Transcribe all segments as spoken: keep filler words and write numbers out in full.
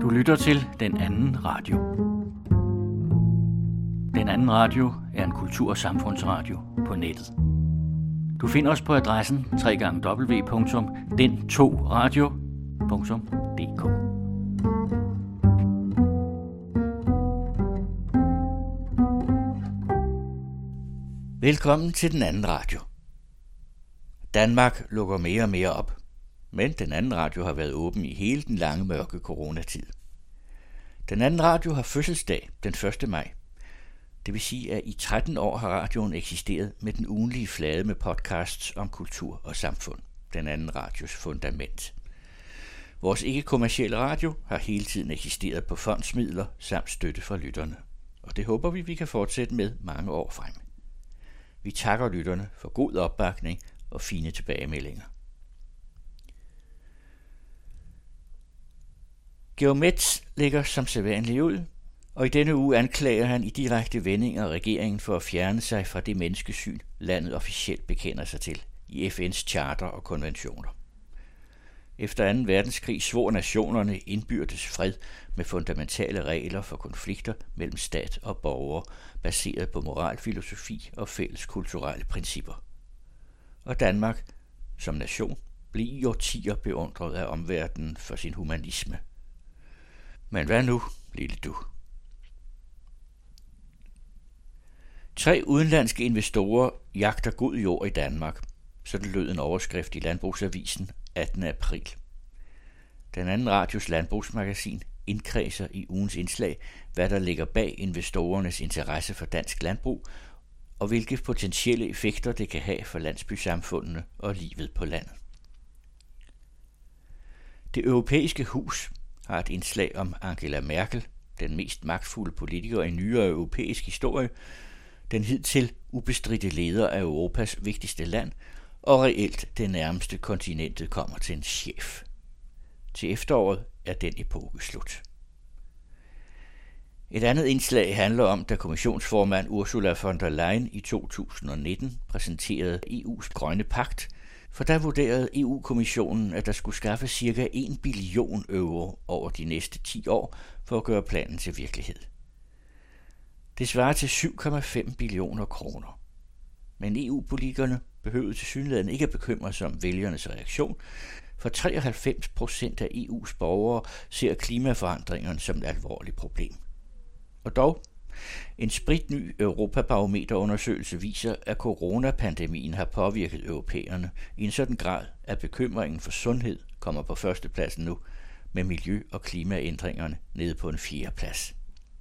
Du lytter til Den Anden Radio. Den Anden Radio er en kultur- og samfundsradio på nettet. Du finder os på adressen w w w punktum den to radio punktum d k. Velkommen til Den Anden Radio. Danmark lukker mere og mere op, men Den Anden Radio har været åben i hele den lange mørke coronatid. Den Anden Radio har fødselsdag den første maj. Det vil sige, at i tretten år har radioen eksisteret med den ugentlige flade med podcasts om kultur og samfund. Den Anden Radios fundament. Vores ikke-kommercielle radio har hele tiden eksisteret på fondsmidler samt støtte fra lytterne. Og det håber vi, vi kan fortsætte med mange år frem. Vi takker lytterne for god opbakning og fine tilbagemeldinger. Georg Metz lægger som sædvanligt ud, og i denne uge anklager han i direkte vendinger regeringen for at fjerne sig fra det menneskesyn, landet officielt bekender sig til i F N's charter og konventioner. Efter anden verdenskrig svor nationerne indbyrdes fred med fundamentale regler for konflikter mellem stat og borgere, baseret på moralfilosofi og fælles kulturelle principper. Og Danmark, som nation, blev i årtier beundret af omverdenen for sin humanisme. Men hvad nu, lille du? Tre udenlandske investorer jagter god jord i Danmark, så det lød en overskrift i Landbrugsavisen attende april. Den Anden Radios landbrugsmagasin indkredser i ugens indslag, hvad der ligger bag investorernes interesse for dansk landbrug, og hvilke potentielle effekter det kan have for landsbysamfundene og livet på landet. Det europæiske hus har et indslag om Angela Merkel, den mest magtfulde politiker i nyere europæisk historie, den hidtil ubestridte leder af Europas vigtigste land, og reelt det nærmeste kontinentet kommer til en chef. Til efteråret er den epoke slut. Et andet indslag handler om, da kommissionsformand Ursula von der Leyen i to tusind og nitten præsenterede E U's grønne pagt, for der vurderede E U-kommissionen, at der skulle skaffe cirka en billion euro over de næste ti år for at gøre planen til virkelighed. Det svarer til syv komma fem billioner kroner. Men E U-politikerne behøvede tilsyneladende ikke at bekymre sig om vælgernes reaktion, for treoghalvfems procent af E U's borgere ser klimaforandringerne som et alvorligt problem. Og dog, en spritny Europabarometerundersøgelse viser, at coronapandemien har påvirket europæerne i en sådan grad, at bekymringen for sundhed kommer på førstepladsen nu, med miljø- og klimaændringerne nede på en fjerde plads.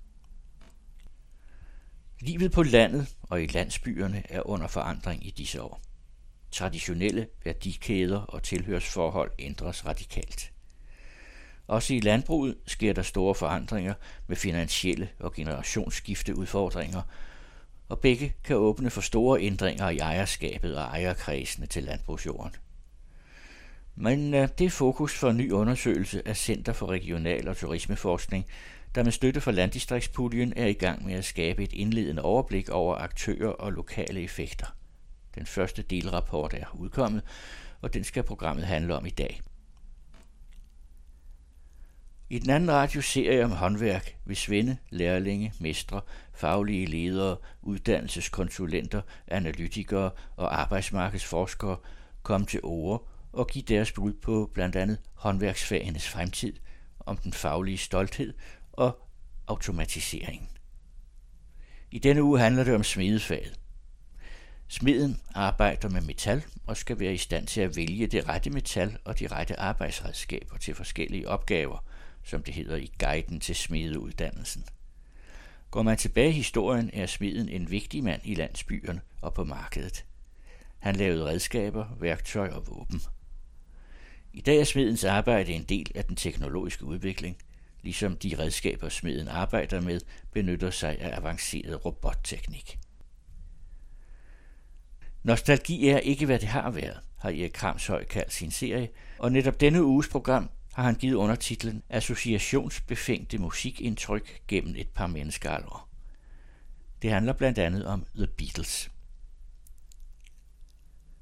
Livet på landet og i landsbyerne er under forandring i disse år. Traditionelle værdikæder og tilhørsforhold ændres radikalt. Også i landbruget sker der store forandringer med finansielle og generationsskifteudfordringer, og begge kan åbne for store ændringer i ejerskabet og ejerkredsene til landbrugsjorden. Men det er fokus for en ny undersøgelse af Center for Regional- og Turismeforskning, der med støtte fra Landdistriktspuljen er i gang med at skabe et indledende overblik over aktører og lokale effekter. Den første delrapport er udkommet, og den skal programmet handle om i dag. I Den Anden Radio serie om håndværk vil svende, lærlinge, mestre, faglige ledere, uddannelseskonsulenter, analytikere og arbejdsmarkedsforskere komme til orde og give deres bud på blandt andet håndværksfagenes fremtid, om den faglige stolthed og automatiseringen. I denne uge handler det om smedefaget. Smeden arbejder med metal og skal være i stand til at vælge det rette metal og de rette arbejdsredskaber til forskellige opgaver, som det hedder i guiden til smedeuddannelsen. Går man tilbage i historien, er smeden en vigtig mand i landsbyerne og på markedet. Han lavede redskaber, værktøj og våben. I dag er smedens arbejde en del af den teknologiske udvikling, ligesom de redskaber, smeden arbejder med, benytter sig af avanceret robotteknik. Nostalgi er ikke, hvad det har været, har Erik Kramshøj kaldt sin serie, og netop denne uges program har han givet undertitlen Associationsbefængte musikindtryk gennem et par menneskealdre. Det handler blandt andet om The Beatles.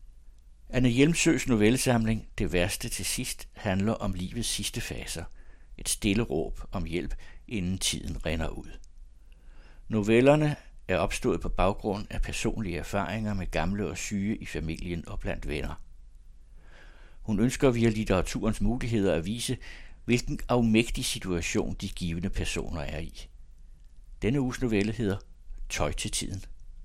Anne Hjelmsøs novellesamling Det værste til sidst handler om livets sidste faser, et stille råb om hjælp, inden tiden rinder ud. Novellerne er opstået på baggrund af personlige erfaringer med gamle og syge i familien og blandt venner. Hun ønsker via litteraturens muligheder at vise, hvilken afmægtig situation de givne personer er i. Denne uges novelle hedder Tøj til tiden.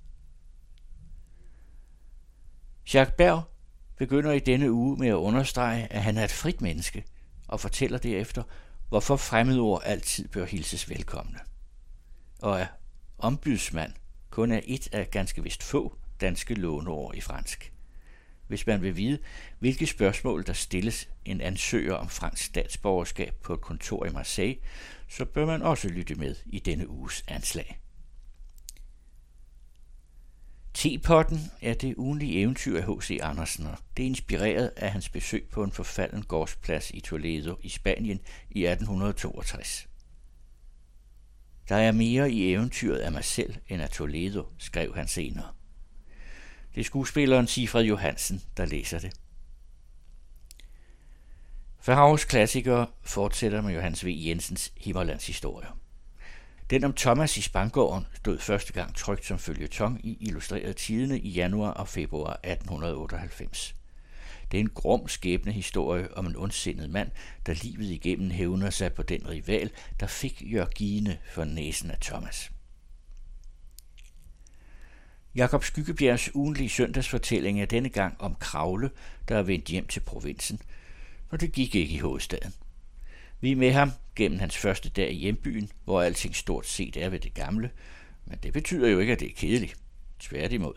Jacques Berg begynder i denne uge med at understrege, at han er et frit menneske, og fortæller derefter, hvorfor fremmedord altid bør hilses velkomne. Og at ombudsmand kun er et af ganske vist få danske låneord i fransk. Hvis man vil vide, hvilke spørgsmål der stilles en ansøger om fransk statsborgerskab på et kontor i Marseille, så bør man også lytte med i denne uges anslag. Tepotten er det ugenlige eventyr af H C Andersen, og det er inspireret af hans besøg på en forfalden gårdsplads i Toledo i Spanien i atten toogtres. Der er mere i eventyret af mig selv end af Toledo, skrev han senere. Det er skuespilleren Sigfred Johansen, der læser det. Farhaus klassikere fortsætter med Johannes V. Jensens Himmerlands historier. Den om Thomas i Spangården stod første gang trykt som føljeton i Illustreret Tidende i januar og februar atten otteoghalvfems. Det er en grum skæbnehistorie om en ondsindet mand, der livet igennem hævner sig på den rival, der fik Jørgine for næsen af Thomas. Jakob Skyggebjergs ugentlige søndagsfortælling er denne gang om Kragle, der er vendt hjem til provinsen, og det gik ikke i hovedstaden. Vi er med ham gennem hans første dag i hjembyen, hvor alting stort set er ved det gamle, men det betyder jo ikke, at det er kedeligt. Tværtimod.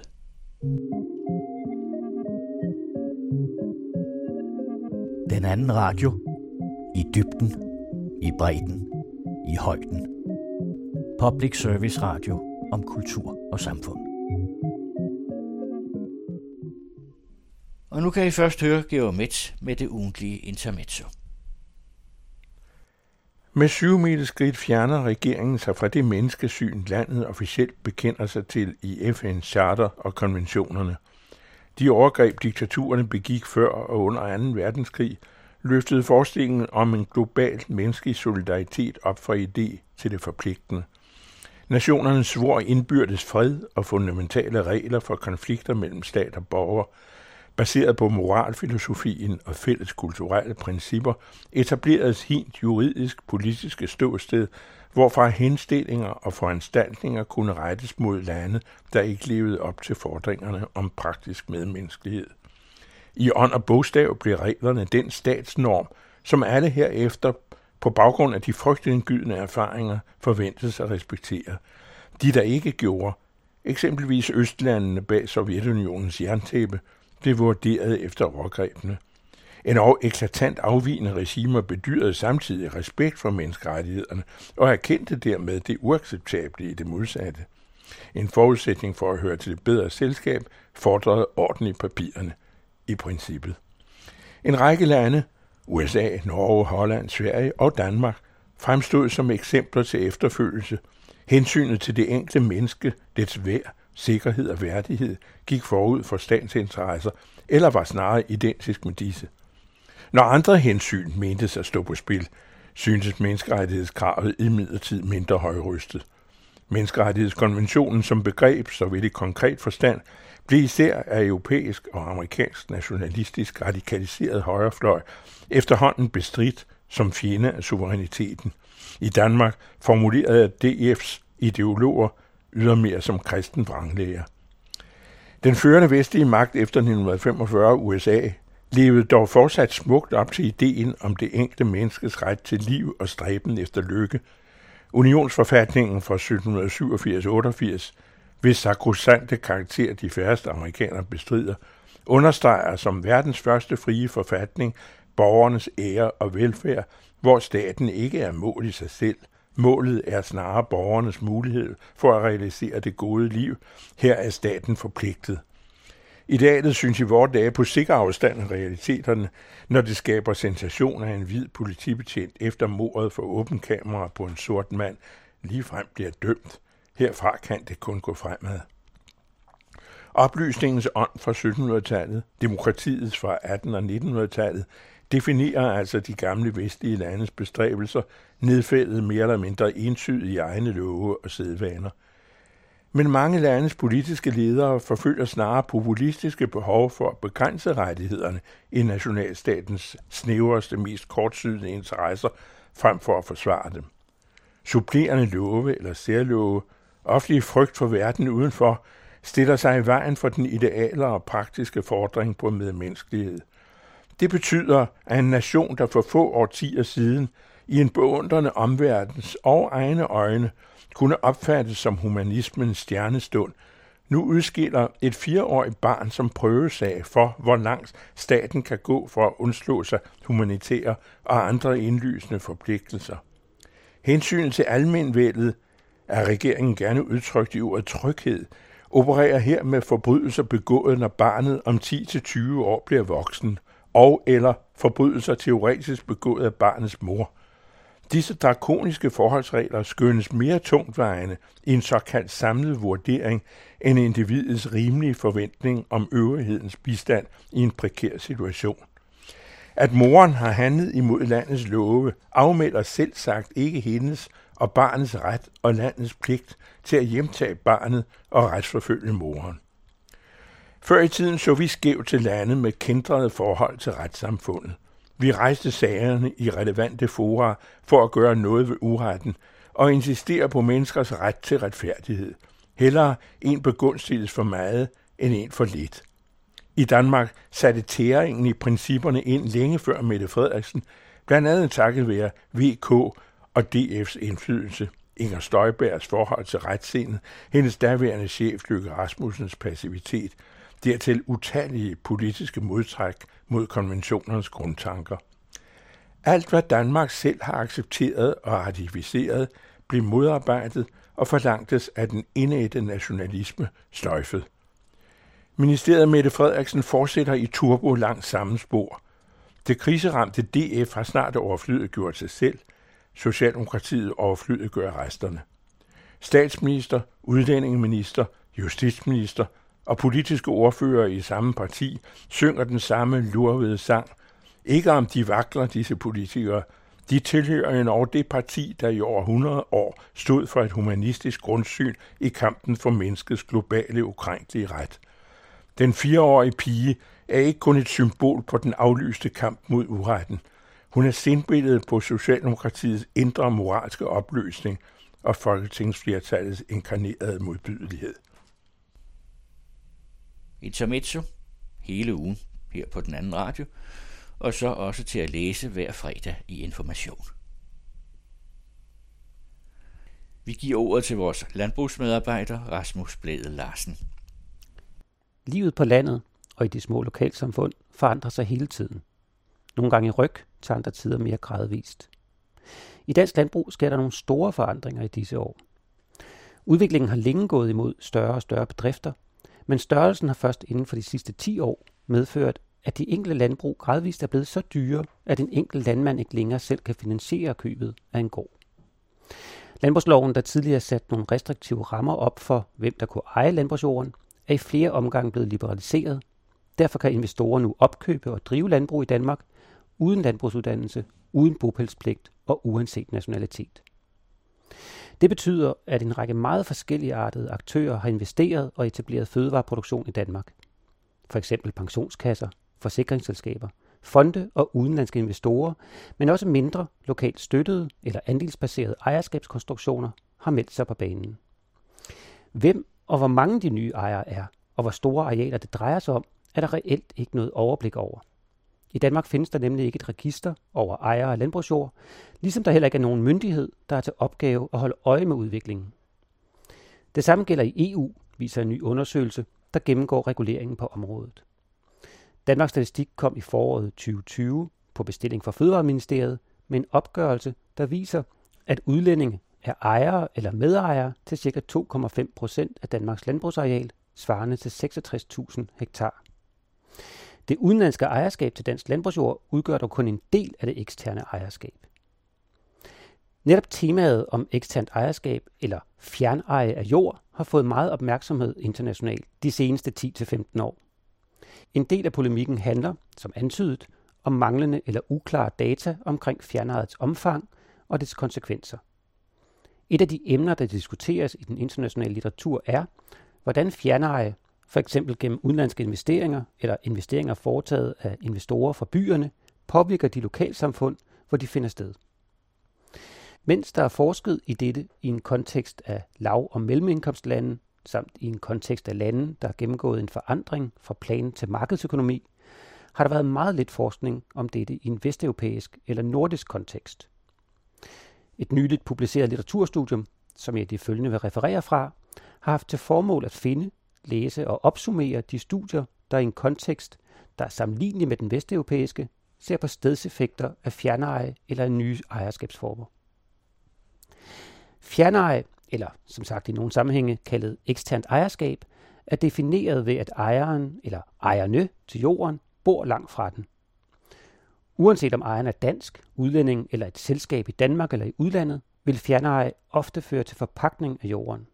Den anden radio. I dybden, i bredden, i højden. Public Service Radio om kultur og samfund. Og nu kan I først høre Georg Metz med det ugentlige intermezzo. Med syv mile skridt fjerner regeringen sig fra det menneskesyn, landet officielt bekender sig til i F N's charter og konventionerne. De overgreb, diktaturerne begik før og under anden verdenskrig, løftede forestillingen om en global menneskelig solidaritet op fra idé til det forpligtende. Nationerne svor indbyrdes fred og fundamentale regler for konflikter mellem stat og borgere, baseret på moralfilosofien og fælles kulturelle principper, etableredes helt juridisk politiske ståsted, hvorfra henstillinger og foranstaltninger kunne rettes mod lande, der ikke levede op til fordringerne om praktisk medmenneskelighed. I ånd og bogstav blev reglerne den statsnorm, som alle herefter på baggrund af de frygtindgydende erfaringer forventedes at respektere. De, der ikke gjorde, eksempelvis østlandene bag Sovjetunionens jerntæppe, blev vurderet efter overgrebene. En og eklatant afvigende regimer bedyrede samtidig respekt for menneskerettighederne og erkendte dermed det uacceptable i det modsatte. En forudsætning for at høre til det bedre selskab fordrede orden i papirerne, i princippet. En række lande, U S A, Norge, Holland, Sverige og Danmark, fremstod som eksempler til efterfølgelse. Hensynet til det enkelte menneske, dets værd, sikkerhed og værdighed gik forud for statsinteresser, eller var snarere identisk med disse. Når andre hensyn mentes at stå på spil, syntes menneskerettighedskravet imidlertid mindre højrystet. Menneskerettighedskonventionen som begreb, såvel i konkret forstand, blev især af europæisk og amerikansk nationalistisk radikaliseret højrefløj efterhånden bestridt som fjende af suveræniteten. I Danmark formulerede D F's ideologer ydermere som kristen vranglæger. Den førende vestlige magt efter nitten femogfyrre, U S A, levede dog fortsat smukt op til ideen om det enkelte menneskes ret til liv og stræben efter lykke. Unionsforfatningen fra sytten syvogfirs otteogfirs, hvis sakrosante karakter de færreste amerikanere bestrider, understreger som verdens første frie forfatning borgernes ære og velfærd, hvor staten ikke er mål i sig selv. Målet er snarere borgernes mulighed for at realisere det gode liv. Her er staten forpligtet. Idealet synes i vore dage på sikker afstand af realiteterne, når det skaber sensation af en hvid politibetjent efter mordet for åben kamera på en sort mand ligefrem bliver dømt. Herfra kan det kun gå fremad. Oplysningens ånd fra syttenhundredetallet, demokratiets fra atten- og nittenhundredetallet, definerer altså de gamle vestlige landes bestræbelser, nedfældet mere eller mindre entydigt i egne love og sædvaner. Men mange landes politiske ledere forfølger snarere populistiske behov for at begrænse rettighederne i nationalstatens snævreste, mest kortsygnende interesser, frem for at forsvare dem. Supplerende love eller særlove, ofte i frygt for verden udenfor, stiller sig i vejen for den ideale og praktiske fordring på medmenneskelighed. Det betyder, at en nation, der for få årtier siden i en beundrende omverdens og egne øjne kunne opfattes som humanismens stjernestund, nu udskiller et fireårigt barn som prøvesag for, hvor langt staten kan gå for at undslå sig humanitære og andre indlysende forpligtelser. Hensynet til almenvældet, er regeringen gerne udtrykt i ordet tryghed, opererer her med forbrydelser begået, når barnet om ti til tyve år bliver voksen, og eller forbrydelser teoretisk begået af barnets mor. Disse drakoniske forholdsregler skønnes mere tungtvejende i en såkaldt samlet vurdering end individets rimelige forventning om øvrighedens bistand i en prekær situation. At moren har handlet imod landets love, afmelder selv sagt ikke hendes og barnets ret og landets pligt til at hjemtage barnet og retsforfølge moren. Før i tiden så vi skævt til lande med kendrede forhold til retssamfundet. Vi rejste sagerne i relevante fora for at gøre noget ved uretten og insistere på menneskers ret til retfærdighed. Hellere en begunstiges for meget end en for lidt. I Danmark satte tæringen i principperne ind længe før Mette Frederiksen, blandt andet takket være V K og D F's indflydelse, Inger Støjbergs forhold til retssindet, hendes daværende chef Løkke Rasmussens passivitet, dertil utallige politiske modtræk mod konventionernes grundtanker. Alt, hvad Danmark selv har accepteret og ratificeret, blev modarbejdet og forlangtes af den indædte nationalisme sløjfet. Ministeriet Mette Frederiksen fortsætter i turbo langs samme spor. Det kriseramte D F har snart overflødiggjort sig selv. Socialdemokratiet overflødiggør resterne. Statsminister, udlændingeminister, justitsminister og politiske ordførere i samme parti synger den samme lurvede sang. Ikke om de vakler, disse politikere. De tilhører endog det parti, der i over hundrede år stod for et humanistisk grundsyn i kampen for menneskets globale ukrænkelige ret. Den fireårige pige er ikke kun et symbol på den aflyste kamp mod uretten. Hun er sindbilledet på Socialdemokratiets indre moralske opløsning og folketingsflertallets inkarnerede modbydelighed. Intermezzo hele ugen her på den anden radio, og så også til at læse hver fredag i Information. Vi giver ordet til vores landbrugsmedarbejder Rasmus Blædel Larsen. Livet på landet og i de små lokalsamfund forandrer sig hele tiden. Nogle gange i ryg, til andre tider mere gradvist. I dansk landbrug sker der nogle store forandringer i disse år. Udviklingen har længe gået imod større og større bedrifter, men størrelsen har først inden for de sidste ti år medført, at de enkelte landbrug gradvist er blevet så dyre, at en enkelt landmand ikke længere selv kan finansiere købet af en gård. Landbrugsloven, der tidligere satte nogle restriktive rammer op for, hvem der kunne eje landbrugsjorden, er i flere omgange blevet liberaliseret. Derfor kan investorer nu opkøbe og drive landbrug i Danmark uden landbrugsuddannelse, uden bopælspligt og uanset nationalitet. Det betyder, at en række meget forskelligartede aktører har investeret og etableret fødevareproduktion i Danmark. For eksempel pensionskasser, forsikringsselskaber, fonde og udenlandske investorer, men også mindre lokalt støttede eller andelsbaserede ejerskabskonstruktioner har meldt sig på banen. Hvem og hvor mange de nye ejere er, og hvor store arealer det drejer sig om, er der reelt ikke noget overblik over. I Danmark findes der nemlig ikke et register over ejere af landbrugsjord, ligesom der heller ikke er nogen myndighed, der har til opgave at holde øje med udviklingen. Det samme gælder i E U, viser en ny undersøgelse, der gennemgår reguleringen på området. Danmarks Statistik kom i foråret tyve tyve på bestilling fra Fødevareministeriet med en opgørelse, der viser, at udlændinge er ejere eller medejere til ca. to komma fem procent af Danmarks landbrugsareal, svarende til seksogtres tusind hektar. Det udenlandske ejerskab til dansk landbrugsjord udgør dog kun en del af det eksterne ejerskab. Netop temaet om eksternt ejerskab eller fjerneje af jord har fået meget opmærksomhed internationalt de seneste ti til femten år. En del af polemikken handler, som antydet, om manglende eller uklare data omkring fjernejets omfang og dets konsekvenser. Et af de emner, der diskuteres i den internationale litteratur er, hvordan fjerneje, for eksempel gennem udenlandske investeringer eller investeringer foretaget af investorer fra byerne, påvirker de lokalsamfund, hvor de finder sted. Mens der er forsket i dette i en kontekst af lav- og mellemindkomstlande, samt i en kontekst af lande, der har gennemgået en forandring fra plan til markedsøkonomi, har der været meget lidt forskning om dette i en vesteuropæisk eller nordisk kontekst. Et nyligt publiceret litteraturstudium, som jeg de følgende vil referere fra, har haft til formål at finde, læse og opsummere de studier, der i en kontekst, der er sammenlignelig med den vesteuropæiske, ser på stedseffekter af fjerneje eller nye ejerskabsformer. Fjerneje, eller som sagt i nogle sammenhænge kaldet eksternt ejerskab, er defineret ved, at ejeren eller ejerne til jorden bor langt fra den. Uanset om ejeren er dansk, udlænding eller et selskab i Danmark eller i udlandet, vil fjerneje ofte føre til forpagtning af jorden.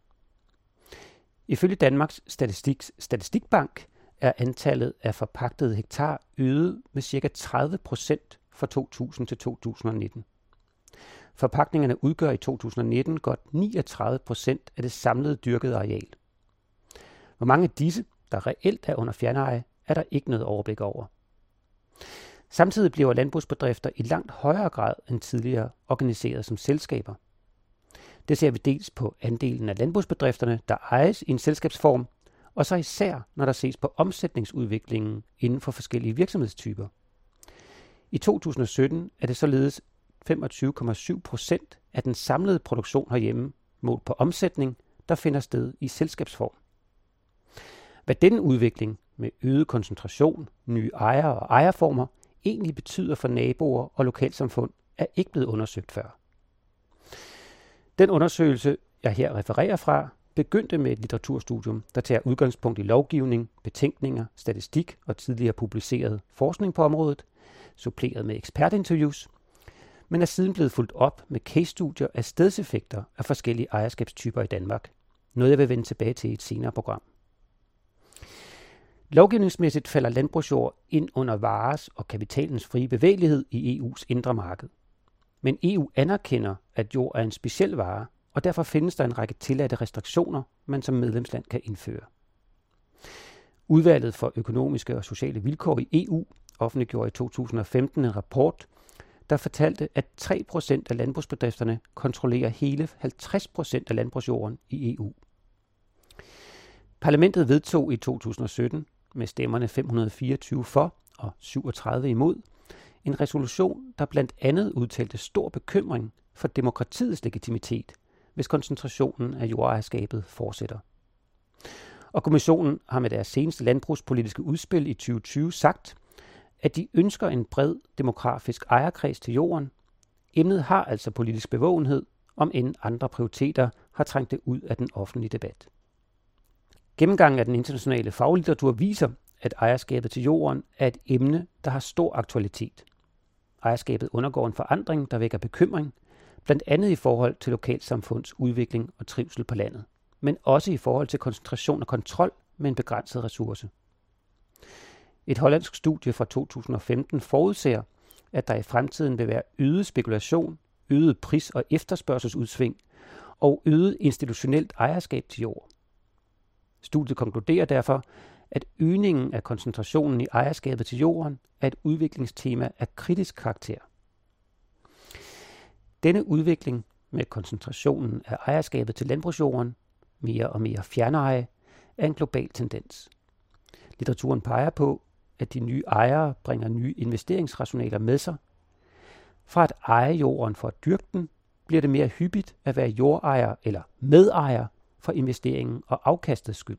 Ifølge Danmarks Statistiks Statistikbank er antallet af forpagtede hektar øget med ca. tredive procent fra to tusind til to tusind nitten. Forpagtningerne udgør i to tusind nitten godt niogtredive procent af det samlede dyrkede areal. Hvor mange af disse, der reelt er under fjerneje, er der ikke noget overblik over. Samtidig bliver landbrugsbedrifter i langt højere grad end tidligere organiseret som selskaber. Det ser vi dels på andelen af landbrugsbedrifterne, der ejes i en selskabsform, og så især, når der ses på omsætningsudviklingen inden for forskellige virksomhedstyper. I to tusind sytten er det således femogtyve komma syv procent af den samlede produktion herhjemme, målt på omsætning, der finder sted i selskabsform. Hvad denne udvikling med øget koncentration, nye ejere og ejerformer egentlig betyder for naboer og lokalsamfund, er ikke blevet undersøgt før. Den undersøgelse, jeg her refererer fra, begyndte med et litteraturstudium, der tager udgangspunkt i lovgivning, betænkninger, statistik og tidligere publiceret forskning på området, suppleret med ekspertinterviews, men er siden blevet fulgt op med case-studier af stedseffekter af forskellige ejerskabstyper i Danmark. Noget jeg vil vende tilbage til i et senere program. Lovgivningsmæssigt falder landbrugsjord ind under vares og kapitalens frie bevægelighed i E U's indre marked. Men E U anerkender, at jord er en speciel vare, og derfor findes der en række tilladte restriktioner, man som medlemsland kan indføre. Udvalget for økonomiske og sociale vilkår i E U offentliggjorde i to tusind femten en rapport, der fortalte, at tre procent af landbrugsbedrifterne kontrollerer hele halvtreds procent af landbrugsjorden i E U. Parlamentet vedtog i to tusind sytten med stemmerne fem hundrede og fireogtyve for og syvogtredive imod en resolution, der blandt andet udtalte stor bekymring for demokratiets legitimitet, hvis koncentrationen af jordejerskabet fortsætter. Og kommissionen har med deres seneste landbrugspolitiske udspil i tyve tyve sagt, at de ønsker en bred demografisk ejerkreds til jorden. Emnet har altså politisk bevågenhed, om end andre prioriteter har trængt det ud af den offentlige debat. Gennemgangen af den internationale faglitteratur viser, at ejerskabet til jorden er et emne, der har stor aktualitet. Ejerskabet undergår en forandring, der vækker bekymring, blandt andet i forhold til lokalsamfunds udvikling og trivsel på landet, men også i forhold til koncentration og kontrol med en begrænset ressource. Et hollandsk studie fra to tusind femten forudser, at der i fremtiden vil være øget spekulation, øget pris- og efterspørgselsudsving og øget institutionelt ejerskab til jord. Studiet konkluderer derfor, at øgningen af koncentrationen i ejerskabet til jorden er et udviklingstema af kritisk karakter. Denne udvikling med koncentrationen af ejerskabet til landbrugsjorden, mere og mere fjerneje, er en global tendens. Litteraturen peger på, at de nye ejere bringer nye investeringsrationaler med sig. Fra at eje jorden for at dyrke den, bliver det mere hyppigt at være jordejer eller medejer for investeringen og afkastets skyld.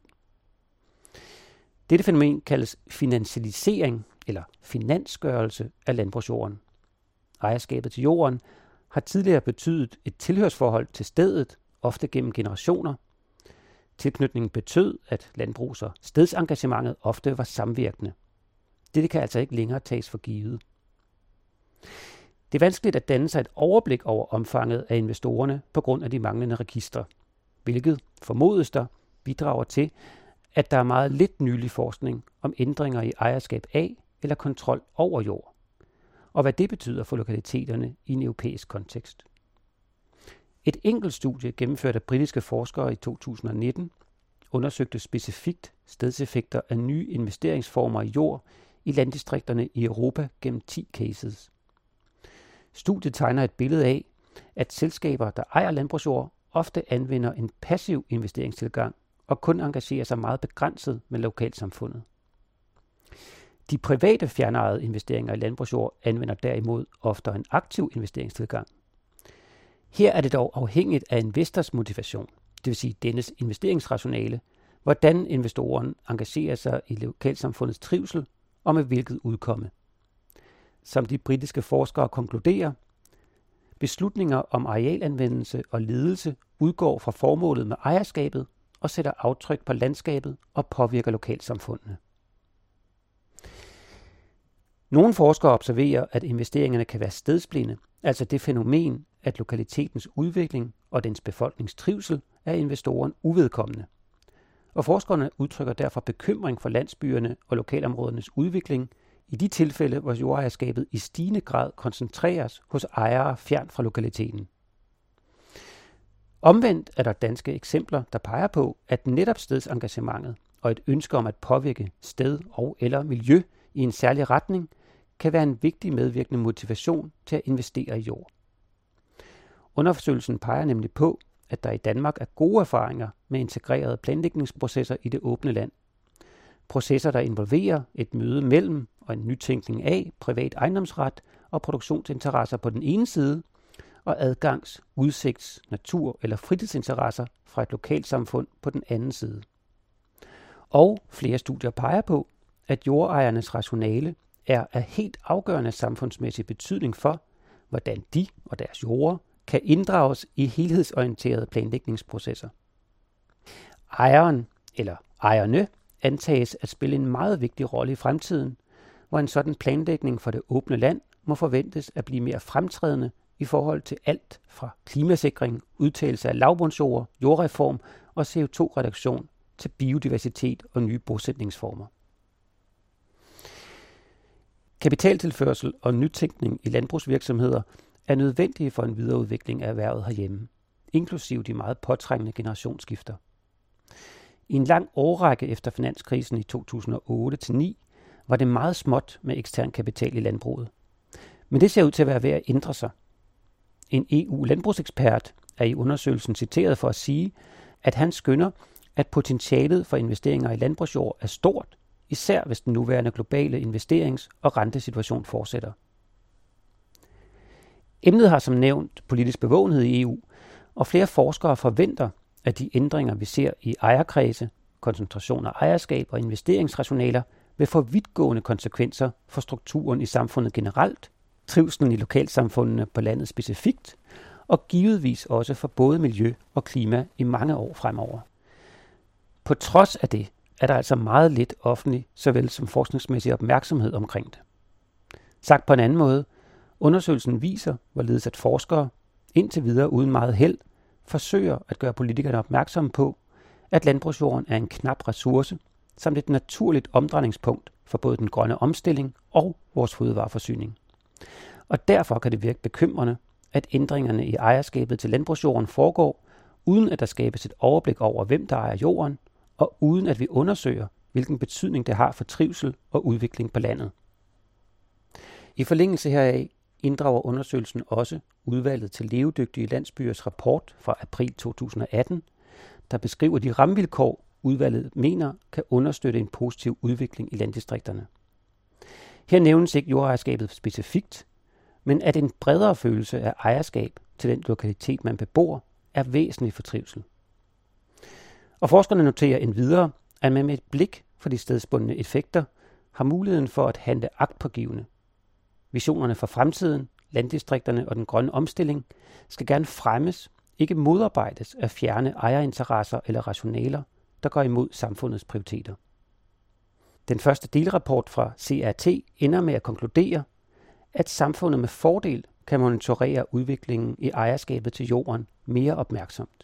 Dette fænomen kaldes finansialisering eller finansgørelse af landbrugsjorden. Ejerskabet til jorden har tidligere betydet et tilhørsforhold til stedet, ofte gennem generationer. Tilknytningen betød, at landbrugs- og stedsengagementet ofte var samvirkende. Dette kan altså ikke længere tages for givet. Det er vanskeligt at danne sig et overblik over omfanget af investorerne på grund af de manglende registre, hvilket formodes der bidrager til, at der er meget lidt nylig forskning om ændringer i ejerskab af eller kontrol over jord, og hvad det betyder for lokaliteterne i en europæisk kontekst. Et enkelt studie gennemført af britiske forskere i to tusind nitten undersøgte specifikt stedseffekter af nye investeringsformer i jord i landdistrikterne i Europa gennem ti cases. Studiet tegner et billede af, at selskaber, der ejer landbrugsjord, ofte anvender en passiv investeringstilgang og kun engagerer sig meget begrænset med lokalsamfundet. De private fjernejede investeringer i landbrugsjord anvender derimod ofte en aktiv investeringstilgang. Her er det dog afhængigt af investors motivation, det vil sige dennes investeringsrationale, hvordan investoren engagerer sig i lokalsamfundets trivsel og med hvilket udkomme. Som de britiske forskere konkluderer, beslutninger om arealanvendelse og ledelse udgår fra formålet med ejerskabet og sætter aftryk på landskabet og påvirker lokalsamfundene. Nogle forskere observerer, at investeringerne kan være stedsblinde, altså det fænomen, at lokalitetens udvikling og dens befolkningstrivsel er investoren uvedkommende. Og forskerne udtrykker derfor bekymring for landsbyerne og lokalområdernes udvikling i de tilfælde, hvor jordejerskabet i stigende grad koncentreres hos ejere fjern fra lokaliteten. Omvendt er der danske eksempler, der peger på, at netop stedsengagementet og et ønske om at påvirke sted og eller miljø i en særlig retning kan være en vigtig medvirkende motivation til at investere i jord. Undersøgelsen peger nemlig på, at der i Danmark er gode erfaringer med integrerede planlægningsprocesser i det åbne land. Processer, der involverer et møde mellem og en nytænkning af privat ejendomsret og produktionsinteresser på den ene side, og adgangs-, udsigts-, natur- eller fritidsinteresser fra et lokalsamfund på den anden side. Og flere studier peger på, at jordejernes rationale er af helt afgørende samfundsmæssig betydning for, hvordan de og deres jorder kan inddrages i helhedsorienterede planlægningsprocesser. Ejeren eller ejerne antages at spille en meget vigtig rolle i fremtiden, hvor en sådan planlægning for det åbne land må forventes at blive mere fremtrædende i forhold til alt fra klimasikring, udtagelse af lavbundsjord, jordreform og C O to reduktion til biodiversitet og nye bosætningsformer. Kapitaltilførsel og nytænkning i landbrugsvirksomheder er nødvendige for en videreudvikling af erhvervet herhjemme, inklusive de meget påtrængende generationsskifter. I en lang årrække efter finanskrisen i to tusind og otte til ni var det meget småt med ekstern kapital i landbruget. Men det ser ud til at være ved at ændre sig. En E U-landbrugsekspert er i undersøgelsen citeret for at sige, at han skønner, at potentialet for investeringer i landbrugsjord er stort, især hvis den nuværende globale investerings- og rentesituation fortsætter. Emnet har som nævnt politisk bevågenhed i E U, og flere forskere forventer, at de ændringer, vi ser i ejerkredse, koncentration af ejerskab og investeringsrationaler, vil få vidtgående konsekvenser for strukturen i samfundet generelt, trivslen i lokalsamfundene på landet specifikt, og givetvis også for både miljø og klima i mange år fremover. På trods af det er der altså meget lidt offentlig, såvel som forskningsmæssig opmærksomhed omkring det. Sagt på en anden måde, undersøgelsen viser, hvorledes at forskere, indtil videre uden meget held, forsøger at gøre politikerne opmærksomme på, at landbrugsjorden er en knap ressource, samt et naturligt omdrejningspunkt for både den grønne omstilling og vores fødevareforsyning. Og derfor kan det virke bekymrende, at ændringerne i ejerskabet til landbrugsjorden foregår, uden at der skabes et overblik over, hvem der ejer jorden, og uden at vi undersøger, hvilken betydning det har for trivsel og udvikling på landet. I forlængelse heraf inddrager undersøgelsen også udvalget til levedygtige landsbyers rapport fra april to tusind og atten, der beskriver de rammevilkår, udvalget mener kan understøtte en positiv udvikling i landdistrikterne. Her nævnes ikke jordejerskabet specifikt, men at en bredere følelse af ejerskab til den lokalitet, man bebor, er væsentlig for trivsel. Og forskerne noterer endvidere, at man med et blik for de stedsbundne effekter har muligheden for at handle agtpågivende. Visionerne for fremtiden, landdistrikterne og den grønne omstilling skal gerne fremmes, ikke modarbejdes af fjerne ejerinteresser eller rationaler, der går imod samfundets prioriteter. Den første delrapport fra C R T ender med at konkludere, at samfundet med fordel kan monitorere udviklingen i ejerskabet til jorden mere opmærksomt.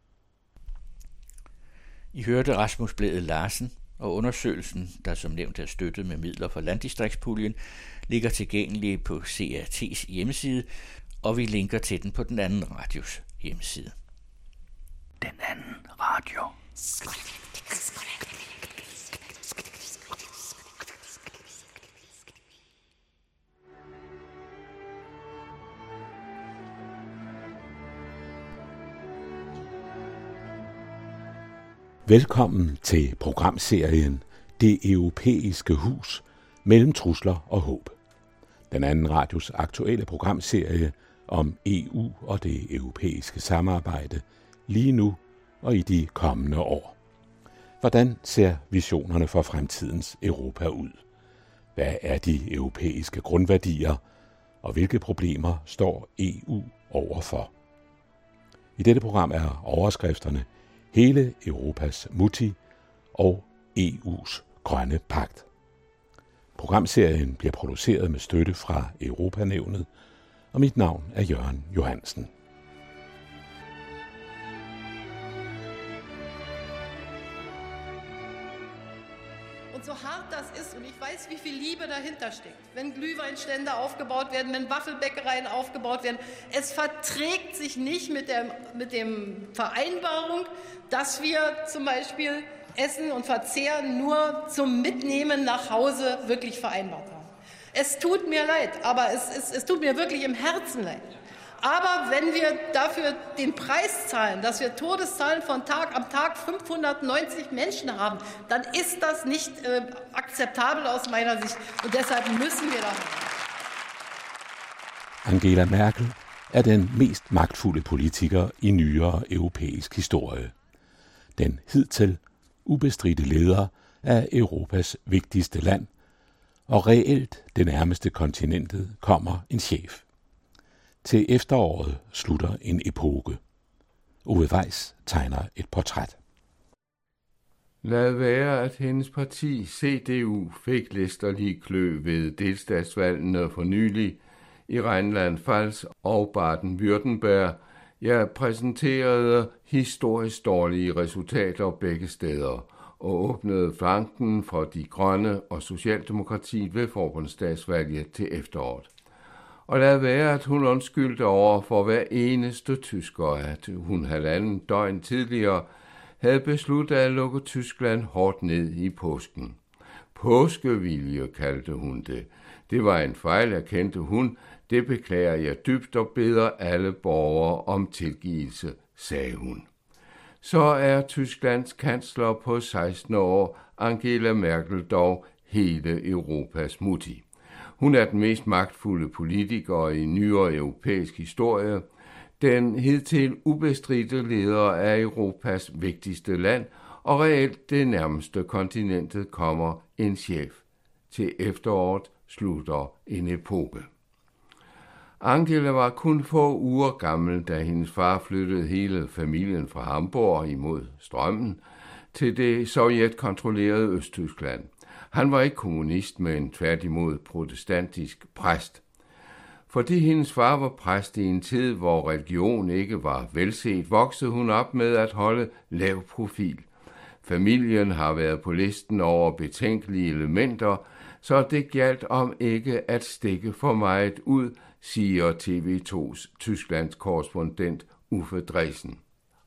I hørte Rasmus Blædel Larsen, og undersøgelsen, der som nævnt er støttet med midler fra Landdistriktspuljen, ligger tilgængelig på C R T's hjemmeside, og vi linker til den på den anden radios hjemmeside. Den anden radio. Velkommen til programserien Det Europæiske Hus mellem trusler og håb. Den anden radios aktuelle programserie om E U og det europæiske samarbejde lige nu og i de kommende år. Hvordan ser visionerne for fremtidens Europa ud? Hvad er de europæiske grundværdier, og hvilke problemer står E U overfor? I dette program er overskrifterne Hele Europas Mutti og E U's Grønne Pagt. Programserien bliver produceret med støtte fra Europanævnet, og mit navn er Jørgen Johansen. Und so hart das ist, und ich weiß, wie viel Liebe dahinter steckt, wenn Glühweinstände aufgebaut werden, wenn Waffelbäckereien aufgebaut werden, es verträgt sich nicht mit der mit dem Vereinbarung, dass wir zum Beispiel Essen und Verzehr nur zum Mitnehmen nach Hause wirklich vereinbart haben. Es tut mir leid, aber es, es, es tut mir wirklich im Herzen leid. Aber wenn wir dafür den Preis zahlen, dass wir Todeszahlen von Tag am Tag fünfhundertneunzig Menschen haben, dann ist das nicht äh, akzeptabel aus meiner Sicht. Und deshalb müssen wir da. Angela Merkel er den mest magtfulde politiker i nyere europæisk historie. Den hidtil ubestridte leder af Europas vigtigste land, og reelt det nærmeste kontinentet kommer en chef. Til efteråret slutter en epoke. Ove Weiss tegner et portræt. Lad være, at hendes parti C D U fik læsterlig klø ved delstatsvalgene for nylig i Rheinland-Pfalz og Baden-Württemberg. Jeg præsenterede historisk dårlige resultater begge steder og åbnede flanken for de grønne og Socialdemokratiet ved forbundsdagsvalget til efteråret. Og lad være, at hun undskyldte over for hver eneste tysker, at hun halvanden døgn tidligere havde besluttet at lukke Tyskland hårdt ned i påsken. Påskevilje kaldte hun det. Det var en fejl, erkendte hun. Det beklager jeg dybt og beder alle borgere om tilgivelse, sagde hun. Så er Tysklands kansler på seksten år, Angela Merkel, dog hele Europas mutti. Hun er den mest magtfulde politiker i nyere europæisk historie, den hidtil ubestridte leder af Europas vigtigste land, og reelt det nærmeste kontinentet kommer en chef. Til efteråret slutter en epoke. Angela var kun få uger gammel, da hendes far flyttede hele familien fra Hamburg imod strømmen til det sovjetkontrollerede Østtyskland. Han var ikke kommunist, men tværtimod protestantisk præst. Fordi hendes far var præst i en tid, hvor religion ikke var velset, voksede hun op med at holde lav profil. Familien har været på listen over betænkelige elementer, så det gjaldt om ikke at stikke for meget ud, siger T V to's Tysklands korrespondent Uffe Dresen.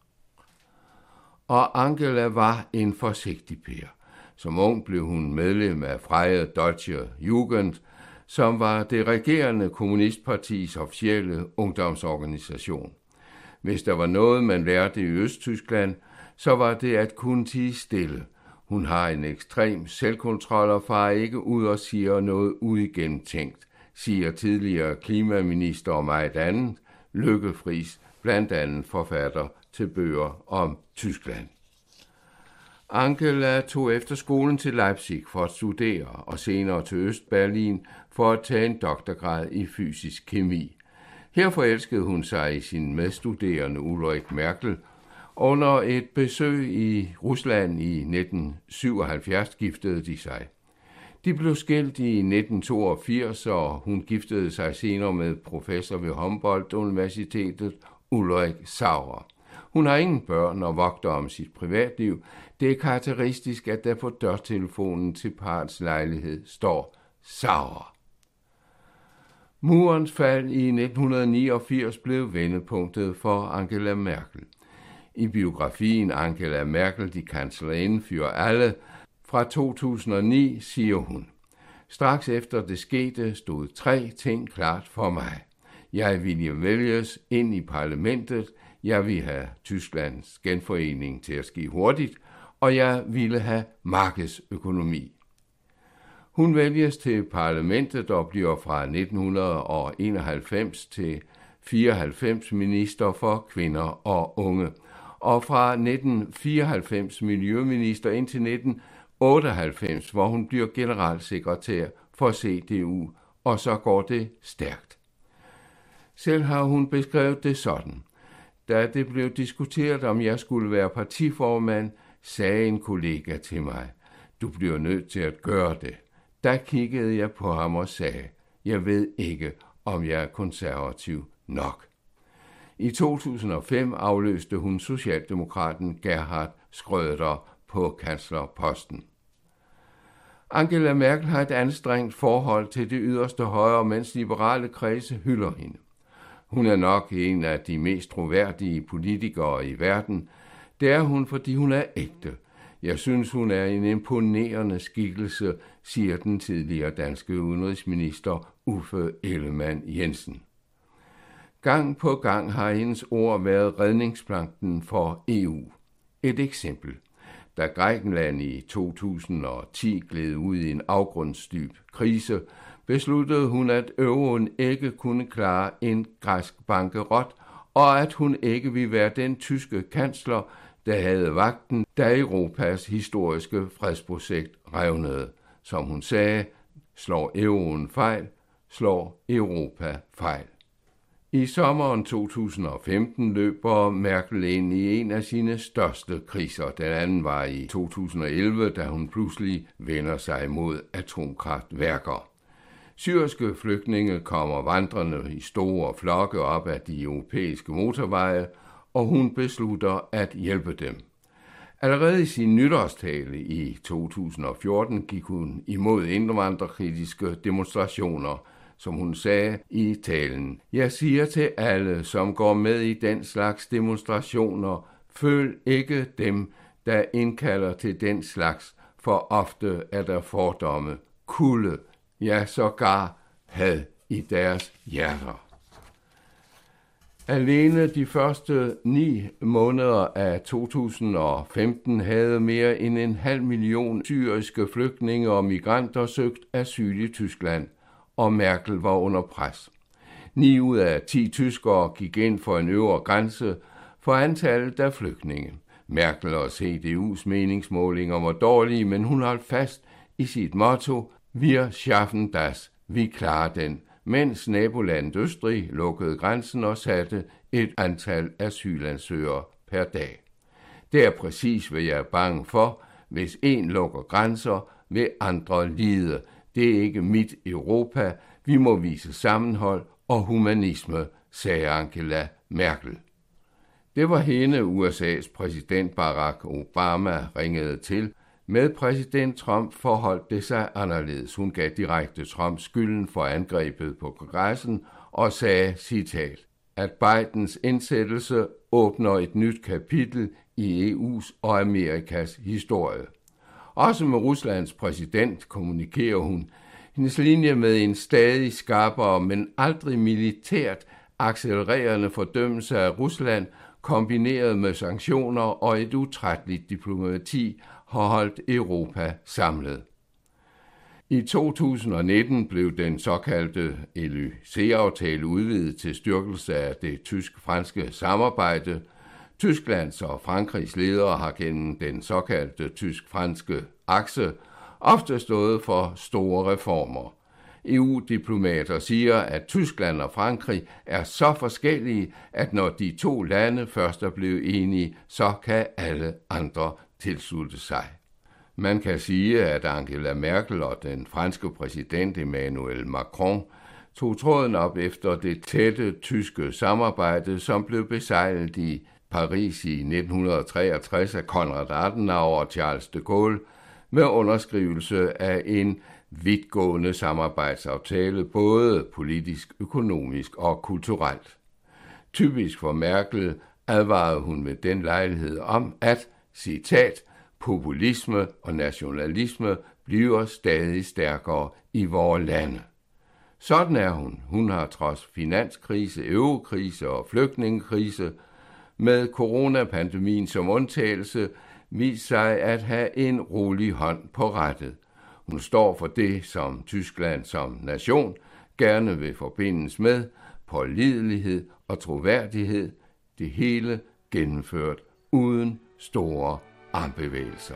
Og Angela var en forsigtig pære. Som ung blev hun medlem af Freie Deutsche Jugend, som var det regerende kommunistpartis officielle ungdomsorganisation. Hvis der var noget, man lærte i Østtyskland, så var det at kunne tie stille. Hun har en ekstrem selvkontrol og farer ikke ud og siger noget uigennemtænkt, siger tidligere klimaminister og meget andet, Lykke Friis, blandt andet forfatter til bøger om Tyskland. Angela tog efter skolen til Leipzig for at studere og senere til Østberlin for at tage en doktorgrad i fysisk kemi. Her forelskede hun sig i sin medstuderende Ulrik Merkel. Under et besøg i Rusland i nitten syvoghalvfjerds giftede de sig. De blev skilt i nitten toogfirs, og hun giftede sig senere med professor ved Humboldt-universitetet, Ulrich Sauer. Hun har ingen børn og vogter om sit privatliv. Det er karakteristisk, at der på dørtelefonen til parrets lejlighed står Sauer. Murens fald i nitten niogfirs blev vendepunktet for Angela Merkel. I biografien Angela Merkel, die Kanzlerin für alle, fra to tusind og ni siger hun: straks efter det skete, stod tre ting klart for mig. Jeg ville vælges ind i parlamentet, jeg ville have Tysklands genforening til at ske hurtigt, og jeg ville have markedsøkonomi. Hun vælges til parlamentet og bliver fra nitten enoghalvfems til fireoghalvfems minister for kvinder og unge, og fra nitten fireoghalvfems miljøminister indtil nitten otteoghalvfems, hvor hun bliver generalsekretær for C D U, og så går det stærkt. Selv har hun beskrevet det sådan: da det blev diskuteret, om jeg skulle være partiformand, sagde en kollega til mig: du bliver nødt til at gøre det. Da kiggede jeg på ham og sagde: jeg ved ikke, om jeg er konservativ nok. I to tusind og fem afløste hun socialdemokraten Gerhard Schröder på kanslerposten. Angela Merkel har et anstrengt forhold til det yderste højre, mens liberale kredse hylder hende. Hun er nok en af de mest troværdige politikere i verden. Det er hun, fordi hun er ægte. Jeg synes, hun er en imponerende skikkelse, siger den tidligere danske udenrigsminister Uffe Ellemann-Jensen. Gang på gang har hendes ord været redningsplanken for E U. Et eksempel. Da Grækenland i to tusind og ti gled ud i en afgrundsdyb krise, besluttede hun, at euroen ikke kunne klare en græsk bankerot, og at hun ikke ville være den tyske kansler, der havde vagten, da Europas historiske fredsprojekt revnede. Som hun sagde, slår euroen fejl, slår Europa fejl. I sommeren to tusind og femten løber Merkel ind i en af sine største kriser. Den anden var i to tusind og elleve, da hun pludselig vender sig mod atomkraftværker. Syriske flygtninge kommer vandrende i store flokke op ad de europæiske motorveje, og hun beslutter at hjælpe dem. Allerede i sin nytårstale i to tusind og fjorten gik hun imod indvandrerkritiske demonstrationer, som hun sagde i talen: jeg siger til alle, som går med i den slags demonstrationer, følg ikke dem, der indkalder til den slags, for ofte er der fordomme, kulde, ja sågar had i deres hjerter. Alene de første ni måneder af to tusind og femten havde mere end en halv million syriske flygtninge og migranter søgt asyl i Tyskland, og Merkel var under pres. Ni ud af ti tyskere gik ind for en øvre grænse for antallet af flygtninge. Merkel og C D U's meningsmålinger var dårlige, men hun holdt fast i sit motto: Wir schaffen das, vi klarer den, mens nabolandet Østrig lukkede grænsen og satte et antal asylansøgere per dag. Det er præcis, hvad jeg er bange for. Hvis en lukker grænser, vil andre lide. Det er ikke mit Europa. Vi må vise sammenhold og humanisme, sagde Angela Merkel. Det var hende, U S A's præsident Barack Obama ringede til. Med præsident Trump forholdt det sig anderledes. Hun gav direkte Trump skylden for angrebet på kongressen og sagde, citat, at Bidens indsættelse åbner et nyt kapitel i E U's og Amerikas historie. Også med Ruslands præsident kommunikerer hun. Hendes linje med en stadig skarpere, men aldrig militært accelererende fordømmelse af Rusland, kombineret med sanktioner og et utrætteligt diplomati, har holdt Europa samlet. I to tusind og nitten blev den såkaldte Élysée-aftale udvidet til styrkelse af det tysk-franske samarbejde. Tysklands og Frankrigs ledere har gennem den såkaldte tysk-franske akse ofte stået for store reformer. E U-diplomater siger, at Tyskland og Frankrig er så forskellige, at når de to lande først er blevet enige, så kan alle andre tilslutte sig. Man kan sige, at Angela Merkel og den franske præsident Emmanuel Macron tog tråden op efter det tætte tyske samarbejde, som blev besejlet i Paris i nitten treogtres af Konrad Adenauer og Charles de Gaulle med underskrivelse af en vidtgående samarbejdsaftale, både politisk, økonomisk og kulturelt. Typisk for Merkel advarede hun ved den lejlighed om, at, citat, populisme og nationalisme bliver stadig stærkere i vores lande. Sådan er hun. Hun har trods finanskrise, eurokrise og flygtningekrise med coronapandemien som undtagelse vist sig at have en rolig hånd på rattet. Hun står for det, som Tyskland som nation gerne vil forbindes med, pålidelighed og troværdighed, det hele gennemført uden store armbevægelser.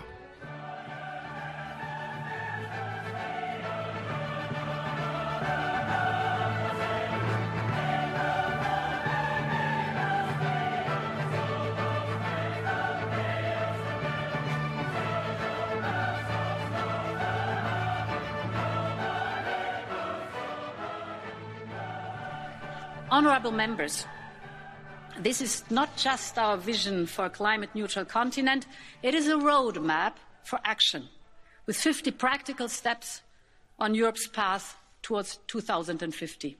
Honourable members, this is not just our vision for a climate-neutral continent, it is a roadmap for action, with fifty practical steps on Europe's path towards two thousand fifty.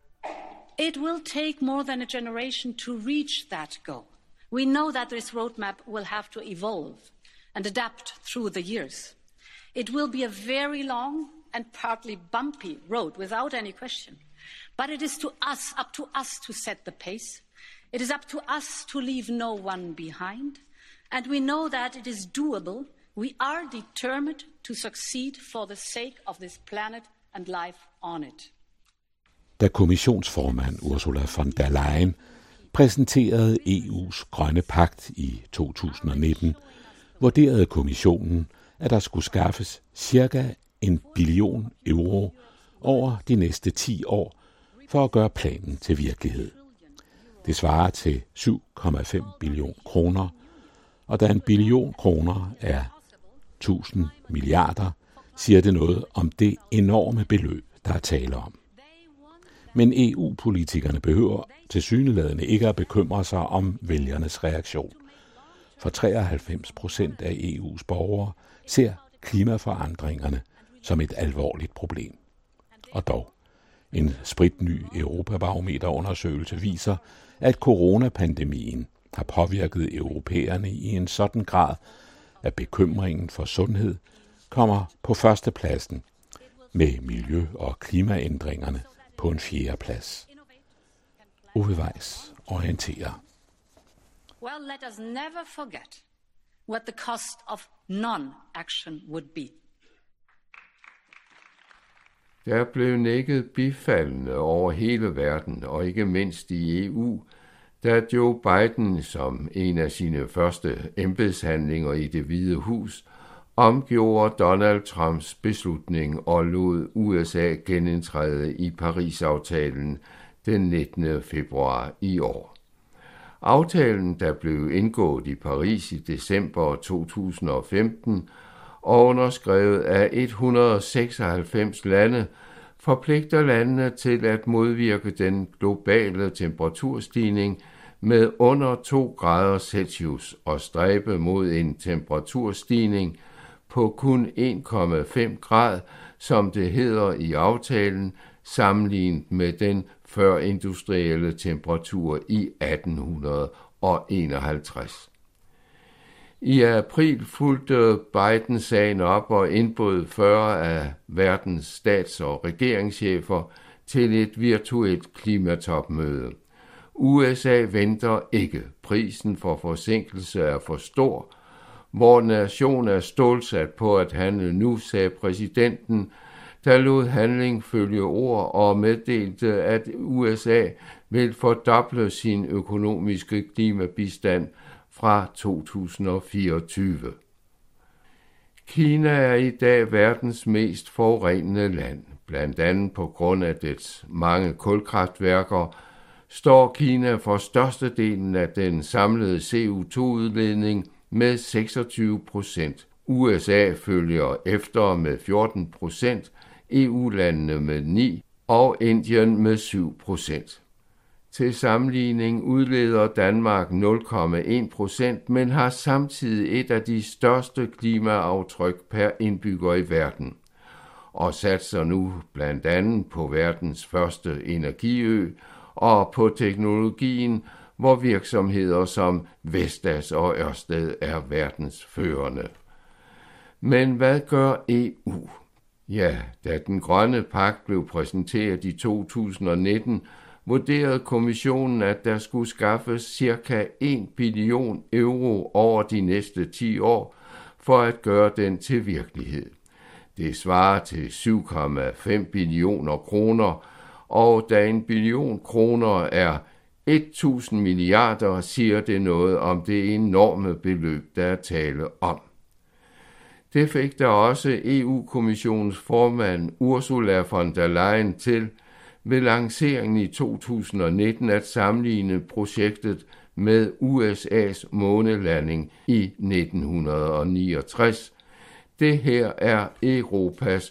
It will take more than a generation to reach that goal. We know that this roadmap will have to evolve and adapt through the years. It will be a very long and partly bumpy road, without any question. But it is to us, up to us to set the pace. It is up to us to leave no one behind. And we know that it is doable. We are determined to succeed for the sake of this planet and life on it. Da kommissionsformand Ursula von der Leyen præsenterede E U's grønne pagt i to tusind nitten, vurderede kommissionen, at der skulle skaffes cirka en billion euro over de næste ti år for at gøre planen til virkelighed. Det svarer til syv komma fem billion kroner, og da en billion kroner er tusind milliarder, siger det noget om det enorme beløb, der er tale om. Men E U-politikerne behøver tilsyneladende ikke at bekymre sig om vælgernes reaktion. For treoghalvfems procent af E U's borgere ser klimaforandringerne som et alvorligt problem. Og dog, en spritny Europabarometerundersøgelse viser, at coronapandemien har påvirket europæerne i en sådan grad, at bekymringen for sundhed kommer på førstepladsen med miljø- og klimaændringerne på en fjerde plads. Ove Weiss orienterer. Well, let us never forget what the cost of non-action would be. Der blev nikket bifaldende over hele verden, og ikke mindst i E U, da Joe Biden som en af sine første embedshandlinger i Det Hvide Hus omgjorde Donald Trumps beslutning og lod U S A genindtræde i Paris-aftalen den nittende februar i år. Aftalen, der blev indgået i Paris i december to tusind og femten og underskrevet af et hundrede og seksoghalvfems lande, forpligter landene til at modvirke den globale temperaturstigning med under to grader Celsius og stræbe mod en temperaturstigning på kun en komma fem grad, som det hedder i aftalen, sammenlignet med den førindustrielle temperatur i atten enoghalvtreds. I april fulgte Biden sagen op og indbød fyrre af verdens stats- og regeringschefer til et virtuelt klimatopmøde. U S A venter ikke. Prisen for forsinkelse er for stor. Vor nation er stålsat på at handle nu, sagde præsidenten, der lod handling følge ord og meddelte, at U S A vil fordoble sin økonomiske klimabistand fra to tusind og fireogtyve. Kina er i dag verdens mest forurenende land. Blandt andet på grund af dets mange kulkraftværker står Kina for størstedelen af den samlede C O to udledning med seksogtyve procent U S A følger efter med fjorten procent, E U-landene med ni og Indien med syv procent. Til sammenligning udleder Danmark nul komma en procent, men har samtidig et af de største klimaaftryk per indbygger i verden, og satser nu blandt andet på verdens første energiø og på teknologien, hvor virksomheder som Vestas og Ørsted er verdens førende. Men hvad gør E U? Ja, da den grønne pagt blev præsenteret i to tusind og nitten, vurderede kommissionen, at der skulle skaffes cirka en billion euro over de næste ti år for at gøre den til virkelighed. Det svarer til syv komma fem billioner kroner, og da en billion kroner er tusind milliarder, siger det noget om det enorme beløb, der er tale om. Det fik der også E U-kommissionens formand Ursula von der Leyen til ved lanceringen i to tusind og nitten at sammenligne projektet med U S A's månelanding i nitten niogtres. Det her er Europas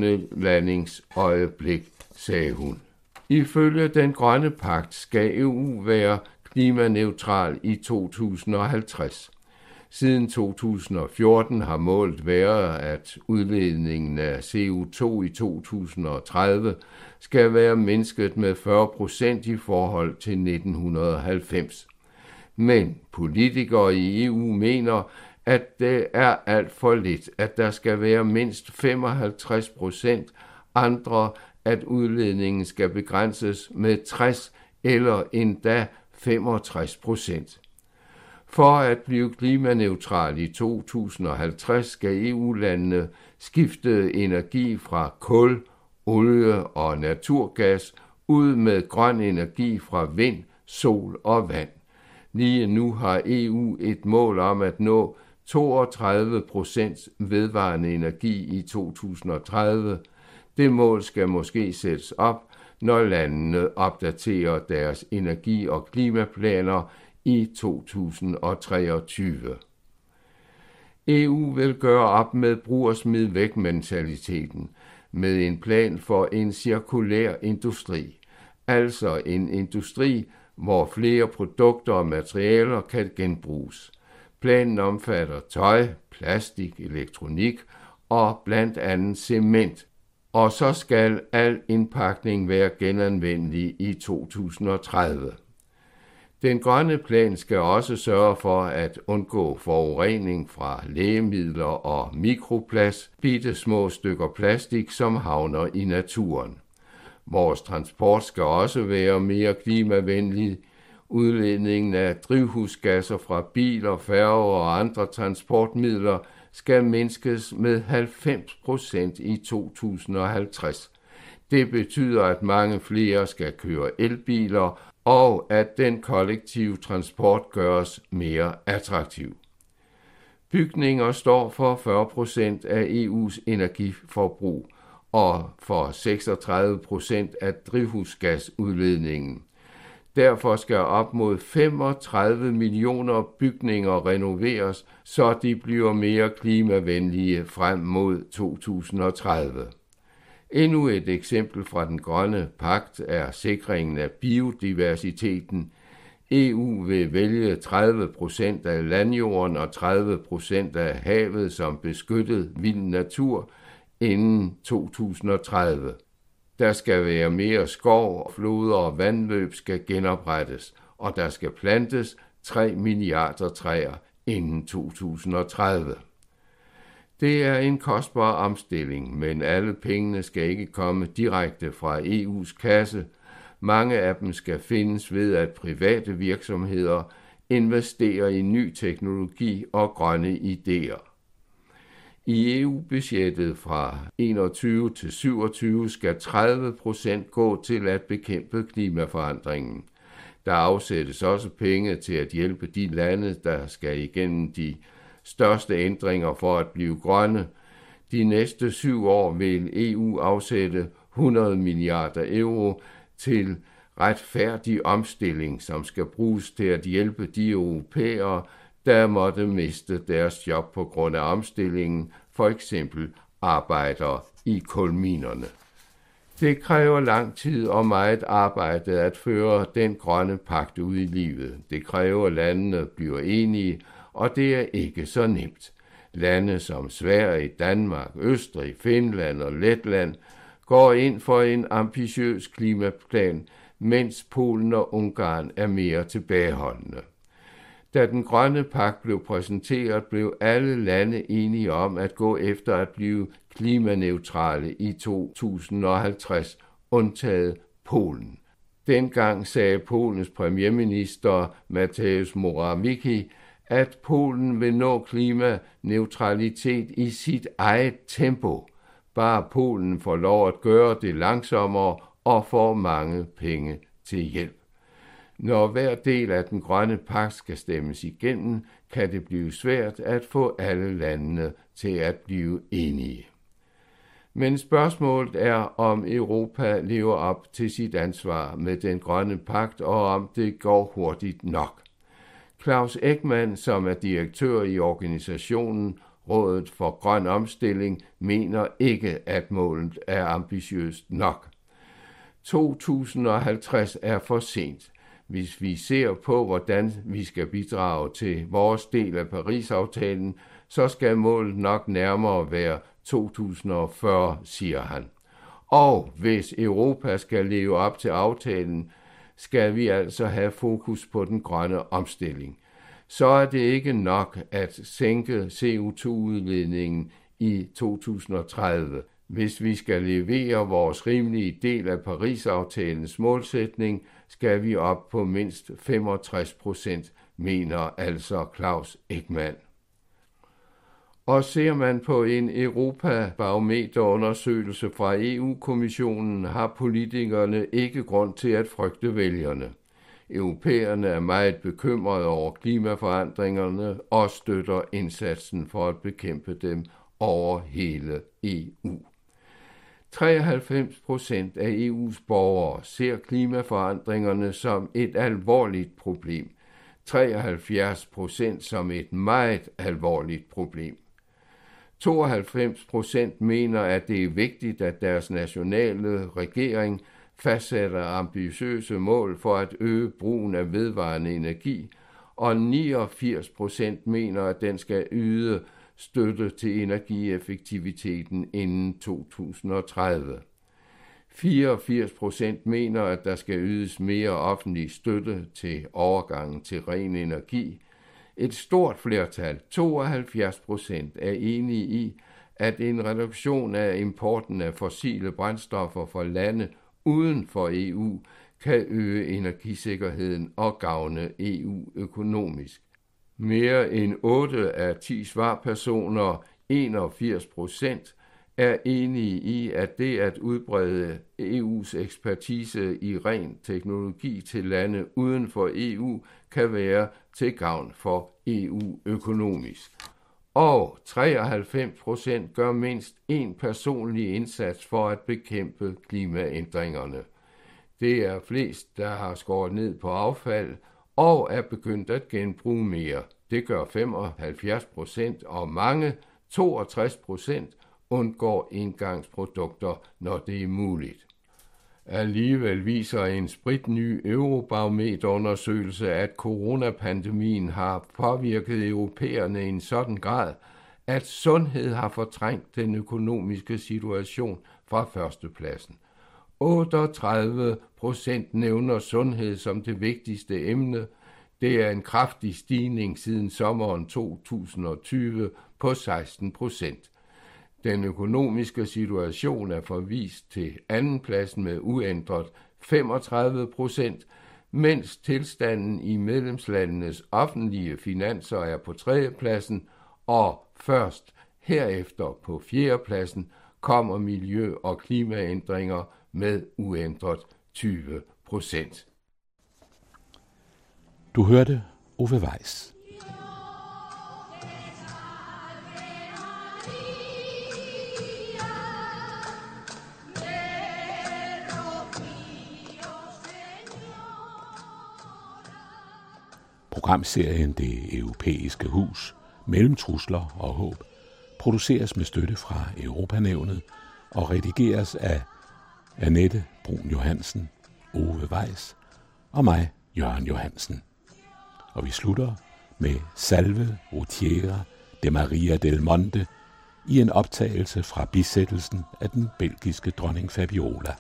månelandingsøjeblik, sagde hun. Ifølge den grønne pagt skal E U være klimaneutral i to tusind og halvtreds. Siden to tusind og fjorten har målet været, at udledningen af C O to i to tusind og tredive skal være mindsket med fyrre procent i forhold til nitten halvfems. Men politikere i E U mener, at det er alt for lidt, at der skal være mindst femoghalvtreds procent, andre at udledningen skal begrænses med tres eller endda femogtres procent. For at blive klimaneutral i to tusind og halvtreds skal E U-landene skifte energi fra kul, olie og naturgas ud med grøn energi fra vind, sol og vand. Lige nu har E U et mål om at nå toogtredive procent vedvarende energi i to tusind og tredive. Det mål skal måske sættes op, når landene opdaterer deres energi- og klimaplaner i to tusind og treogtyve. E U vil gøre op med bruger-smid-væk-mentaliteten med en plan for en cirkulær industri, altså en industri, hvor flere produkter og materialer kan genbruges. Planen omfatter tøj, plastik, elektronik og blandt andet cement, og så skal al indpakning være genanvendelig i to tusind og tredive. Den grønne plan skal også sørge for at undgå forurening fra lægemidler og mikroplast, bitte små stykker plastik, som havner i naturen. Vores transport skal også være mere klimavenlig. Udledningen af drivhusgasser fra biler, færger og andre transportmidler skal mindskes med halvfems procent i to tusind og halvtreds. Det betyder, at mange flere skal køre elbiler, og at den kollektive transport gøres mere attraktiv. Bygninger står for fyrre procent af E U's energiforbrug og for seksogtredive procent af drivhusgasudledningen. Derfor skal op mod femogtredive millioner bygninger renoveres, så de bliver mere klimavenlige frem mod to tusind og tredive. Endnu et eksempel fra den grønne pagt er sikringen af biodiversiteten. E U vil vælge tredive procent af landjorden og tredive procent af havet som beskyttet vild natur inden to tusind og tredive. Der skal være mere skov, og floder og vandløb skal genoprettes, og der skal plantes tre milliarder træer inden to tusind og tredive. Det er en kostbar omstilling, men alle pengene skal ikke komme direkte fra E U's kasse. Mange af dem skal findes ved, at private virksomheder investerer i ny teknologi og grønne idéer. I E U-budgettet fra enogtyve til syvogtyve skal tredive procent gå til at bekæmpe klimaforandringen. Der afsættes også penge til at hjælpe de lande, der skal igennem de største ændringer for at blive grønne. De næste syv år vil E U afsætte hundrede milliarder euro til retfærdig omstilling, som skal bruges til at hjælpe de europæere, der måtte miste deres job på grund af omstillingen, for eksempel arbejdere i kulminerne. Det kræver lang tid og meget arbejde at føre den grønne pagt ud i livet. Det kræver, at landene bliver enige, og det er ikke så nemt. Lande som Sverige, Danmark, Østrig, Finland og Letland går ind for en ambitiøs klimaplan, mens Polen og Ungarn er mere tilbageholdende. Da den grønne pagt blev præsenteret, blev alle lande enige om at gå efter at blive klimaneutrale i to tusind og halvtreds, undtaget Polen. Dengang sagde Polens premierminister Mateusz Morawiecki, at Polen vil nå klimaneutralitet i sit eget tempo. Bare Polen får lov at gøre det langsommere og får mange penge til hjælp. Når hver del af den grønne pagt skal stemmes igennem, kan det blive svært at få alle landene til at blive enige. Men spørgsmålet er, om Europa lever op til sit ansvar med den grønne pagt, og om det går hurtigt nok. Klaus Ekman, som er direktør i organisationen Rådet for Grøn Omstilling, mener ikke, at målet er ambitiøst nok. to tusind og halvtreds er for sent. Hvis vi ser på, hvordan vi skal bidrage til vores del af Paris-aftalen, så skal målet nok nærmere være to tusind og fyrre, siger han. Og hvis Europa skal leve op til aftalen, skal vi altså have fokus på den grønne omstilling. Så er det ikke nok at sænke C O to udledningen i to tusind og tredive. Hvis vi skal levere vores rimelige del af Paris-aftalens målsætning, skal vi op på mindst femogtres procent, mener altså Klaus Ekman. Og ser man på en Europa-barometerundersøgelse fra E U-kommissionen, har politikerne ikke grund til at frygte vælgerne. Europæerne er meget bekymrede over klimaforandringerne og støtter indsatsen for at bekæmpe dem over hele E U. treoghalvfems procent af E U's borgere ser klimaforandringerne som et alvorligt problem. treoghalvfjerds procent som et meget alvorligt problem. tooghalvfems procent mener, at det er vigtigt, at deres nationale regering fastsætter ambitiøse mål for at øge brugen af vedvarende energi, og niogfirs procent mener, at den skal yde støtte til energieffektiviteten inden to tusind og tredive. fireogfirs procent mener, at der skal ydes mere offentlig støtte til overgangen til ren energi. Et stort flertal, tooghalvfjerds procent, er enige i, at en reduktion af importen af fossile brændstoffer fra lande uden for E U kan øge energisikkerheden og gavne E U økonomisk. Mere end otte af ti svarpersoner, enogfirs procent, er enige i, at det at udbrede E U's ekspertise i ren teknologi til lande uden for E U kan være til gavn for E U økonomisk. Og treoghalvfems procent gør mindst en personlig indsats for at bekæmpe klimaændringerne. Det er flest, der har skåret ned på affald og er begyndt at genbruge mere. Det gør femoghalvfjerds procent, og mange, toogtres procent, undgår engangsprodukter, når det er muligt. Alligevel viser en spritny Eurobarometerundersøgelse, at coronapandemien har påvirket europæerne i en sådan grad, at sundhed har fortrængt den økonomiske situation fra førstepladsen. otteogtredive procent nævner sundhed som det vigtigste emne. Det er en kraftig stigning siden sommeren to tusind og tyve på seksten procent. Den økonomiske situation er forvist til andenpladsen med uændret femogtredive procent, mens tilstanden i medlemslandenes offentlige finanser er på tredjepladsen, og først herefter på fjerdepladsen kommer miljø- og klimaændringer med uændret tyve procent. Du hørte Ove Weiss. Programserien Det Europæiske Hus mellem trusler og håb produceres med støtte fra Europanævnet og redigeres af Annette Brun Johansen, Ove Weiss og mig, Jørgen Johansen. Og vi slutter med Salve Routiera de Maria del Monte i en optagelse fra bisættelsen af den belgiske dronning Fabiola.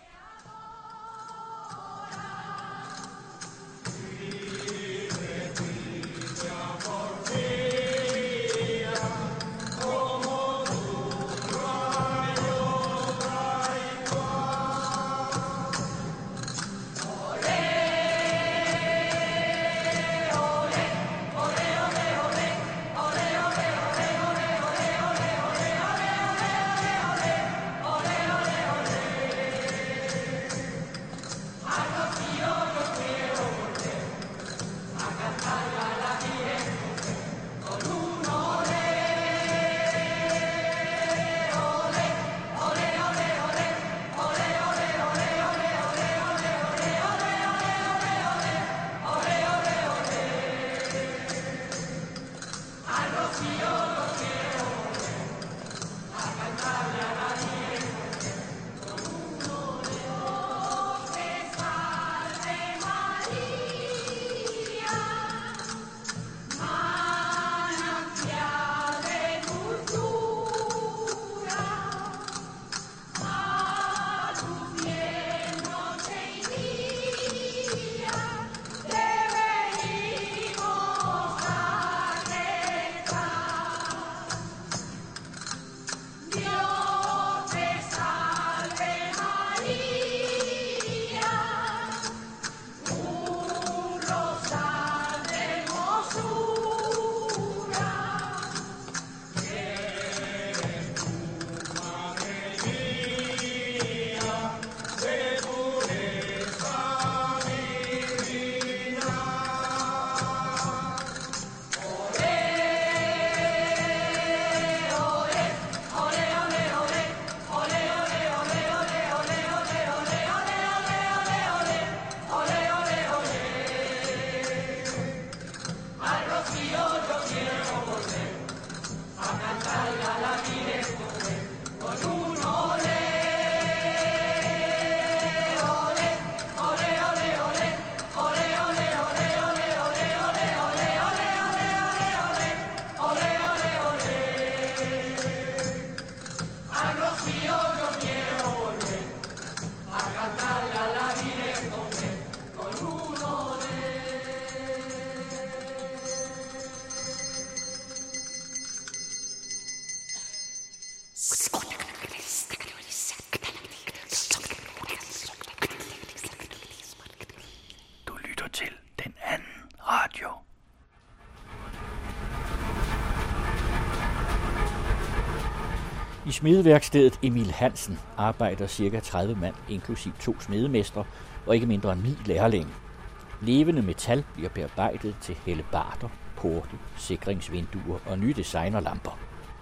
I smedeværkstedet Emil Hansen arbejder ca. tredive mand, inklusiv to smedemestre og ikke mindre end ni lærlinge. Levende metal bliver bearbejdet til hellebarder, porte, sikringsvinduer og nye designerlamper.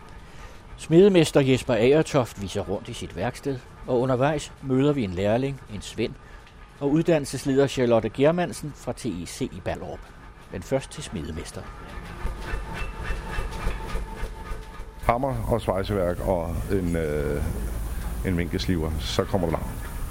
Smedemester Jesper Agertoft viser rundt i sit værksted, og undervejs møder vi en lærling, en Svend, og uddannelsesleder Charlotte Germansen fra T E C i Ballerup. Men først til smedemester. Hammer og svejseværk og en, øh, en vinkesliver, så kommer du langt.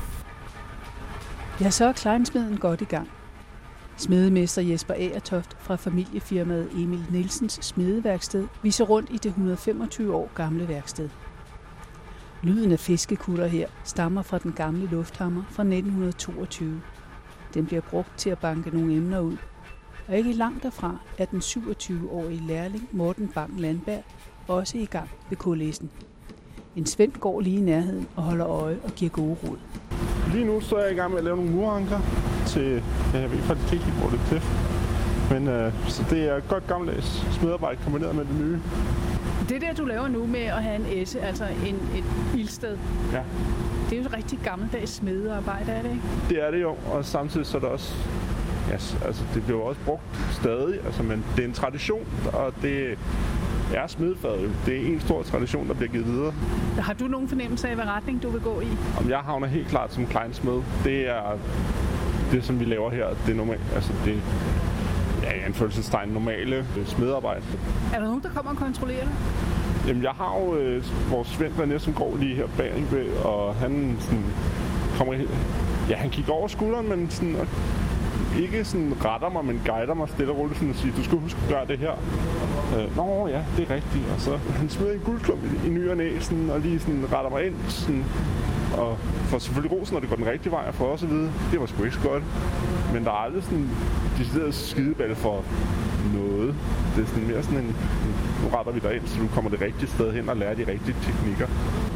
Ja, så er kleinsmeden godt i gang. Smedemester Jesper Agertoft fra familiefirmaet Emil Nielsens smedeværksted viser rundt i det et hundrede og femogtyve år gamle værksted. Lyden af fiskekutter her stammer fra den gamle lufthammer fra nitten toogtyve. Den bliver brugt til at banke nogle emner ud. Og ikke langt derfra er den syvogtyve-årige lærling Morten Bang Landberg også i gang ved kulissen. En Svend går lige i nærheden og holder øje og giver gode råd. Lige nu så er jeg i gang med at lave nogle muranker til, jeg ved faktisk ikke, hvor det er kløft. Men øh, så det er godt gammeldags smedarbejde kombineret med det nye. Det der, du laver nu med at have en esse, altså en, et ildsted, ja. Det er jo et rigtig gammeldags smedearbejde, er det ikke? Det er det jo, og samtidig så er det også, ja, altså det bliver også brugt stadig, altså, men det er en tradition, og det er smedefaget. Det er en stor tradition, der bliver givet videre. Har du nogen fornemmelse af, hvad retning du vil gå i? Om jeg havner helt klart som kleinsmed. Det er det, som vi laver her. Det er normalt, altså det, ja, ja, anførselstegn normale øh, smedarbejde. Er der nogen, der kommer og kontrollerer det? Jamen, jeg har jo øh, vores Svend René, som går lige her bagved, og han sådan, kommer... Ja, han kigger over skulderen, men sådan, ikke sådan retter mig, men guider mig stille og roligt sådan og siger, du skal huske at gøre det her. Øh, Nå ja, det er rigtigt. Og så han smider en guldklump i, i ny og næ, sådan, og lige sådan retter mig ind. Sådan, og for selvfølgelig rosen, når det går den rigtige vej, for også at vide, det var sgu ikke så godt. Men der er aldrig sådan decideret skideballe for noget. Det er sådan mere sådan en, nu retter vi dig ind, så du kommer det rigtige sted hen og lærer de rigtige teknikker.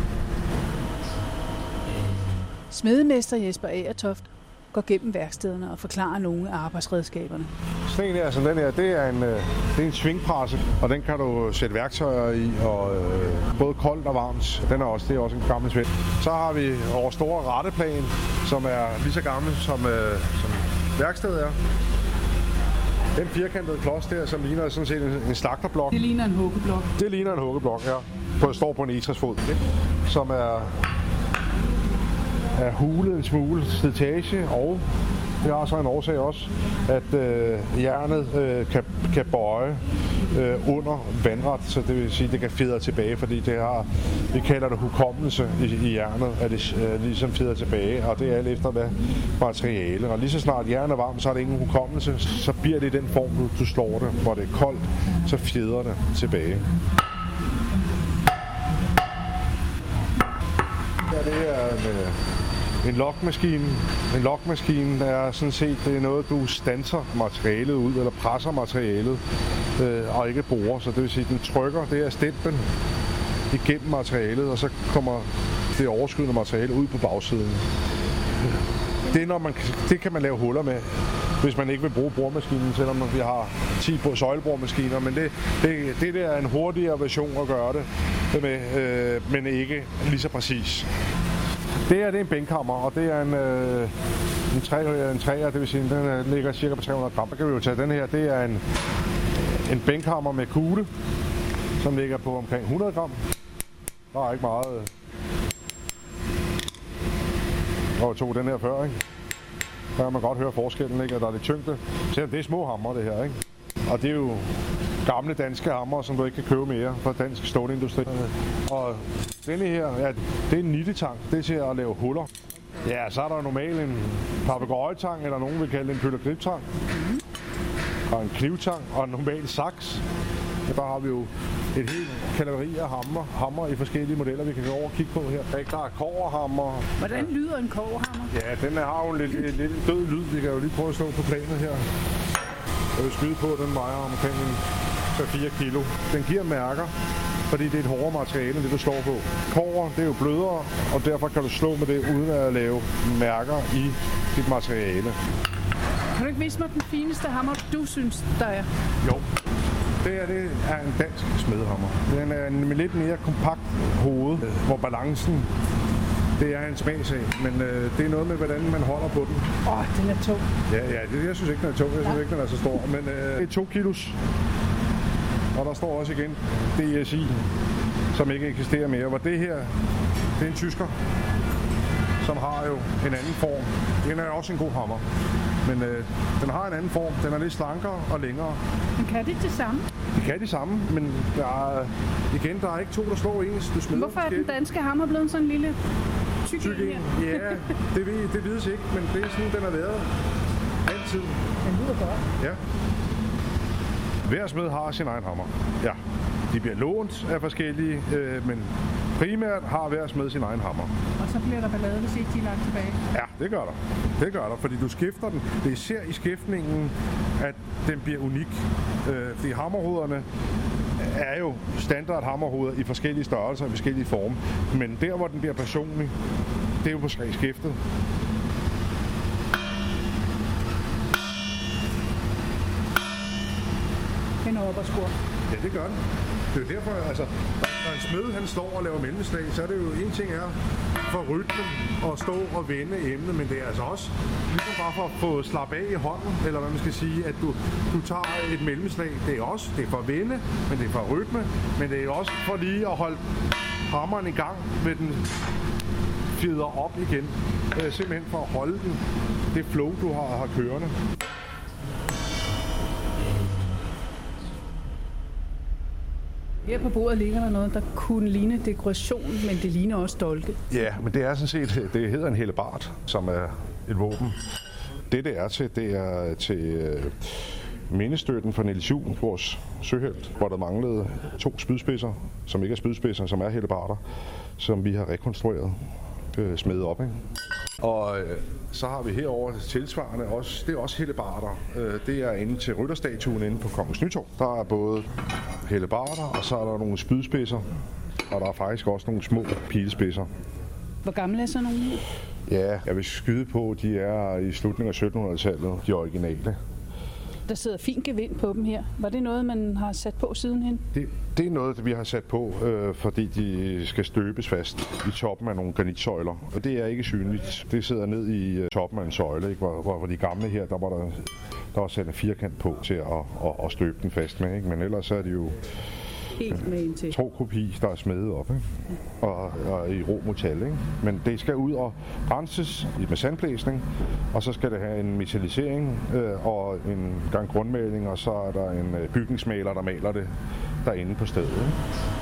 Smedemester Jesper Agertoft går gennem værkstederne og forklarer nogle af arbejdsredskaberne. Sådan en her, som den her, det er en, det er en svingpresse, og den kan du sætte værktøjer i, og øh, både koldt og varmt. Den er også, det er også en gammel svend. Så har vi vores store retteplan, som er lige så gammel som, øh, som værkstedet er. Den firkantede klods der, som ligner sådan set en, en slagterblok. Det ligner en huggeblok. Det ligner en huggeblok, ja. På, står på en egetræsfod, som er... er hulet en smule slitage, og det har så en årsag også, at øh, jernet øh, kan, kan bøje øh, under vandret, så det vil sige, at det kan fedre tilbage, fordi det har, vi kalder det hukommelse i, i jernet, at det øh, ligesom fedrer tilbage, og det er alt efter hvad materiale. Og lige så snart jernet er varmt, så er det ingen hukommelse, så bliver det i den form, du, du slår det, hvor det er koldt, så fedrer det tilbage. Ja, det er en... Øh, En lokmaskine. En lokmaskine er sådan set det er noget, du standser materialet ud, eller presser materialet, øh, og ikke borer. Så det vil sige, at den trykker, det er stemplen igennem materialet, og så kommer det overskydende materiale ud på bagsiden. Det, når man, det kan man lave huller med, hvis man ikke vil bruge boremaskinen, selvom vi har ti søjleboremaskiner. Men det, det, det der er en hurtigere version at gøre det med, øh, men ikke lige så præcis. Det her det er en bænkhammer, og det er en, øh, en, træ, en træer, det vil sige, den ligger cirka på tre hundrede gram. Der kan vi jo tage den her. Det er en, en bænkhammer med kugle, som ligger på omkring hundrede gram. Der er ikke meget. Og jeg tog den her før, ikke? Der kan man godt høre forskellen, ikke? At der er lidt tyngde. Selvom det er små hammer, det her, ikke? Og det er jo gamle danske hammer, som du ikke kan købe mere fra dansk stålindustri. Og denne her, ja, det er en nittetang. Det er til at lave huller. Ja, så er der normalt en papegøjetang, eller nogen vil kalde det en pøllegribtang. Og en knivtang, og en normal saks. Og der har vi jo et helt kategori af hammer, hammer i forskellige modeller, vi kan gå over og kigge på her. Der er kobberhammer. Hvordan lyder en kobberhammer? Ja, den har jo lidt, lidt, lidt død lyd. Vi kan jo lige prøve at slå på planet her. Jeg vil skyde på, at den vejer omkring tre til fire kilo. Den giver mærker, fordi det er et hårdere materiale, end det du slår på. Kobber, det er jo blødere, og derfor kan du slå med det, uden at lave mærker i dit materiale. Kan du ikke vise mig den fineste hammer, du synes, der er? Jo. Det her, det er en dansk smedehammer. Den er en med lidt mere kompakt hoved, hvor balancen, det er en smagsag, men øh, det er noget med, hvordan man holder på den. Åh, oh, den er tung. Ja, ja, det, jeg synes ikke, den er tung. Jeg synes ikke, den er så stor. Men øh, det er to kilos. Og der står også igen D S I, som ikke eksisterer mere. Hvor det her, det er en tysker, som har jo en anden form. Den er også en god hammer. Men øh, den har en anden form. Den er lidt slankere og længere. Men kan det det samme? Det kan de samme, men der er, igen, der er ikke to, der slår ens. Du smider Hvorfor er den danske hammer blevet sådan en lille tyk en her? Ja, det, ved, det vides ikke, men det er sådan, den har været altid. Den lyder godt. Ja. Hver smed har sin egen hammer. Ja. De bliver lånt af forskellige, øh, men primært har hver smed sin egen hammer. Og så bliver der ballade, hvis ikke de er lagt tilbage? Ja, det gør der. Det gør der, fordi du skifter den. Det er især i skiftningen, at den bliver unik. Øh, fordi hammerhovederne er jo standard hammerhoveder i forskellige størrelser og forskellige former. Men der, hvor den bliver personlig, det er jo på skiftet. Den er op og skor. Ja, det gør den. Det er jo derfor, altså, når en smed han står og laver mellemslag, så er det jo en ting er for rytmen at stå og vende emnet, men det er altså også ligesom bare for at få slappe af i hånden, eller hvad man skal sige, at du, du tager et mellemslag. Det er også, det er for at vende, men det er for rytme, men det er også for lige at holde hammeren i gang, ved den fjeder op igen. Øh, simpelthen for at holde den, det flow, du har, har kørende. Her på bordet ligger der noget, der kunne ligne dekoration, men det ligner også dolke. Ja, men det er sådan set, det hedder en hellebard, som er et våben. Det, det er til, det er til øh, mindestøtten for Niels Juel, vores søhelt, hvor der manglede to spydspidser, som ikke er spydspidser, som er hellebarder, som vi har rekonstrueret, øh, smedet op, ikke? Og øh, så har vi herover tilsvarende også, det er også hellebarder. Øh, det er inde til rytterstatuen inde på Kongens Nytorv. Der er både hellebarder, og så er der nogle spydspidser, og der er faktisk også nogle små pilespidser. Hvor gamle er så nogle her? Ja, jeg vil skyde på, de er i slutningen af syttenhundredetallet, de originale. Der sidder fint gevind på dem her. Var det noget, man har sat på sidenhen? Det, det er noget, vi har sat på, øh, fordi de skal støbes fast i toppen af nogle granitsøjler. Og det er ikke synligt. Det sidder ned i toppen af en søjle, ikke? Hvor, hvor de gamle her, der var der, der var sat en firkant på til at, at, at støbe den fast med. Ikke? Men ellers så er det jo en tro kopi, der er smedet op, ikke? Og, og i rå metal, ikke? Men det skal ud og renses med sandblæsning, og så skal det have en metallisering øh, og en gang grundmaling, og så er der en øh, bygningsmaler, der maler det derinde på stedet. Ikke?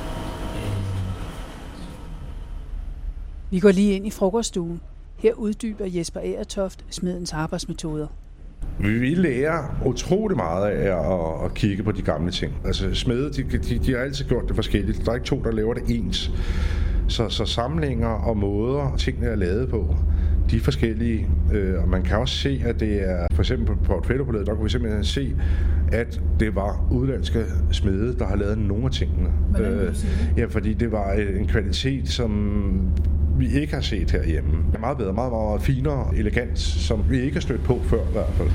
Vi går lige ind i frokoststuen. Her uddyber Jesper Agertoft smedens arbejdsmetoder. Vi lærer utrolig meget af at, at kigge på de gamle ting. Altså smede, de, de, de har altid gjort det forskelligt. Der er ikke to, der laver det ens. Så, så samlinger og måder, tingene er lavet på, de er forskellige. Øh, og man kan også se, at det er, for eksempel på portrætbilledet, der kan vi simpelthen se, at det var udlandske smede, der har lavet nogle af tingene. Øh, ja, fordi det var en kvalitet, som vi ikke har set herhjemme. Det er meget bedre, meget, meget finere, elegant, som vi ikke har stødt på før i hvert fald.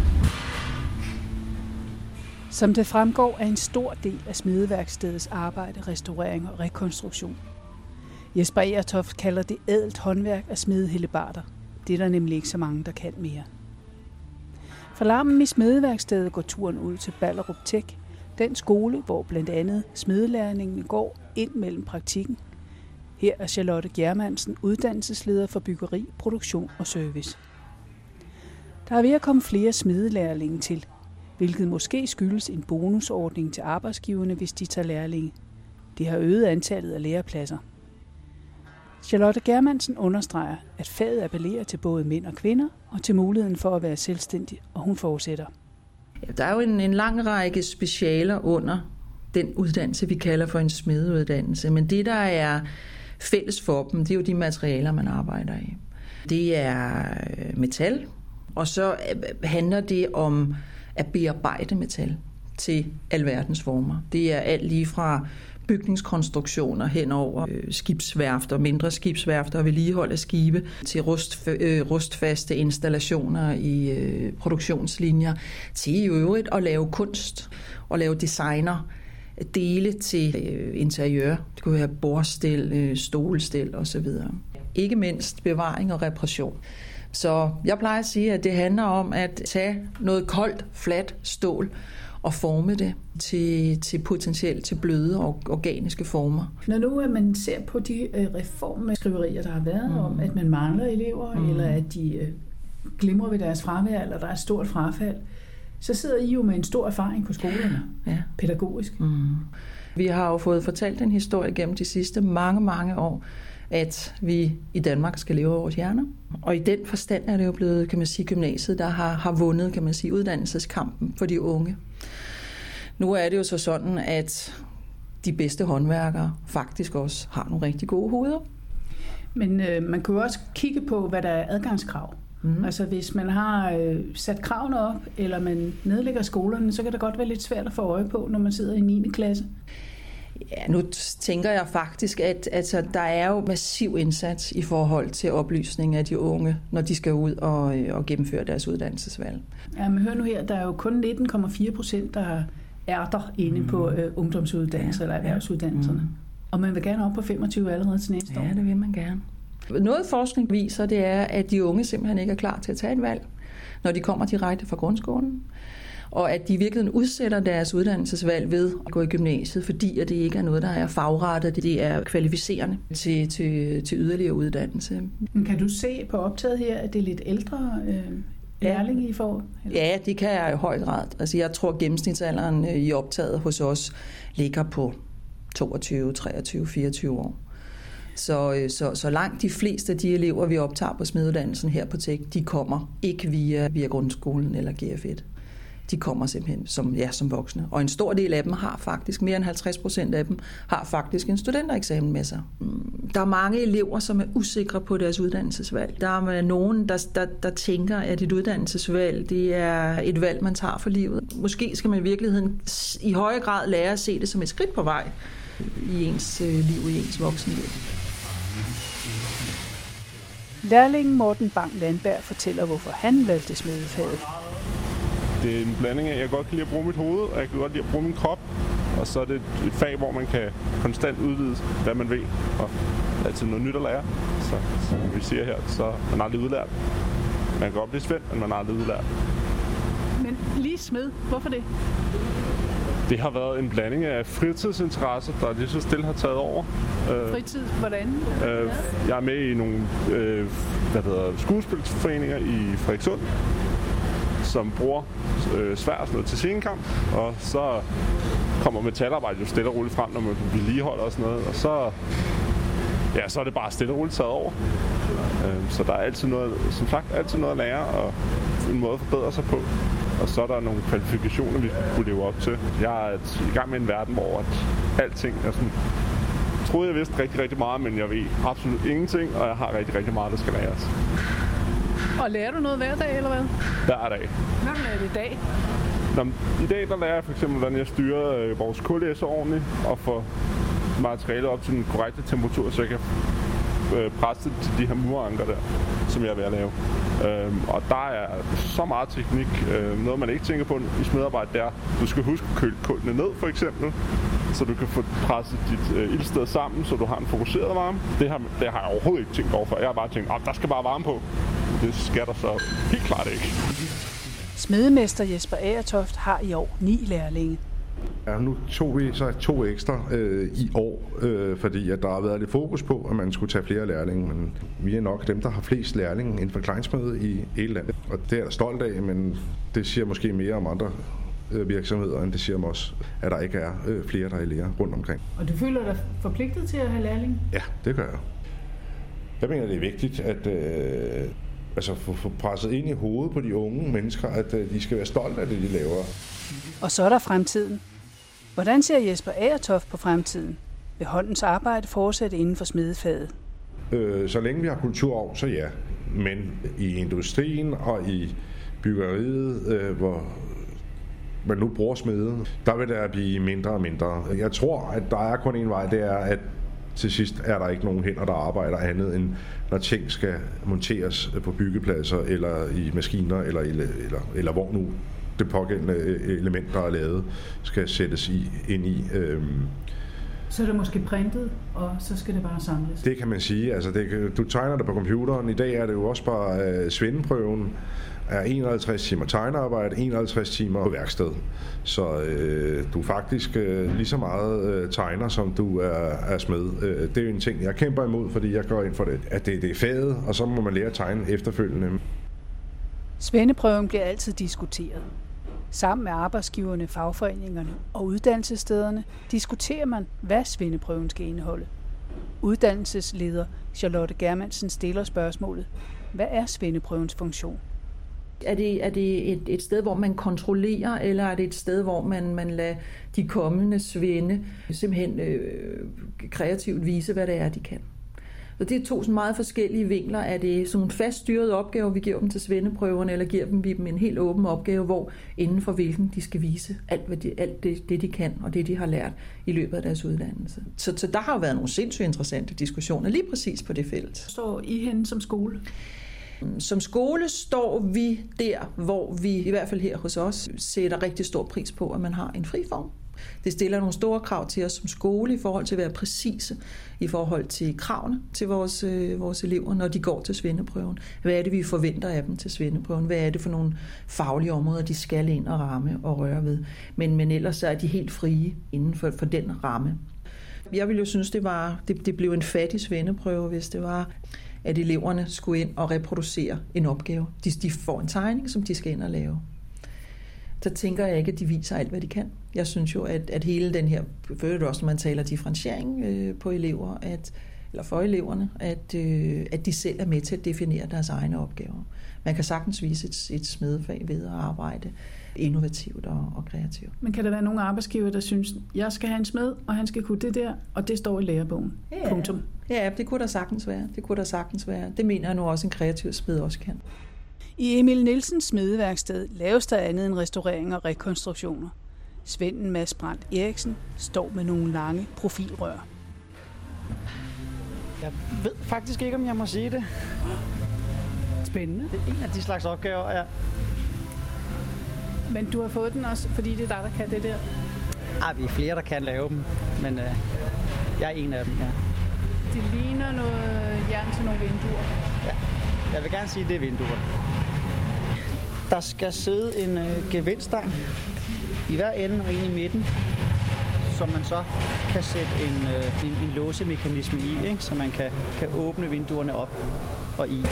Som det fremgår, er en stor del af smedeværkstedets arbejde restaurering og rekonstruktion. Jesper Agertoft kalder det ædelt håndværk af smedehellebarder. Det er der nemlig ikke så mange, der kan mere. Fra larmen i smedeværkstedet går turen ud til Ballerup Tech, den skole, hvor blandt andet smedelærlingene går ind mellem praktikken. Her er Charlotte Germansen uddannelsesleder for byggeri, produktion og service. Der er ved at komme flere smedelærlinge til, hvilket måske skyldes en bonusordning til arbejdsgiverne, hvis de tager lærlinge. Det har øget antallet af lærepladser. Charlotte Germansen understreger, at faget appellerer til både mænd og kvinder og til muligheden for at være selvstændig, og hun fortsætter. Ja, der er jo en, en lang række specialer under den uddannelse, vi kalder for en smedeuddannelse, men det, der er fælles for dem, det er jo de materialer, man arbejder i. Det er metal, og så handler det om at bearbejde metal til alverdens former. Det er alt lige fra bygningskonstruktioner hen over øh, skibsværfter, mindre skibsværfter og vedligehold af skibe, til rust, øh, rustfaste installationer i øh, produktionslinjer, til i øvrigt at lave kunst og lave designer, dele til øh, interiør. Det kunne være bordstel, øh, stolstel osv. Ikke mindst bevaring og reparation. Så jeg plejer at sige, at det handler om at tage noget koldt, fladt stål og forme det til, til potentielt til bløde og organiske former. Når nu man ser på de reformskriverier, der har været mm. om, at man mangler elever, mm. eller at de øh, glimrer ved deres fravær, eller der er et stort frafald, så sidder I jo med en stor erfaring på skolerne, ja. Pædagogisk. Mm. Vi har jo fået fortalt en historie gennem de sidste mange, mange år, at vi i Danmark skal leve af vores hjerner. Og i den forstand er det jo blevet, kan man sige, gymnasiet, der har, har vundet, kan man sige, uddannelseskampen for de unge. Nu er det jo så sådan, at de bedste håndværkere faktisk også har nogle rigtig gode hoveder. Men øh, man kan jo også kigge på, hvad der er adgangskrav. Mm. Altså hvis man har øh, sat kravene op, eller man nedlægger skolerne, så kan det godt være lidt svært at få øje på, når man sidder i niende klasse. Ja, nu tænker jeg faktisk, at altså, der er jo massiv indsats i forhold til oplysning af de unge, når de skal ud og, og gennemføre deres uddannelsesvalg. Ja, men hør nu her, der er jo kun nitten komma fire procent, der er der inde mm. på øh, ungdomsuddannelser ja, eller erhvervsuddannelserne. Mm. Og man vil gerne op på femogtyve allerede til næste ja, år. Ja, det vil man gerne. Noget forskning viser, det er, at de unge simpelthen ikke er klar til at tage et valg, når de kommer direkte fra grundskolen. Og at de virkelig udsætter deres uddannelsesvalg ved at gå i gymnasiet, fordi at det ikke er noget, der er fagrettet, det er kvalificerende til, til, til yderligere uddannelse. Men kan du se på optaget her, at det er lidt ældre øh, lærlinge, I får? Eller? Ja, det kan jeg i høj grad. Altså, jeg tror, at gennemsnitsalderen i optaget hos os ligger på toogtyve, treogtyve, fireogtyve år. Så, så, så langt de fleste af de elever, vi optager på smeduddannelsen her på T E C, de kommer ikke via, via grundskolen eller G F et. De kommer simpelthen som, ja, som voksne. Og en stor del af dem har faktisk, mere end halvtreds procent af dem, har faktisk en studentereksamen med sig. Der er mange elever, som er usikre på deres uddannelsesvalg. Der er nogen, der, der, der tænker, at et uddannelsesvalg, det er et valg, man tager for livet. Måske skal man i virkeligheden i højere grad lære at se det som et skridt på vej i ens liv, i ens voksenliv. Lærlingen Morten Bang-Landberg fortæller, hvorfor han valgte smedefaget. Det er en blanding af, at jeg godt kan lide at bruge mit hoved, og jeg kan godt lide at bruge min krop. Og så er det et fag, hvor man kan konstant udvide, hvad man ved. Og altid noget nyt at lære. Så som vi siger her, så er man aldrig udlært. Man kan godt blive svend, men man er aldrig udlært. Men lige smed, hvorfor det? Det har været en blanding af fritidsinteresser, der lige så stille har taget over. Fritid? Hvordan? Øh, jeg er med i nogle øh, hvad hedder, skuespilsforeninger i Frederikssund, som bruger øh, svær og sådan noget til scenekamp, og så kommer metalarbejde jo stille og roligt frem, når man vedligeholder og sådan noget, og så, ja, så er det bare stille og roligt taget over. Øh, så der er altid noget, som sagt, altid noget at lære, og en måde at forbedre sig på. Og så er der nogle kvalifikationer, vi kunne leve op til. Jeg er i gang med en verden, hvor at alting er sådan... Jeg troede, jeg vidste rigtig, rigtig meget, men jeg ved absolut ingenting, og jeg har rigtig, rigtig meget, der skal læres. Og lærer du noget hver dag, eller hvad? Hver dag. Hvad er det i dag? Nå, i dag der lærer jeg for eksempel, hvordan jeg styrer øh, vores kullæser ordentligt, og får materialet op til den korrekte temperatur, så jeg kan øh, presse det til de her muranker der, som jeg er ved at lave. Øhm, og der er så meget teknik. Øh, noget, man ikke tænker på i smedarbejde, det er, du skal huske at køle kullene ned, for eksempel, så du kan få presset dit øh, ildsted sammen, så du har en fokuseret varme. Det har, det har jeg overhovedet ikke tænkt over for. Jeg har bare tænkt, at der skal bare varme på. Det skal der så helt klart ikke. Smedemester Jesper Agertoft har i år ni lærlinge. Ja, nu tog vi så to ekstra øh, i år, øh, fordi at der har været lidt fokus på, at man skulle tage flere lærlinge. Men vi er nok dem, der har flest lærlinge inden for klejnsmede i hele landet. Og det er jeg stolt af, men det siger måske mere om andre øh, virksomheder, end det siger om os, at der ikke er øh, flere, der er i lære rundt omkring. Og du føler dig forpligtet til at have lærlinge? Ja, det gør jeg. Jeg mener, det er vigtigt at øh, altså få, få presset ind i hovedet på de unge mennesker, at øh, de skal være stolte af det, de laver. Og så er der fremtiden. Hvordan ser Jesper Agertoft på fremtiden? Vil håndens arbejde fortsætte inden for smedefaget? Øh, så længe vi har kulturarv, så ja. Men i industrien og i byggeriet, øh, hvor man nu bruger smede, der vil der blive mindre og mindre. Jeg tror, at der er kun en vej, det er, at til sidst er der ikke nogen hænder, der arbejder andet, end når ting skal monteres på byggepladser, eller i maskiner, eller, eller, eller, eller hvor nu det pågældende element, der er lavet, skal sættes i, ind i. Øhm. Så er det måske printet, og så skal det bare samles? Det kan man sige. Altså, det, du tegner det på computeren. I dag er det jo også bare øh, svendeprøven er enoghalvtreds timer tegnearbejde, enoghalvtreds timer på værksted. Så øh, du er faktisk øh, lige så meget øh, tegner, som du er, er smed. Øh, det er jo en ting, jeg kæmper imod, fordi jeg går ind for det. At det, det er faget, og så må man lære at tegne efterfølgende. Svendeprøven bliver altid diskuteret. Sammen med arbejdsgiverne, fagforeningerne og uddannelsesstederne diskuterer man, hvad svendeprøven skal indeholde. Uddannelsesleder Charlotte Germansen stiller spørgsmålet: hvad er svendeprøvens funktion? Er det, er det et, et sted, hvor man kontrollerer, eller er det et sted, hvor man, man lader de kommende svende simpelthen øh, kreativt vise, hvad det er, de kan? Så det er to sådan meget forskellige vinkler. Er det sådan nogle fast styrede opgaver, vi giver dem til svendeprøverne, eller giver dem, vi dem en helt åben opgave, hvor inden for hvilken de skal vise alt, hvad de, alt det, det, de kan, og det, de har lært i løbet af deres uddannelse. Så, så der har jo været nogle sindssygt interessante diskussioner lige præcis på det felt. Står I henne som skole? Som skole står vi der, hvor vi, i hvert fald her hos os, sætter rigtig stor pris på, at man har en friform. Det stiller nogle store krav til os som skole i forhold til at være præcise i forhold til kravene til vores, øh, vores elever, når de går til svendeprøven. Hvad er det, vi forventer af dem til svendeprøven? Hvad er det for nogle faglige områder, de skal ind og ramme og røre ved? Men, men ellers så er de helt frie inden for, for den ramme. Jeg ville jo synes, det, var, det, det blev en fattig svendeprøve, hvis det var, at eleverne skulle ind og reproducere en opgave. De, de får en tegning, som de skal ind og lave. så tænker jeg ikke, at de viser alt, hvad de kan. Jeg synes jo, at, at hele den her, fører det også, når man taler differentiering øh, på elever, at, eller for eleverne, at, øh, at de selv er med til at definere deres egne opgaver. Man kan sagtens vise et, et smedefag ved at arbejde innovativt og, og kreativt. Men kan der være nogle arbejdsgiver, der synes, jeg skal have en smed, og han skal kunne det der, og det står i lærebogen? Ja, Punktum. Ja, det kunne der sagtens være. Det kunne der sagtens være. Det mener jeg nu også, en kreativ smed også kan. I Emil Nielsens smedeværksted laves der andet end restaureringer og rekonstruktioner. Svenden Mads Brandt Eriksen står med nogle lange profilrør. Jeg ved faktisk ikke, om jeg må sige det. Spændende. Det er en af de slags opgaver, ja. Men du har fået den også, fordi det er dig, der kan det der? Ej, vi er flere, der kan lave dem, men øh, jeg er en af dem, ja. Det ligner noget jern til nogle vinduer. Ja, jeg vil gerne sige, at det er vinduer. Der skal sidde en øh, gevinststang i hver ende og en i midten, som man så kan sætte en, øh, en, en låsemekanisme i, ikke? Så man kan, kan åbne vinduerne op og i.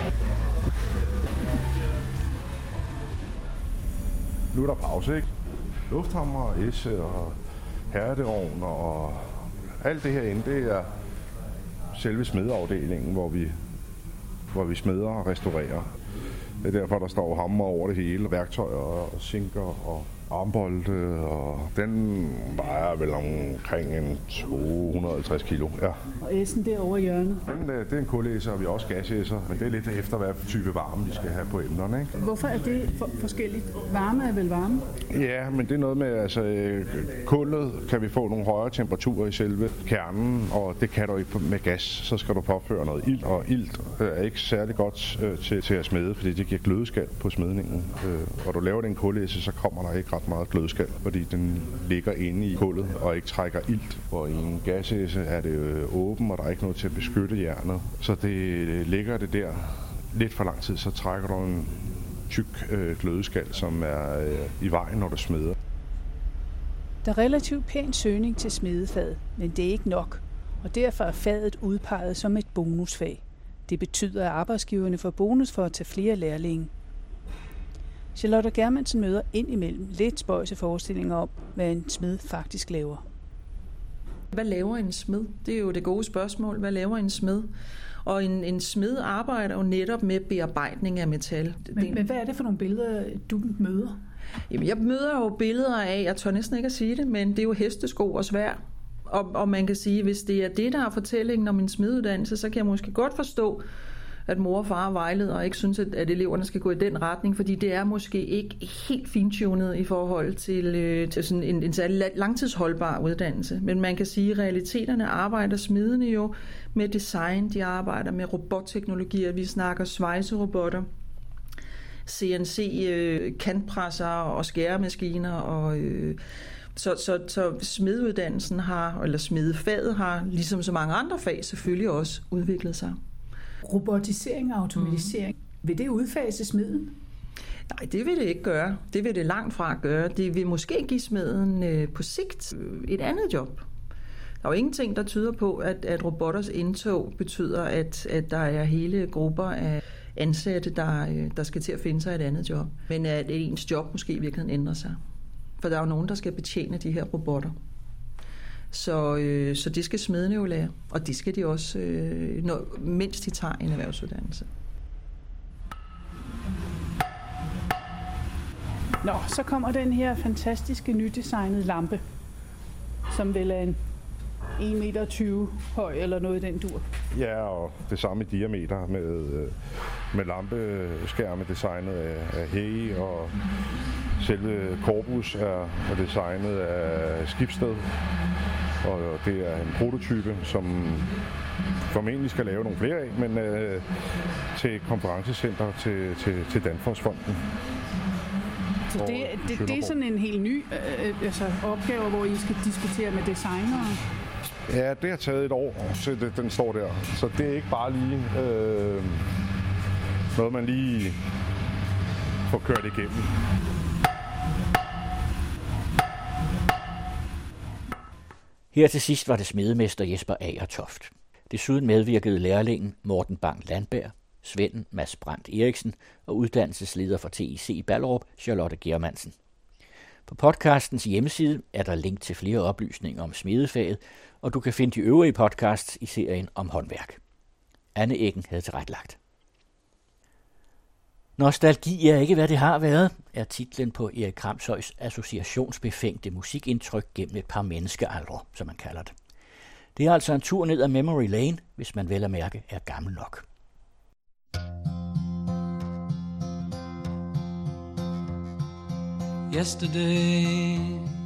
Nu er der pause, ikke? Lufthammer, esse og hærdeovn og alt det herinde, det er selve smedeafdelingen, hvor vi, hvor vi smeder og restaurerer. Det er derfor, der står hammer over det hele, værktøjer og sinker og armbolde, og den vejer vel omkring en to hundrede og halvtreds kilo. Ja. Og essen derovre i hjørnet? Den, det er en kulæsser, og vi har også gasæsser, men det er lidt efter, hvad type varme vi skal have på emnerne. Ikke? Hvorfor er det for- forskelligt? Varme er vel varme? Ja, men det er noget med, altså kullet kan vi få nogle højere temperaturer i selve kernen, og det kan du ikke med gas. Så skal du påføre noget ilt, og ilt er ikke særlig godt øh, til, til at smede, fordi det giver glødeskal på smedningen. Øh, og du laver den kulæsse, så kommer der ikke ret meget glødeskal, fordi den ligger inde i kullet og ikke trækker ilt. Og i en gasæse er det åben, og der er ikke noget til at beskytte jernet. Så det ligger det der lidt for lang tid, så trækker du en tyk øh, glødeskal, som er øh, i vejen, når du smeder. Der er relativt pæn søgning til smedefaget, men det er ikke nok, og derfor er faget udpeget som et bonusfag. Det betyder, at arbejdsgiverne får bonus for at tage flere lærlinge. Charlotte Germansen møder ind imellem lidt spøjse forestillinger om, hvad en smed faktisk laver. Hvad laver en smed? Det er jo det gode spørgsmål. Hvad laver en smed? Og en, en smed arbejder jo netop med bearbejdning af metal. Men, men hvad er det for nogle billeder, du møder? Jamen, jeg møder jo billeder af, jeg tør næsten ikke at sige det, men det er jo hestesko og sværd. Og, og man kan sige, hvis det er det, der er fortællingen om en smeduddannelse, så kan jeg måske godt forstå, at mor og far vejleder og ikke synes, at eleverne skal gå i den retning, fordi det er måske ikke helt fintunet i forhold til, øh, til sådan en, en særlig langtidsholdbar uddannelse. Men man kan sige, at realiteterne arbejder smedene jo med design, de arbejder med robotteknologier, vi snakker svejserobotter, C N C øh, kantpresser og skæremaskiner og øh, Så, så, så smeduddannelsen har, eller smedefaget har, ligesom så mange andre fag, selvfølgelig også udviklet sig. Robotisering og automatisering, mm. vil det udfase smeden? Nej, det vil det ikke gøre. Det vil det langt fra gøre. Det vil måske give smeden øh, på sigt et andet job. Der er jo ingenting, der tyder på, at, at robotters indtog betyder, at, at der er hele grupper af ansatte, der, der skal til at finde sig et andet job. Men at ens job måske i virkeligheden ændrer sig. For der er jo nogen, der skal betjene de her robotter. Så, øh, så det skal smedene jo lære. Og det skal de også, øh, når, mens de tager en erhvervsuddannelse. Nå, så kommer den her fantastiske nydesignede lampe, som vel er en en meter tyve høj eller noget i den dur. Ja, og det samme diameter med, med lampeskærme designet af, af Hey, og selve korpus er, er designet af Skibsted. Og det er en prototype, som formentlig skal lave nogle flere af, men øh, til konferencecenter til, til, til Danfossfonden. Så det, det, det er sådan en helt ny øh, altså opgave, hvor I skal diskutere med designere? Ja, det har taget et år, så det, den står der. Så det er ikke bare lige øh, noget, man lige får kørt igennem. Her til sidst var det smedemester Jesper Ager Toft. Desuden medvirkede lærlingen Morten Bang Landberg, Svenden Mads Brandt Eriksen og uddannelsesleder for T I C i Ballerup, Charlotte Germansen. På podcastens hjemmeside er der link til flere oplysninger om smedefaget, og du kan finde de øvrige podcasts i serien om håndværk. Anne Eggen havde tilrettelagt. Nostalgi er ikke, hvad det har været, er titlen på Erik Kramshøjs associationsbefængte musikindtryk gennem et par menneskealdre, som man kalder det. Det er altså en tur ned ad Memory Lane, hvis man vel at mærke er gammel nok. Yesterday,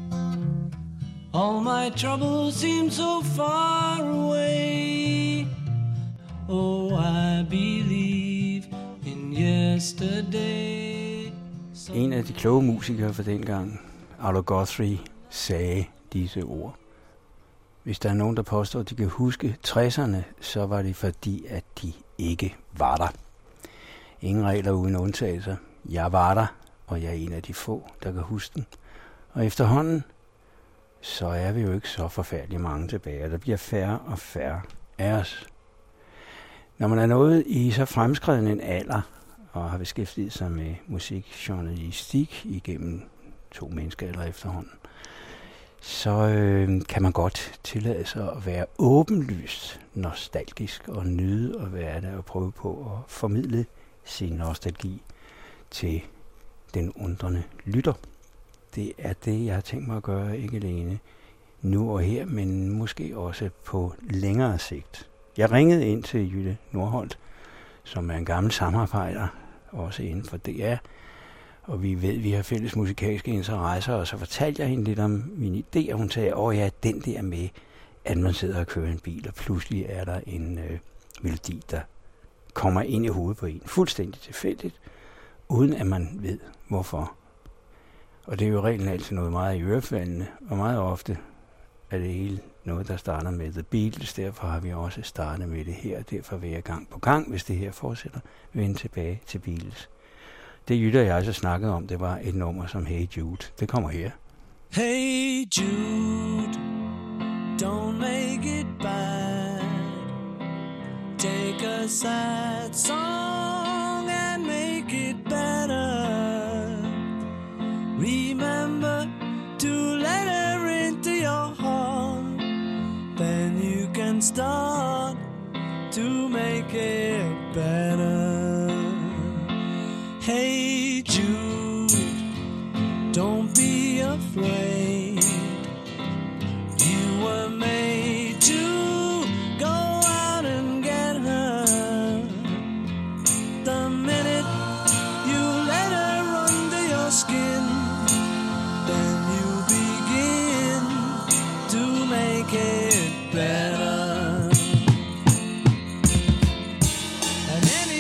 all my troubles seem so far away. Oh, I believe in yesterday. En af de kloge musikere fra dengang, Arlo Guthrie, sagde disse ord. Hvis der er nogen, der påstår, at de kan huske tresserne, så var det fordi, at de ikke var der. Ingen regler uden undtagelser. Jeg var der, og jeg er en af de få, der kan huske den. Og efterhånden, så er vi jo ikke så forfærdeligt mange tilbage. Der bliver færre og færre af os. Når man er nået i så fremskreden en alder, og har beskæftiget sig med musikjournalistik igennem to menneskealder efterhånden, så øh, kan man godt tillade sig at være åbenlyst nostalgisk og nyde at være der og prøve på at formidle sin nostalgi til den undrende lytter. Det er det, jeg har tænkt mig at gøre, ikke alene nu og her, men måske også på længere sigt. Jeg ringede ind til Jytte Nordholt, som er en gammel samarbejder, også inden for D R, og vi ved, at vi har fælles musikalske interesser, og så fortalte jeg hende lidt om min idé, og hun sagde, åh ja, den der med, at man sidder og kører en bil, og pludselig er der en øh, melodi, der kommer ind i hovedet på en, fuldstændig tilfældigt, uden at man ved, hvorfor. Og det er jo reglen altid noget meget i ørefaldende, og meget ofte er det hele noget, der starter med The Beatles. Derfor har vi også startet med det her, derfor vil jeg gang på gang, hvis det her fortsætter, vende tilbage til Beatles. Det Jytte og jeg så snakkede om, det var et nummer som Hey Jude. Det kommer her. Hey Jude, don't make it bad. Take a sad song and make it better. Remember to let her into your heart. Then you can start to make it better. Hey Jude, don't be afraid. You were made to go out and get her. The minute you let her under your skin, then you begin to make it better. And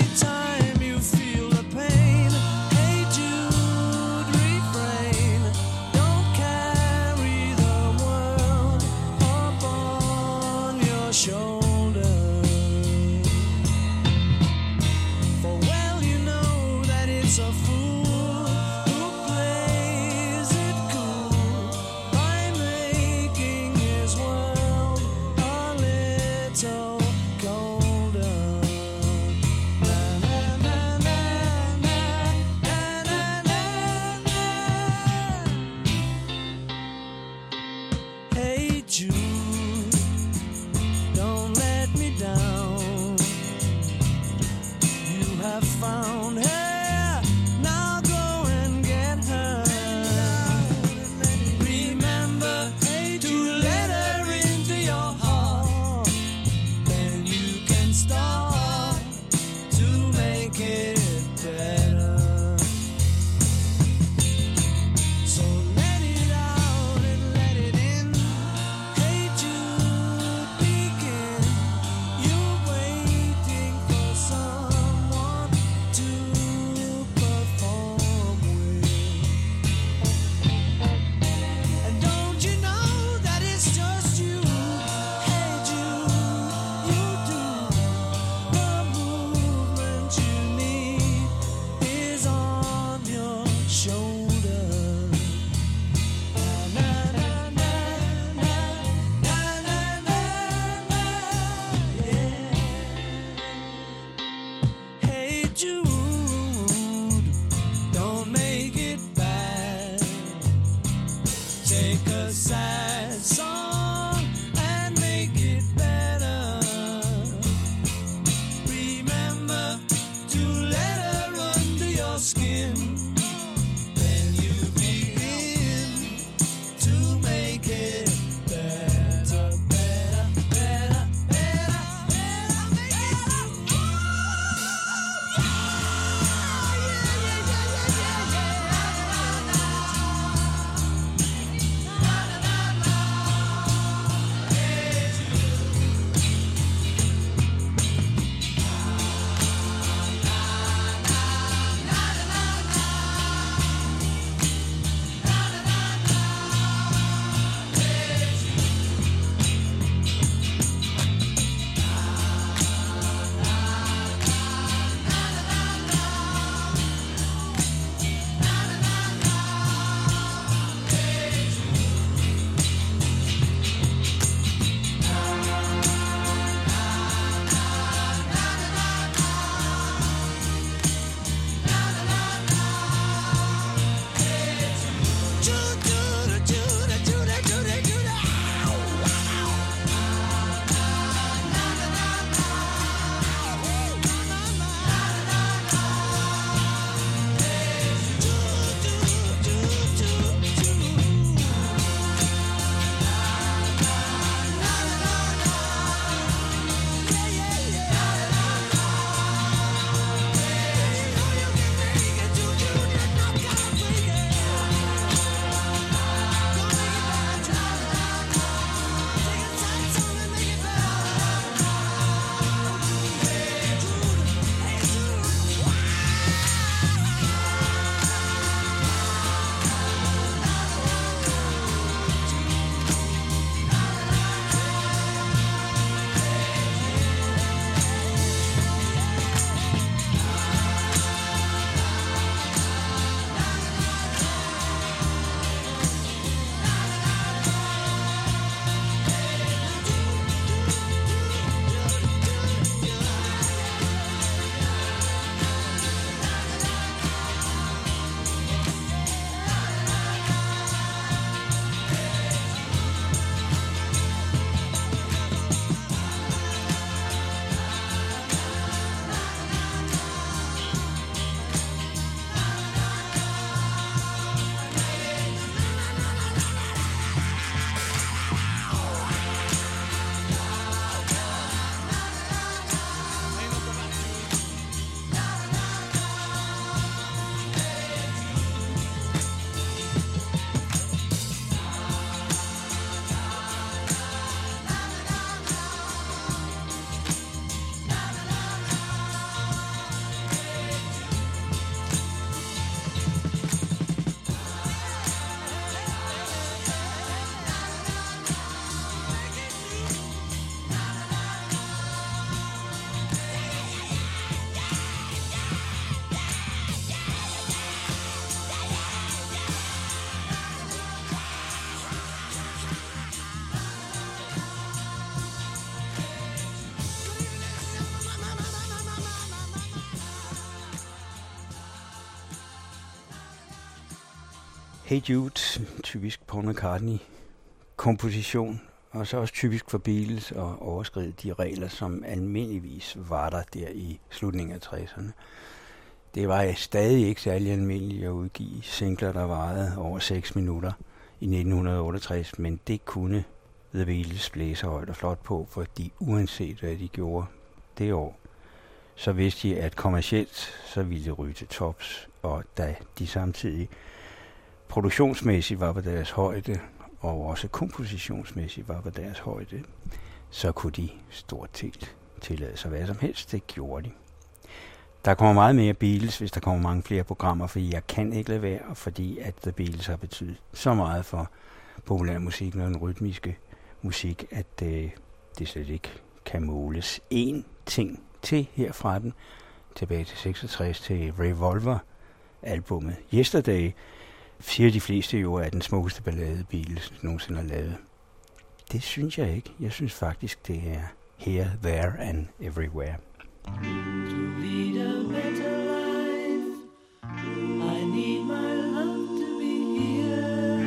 Hey Jude, typisk Paul McCartney-komposition, og så også typisk for Beatles at overskride de regler, som almindeligvis var der der i slutningen af tresserne. Det var stadig ikke særlig almindeligt at udgive singler, der varede over seks minutter i nitten otteogtres, men det kunne The Beatles blæse højt og flot på, fordi uanset hvad de gjorde det år, så vidste de, at kommercielt så ville det ryge til tops, og da de samtidig produktionsmæssigt var på deres højde, og også kompositionsmæssigt var på deres højde, så kunne de stort set tillade sig hvad som helst. Det gjorde de. Der kommer meget mere Beatles, hvis der kommer mange flere programmer, fordi jeg kan ikke lade være, fordi at The Beatles har betydet så meget for populærmusikken og den rytmiske musik, at øh, det slet ikke kan måles. En ting til herfra den, tilbage til seksogtres, til Revolver-albummet Yesterday, siger de fleste jo, at den smukkeste ballade Beatles nogensinde har lavet. Det synes jeg ikke. Jeg synes faktisk, det er Here, There and Everywhere. To lead a better life, I need my love to be here,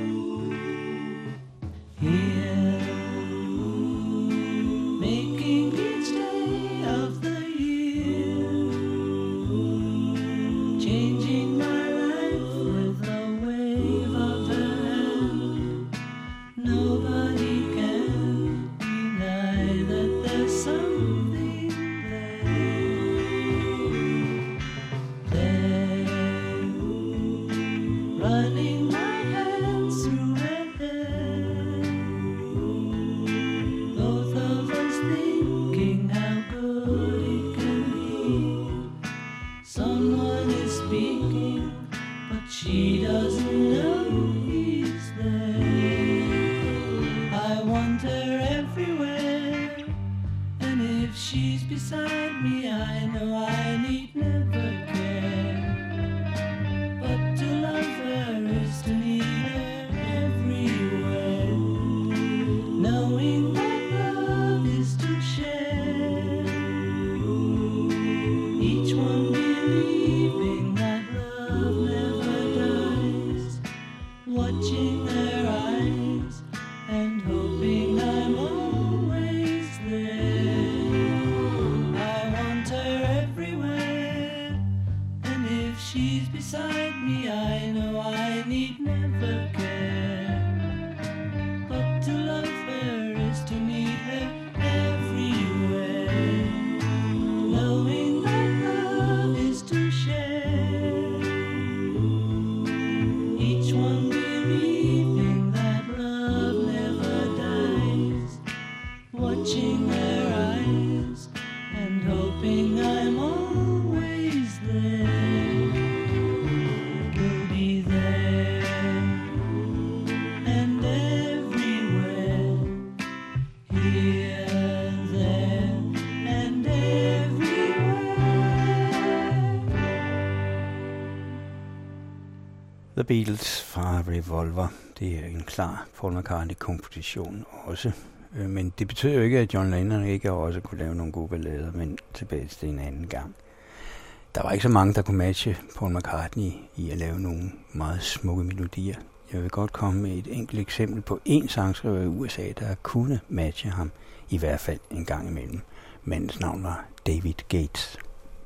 here, making each day of the year, changing my life with a wave of her hand. Nobody can deny that there's something running my hands through her hair, both of us thinking how good it can be. Someone is speaking, but she doesn't know he's there. I want her everywhere, and if she's beside me, I know I need never care. But to love her is to need her everywhere, knowing that love is to share, each one believing that love never dies, watching their eyes and hoping I'm always there. I want her everywhere, and if she's beside me, I know I need never care. But to love her is to need her everywhere, knowing that love is to share, each one believing that love never dies, watching their eyes and hoping I'm always there. We'll be there and everywhere, here, there and The Beatles fra Revolver, det er en klar Paul McCartney-komposition også. Men det betyder jo ikke, at John Lennon ikke også kunne lave nogle gode ballader, men tilbage til en anden gang. Der var ikke så mange, der kunne matche Paul McCartney i at lave nogle meget smukke melodier. Jeg vil godt komme med et enkelt eksempel på en sangskriver i U S A, der kunne matche ham, i hvert fald en gang imellem. Mandens navn var David Gates.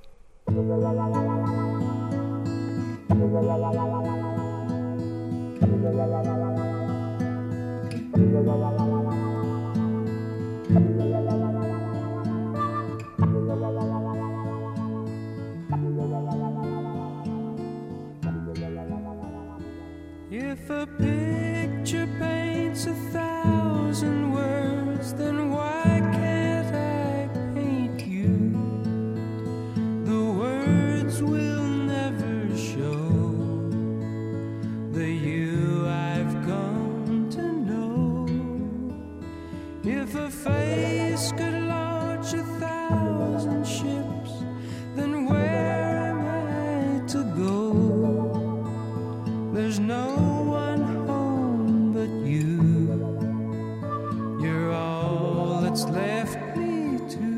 If a picture paints a thousand words, then why can't I paint you? The words will never show the you I've come to know. If a face could launch a thousand ships, then where am I to go? There's no one home but you. You're all that's left me to.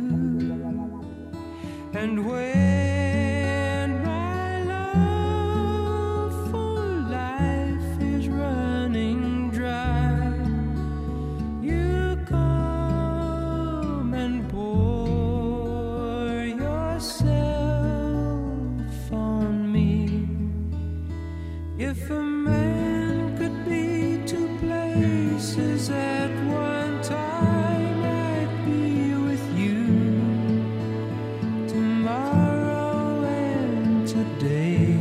And when my love for life If a man could be two places at one time, I'd be with you tomorrow and today,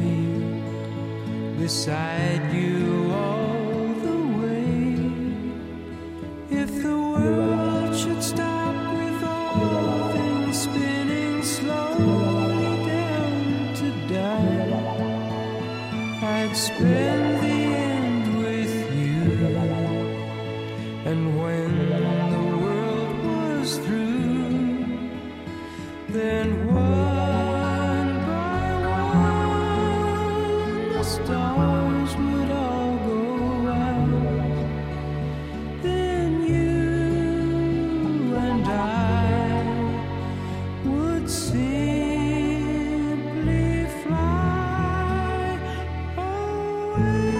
beside you all the way. If the world should stop with all things spinning slowly down to die, I'd spend the end with you. And when the world was through, then one by one the stars would all go out. Then you and I would simply fly away.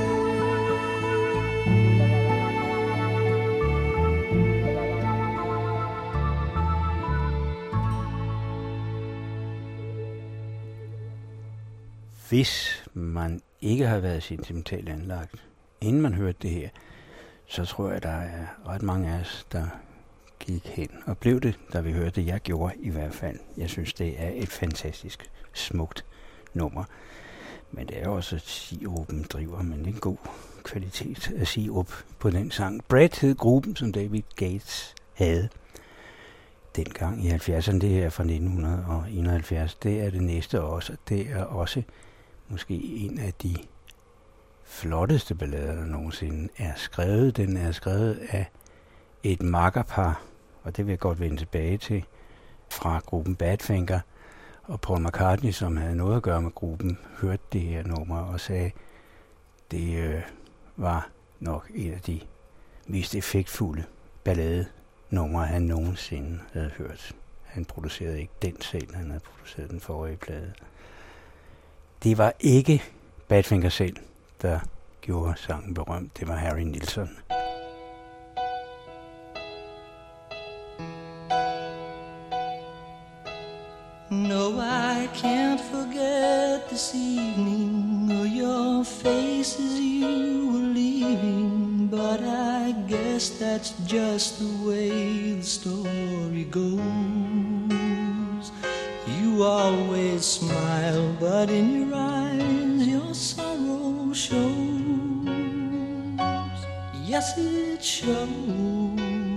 Hvis man ikke har været sentimentalt anlagt, inden man hørte det her, så tror jeg, der er ret mange af os, der gik hen og blev det, da vi hørte det. Jeg gjorde i hvert fald. Jeg synes, det er et fantastisk smukt nummer. Men det er jo også, at sirupen driver, men det er en god kvalitet af sirup på den sang. Brad hed gruppen, som David Gates havde dengang i halvfjerdserne. Det her fra nitten enoghalvfjerds. Det er det næste også. Det er også måske en af de flotteste ballader, der nogensinde er skrevet. Den er skrevet af et makkerpar, og det vil jeg godt vende tilbage til, fra gruppen Badfinger. Og Paul McCartney, som havde noget at gøre med gruppen, hørte det her nummer og sagde, det øh, var nok en af de mest effektfulde balladenumre, han nogensinde havde hørt. Han producerede ikke den selv, han havde produceret den forrige plade. Det var ikke Badfinger selv, der gjorde sangen berømt. Det var Harry Nilsson. No, I can't forget this evening or your face as you were leaving, but I guess that's just the way the story goes. You always smile, but in your eyes your sorrow shows. Yes, it shows.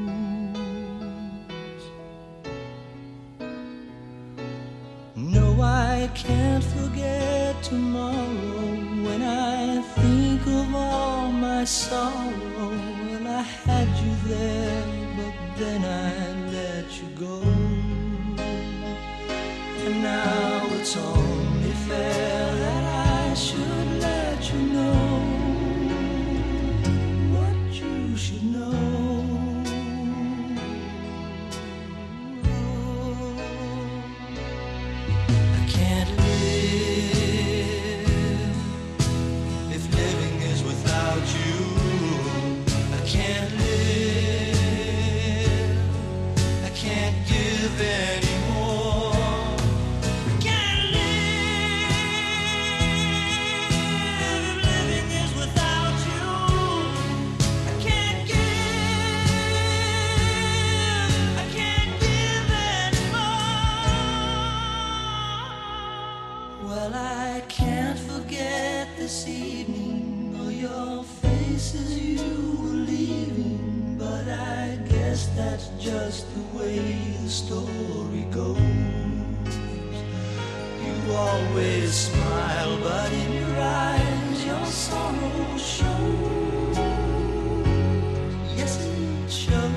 No, I can't forget tomorrow when I think of all my sorrow. Well, I had you there, but then I let you go. And now it's only fair that I should let you know what you should know. I can't live if living is without you. I can't live, I can't give anymore. This evening, or your face as you were leaving, but I guess that's just the way the story goes. You always smile, but in your eyes your sorrow shows. Yes, it shows.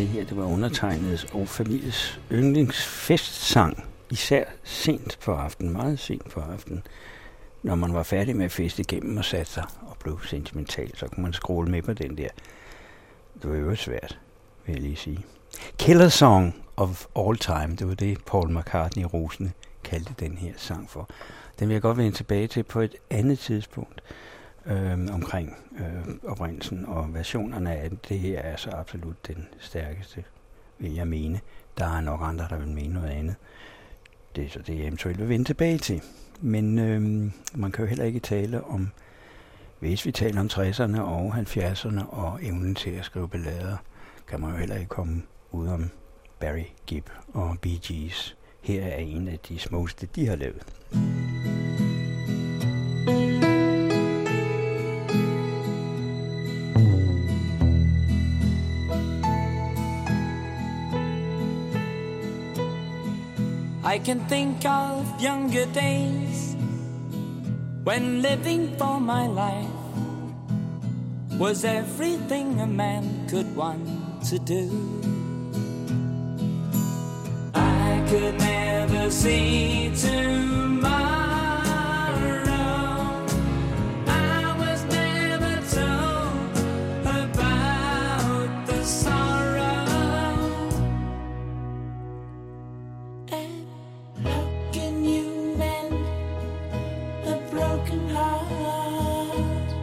det her, det var undertegnet og families yndlingsfestsang, især sent på aftenen, meget sent på aftenen. Når man var færdig med at feste igennem og satte sig og blev sentimental, så kunne man scrolle med på den der. Det var jo svært, vil jeg lige sige. Killer Song of All Time, det var det Paul McCartney Rosende kaldte den her sang for. Den vil jeg godt vende tilbage til på et andet tidspunkt øh, omkring øh, oprindelsen og versionerne af det. Her er så absolut den stærkeste, vil jeg mene. Der er nok andre, der vil mene noget andet. Det er så det, jeg eventuelt vil vende tilbage til. Men øh, man kan jo heller ikke tale om, hvis vi taler om tresserne og halvfjerdserne og evnen til at skrive ballader, kan man jo heller ikke komme ud om Barry Gibb og Bee Gees. Her er en af de smukkeste, de har lavet. I can think of younger days when living for my life was everything a man could want to do. I could never see tomorrow. I was never told about the sorrow. And how can you mend a broken heart?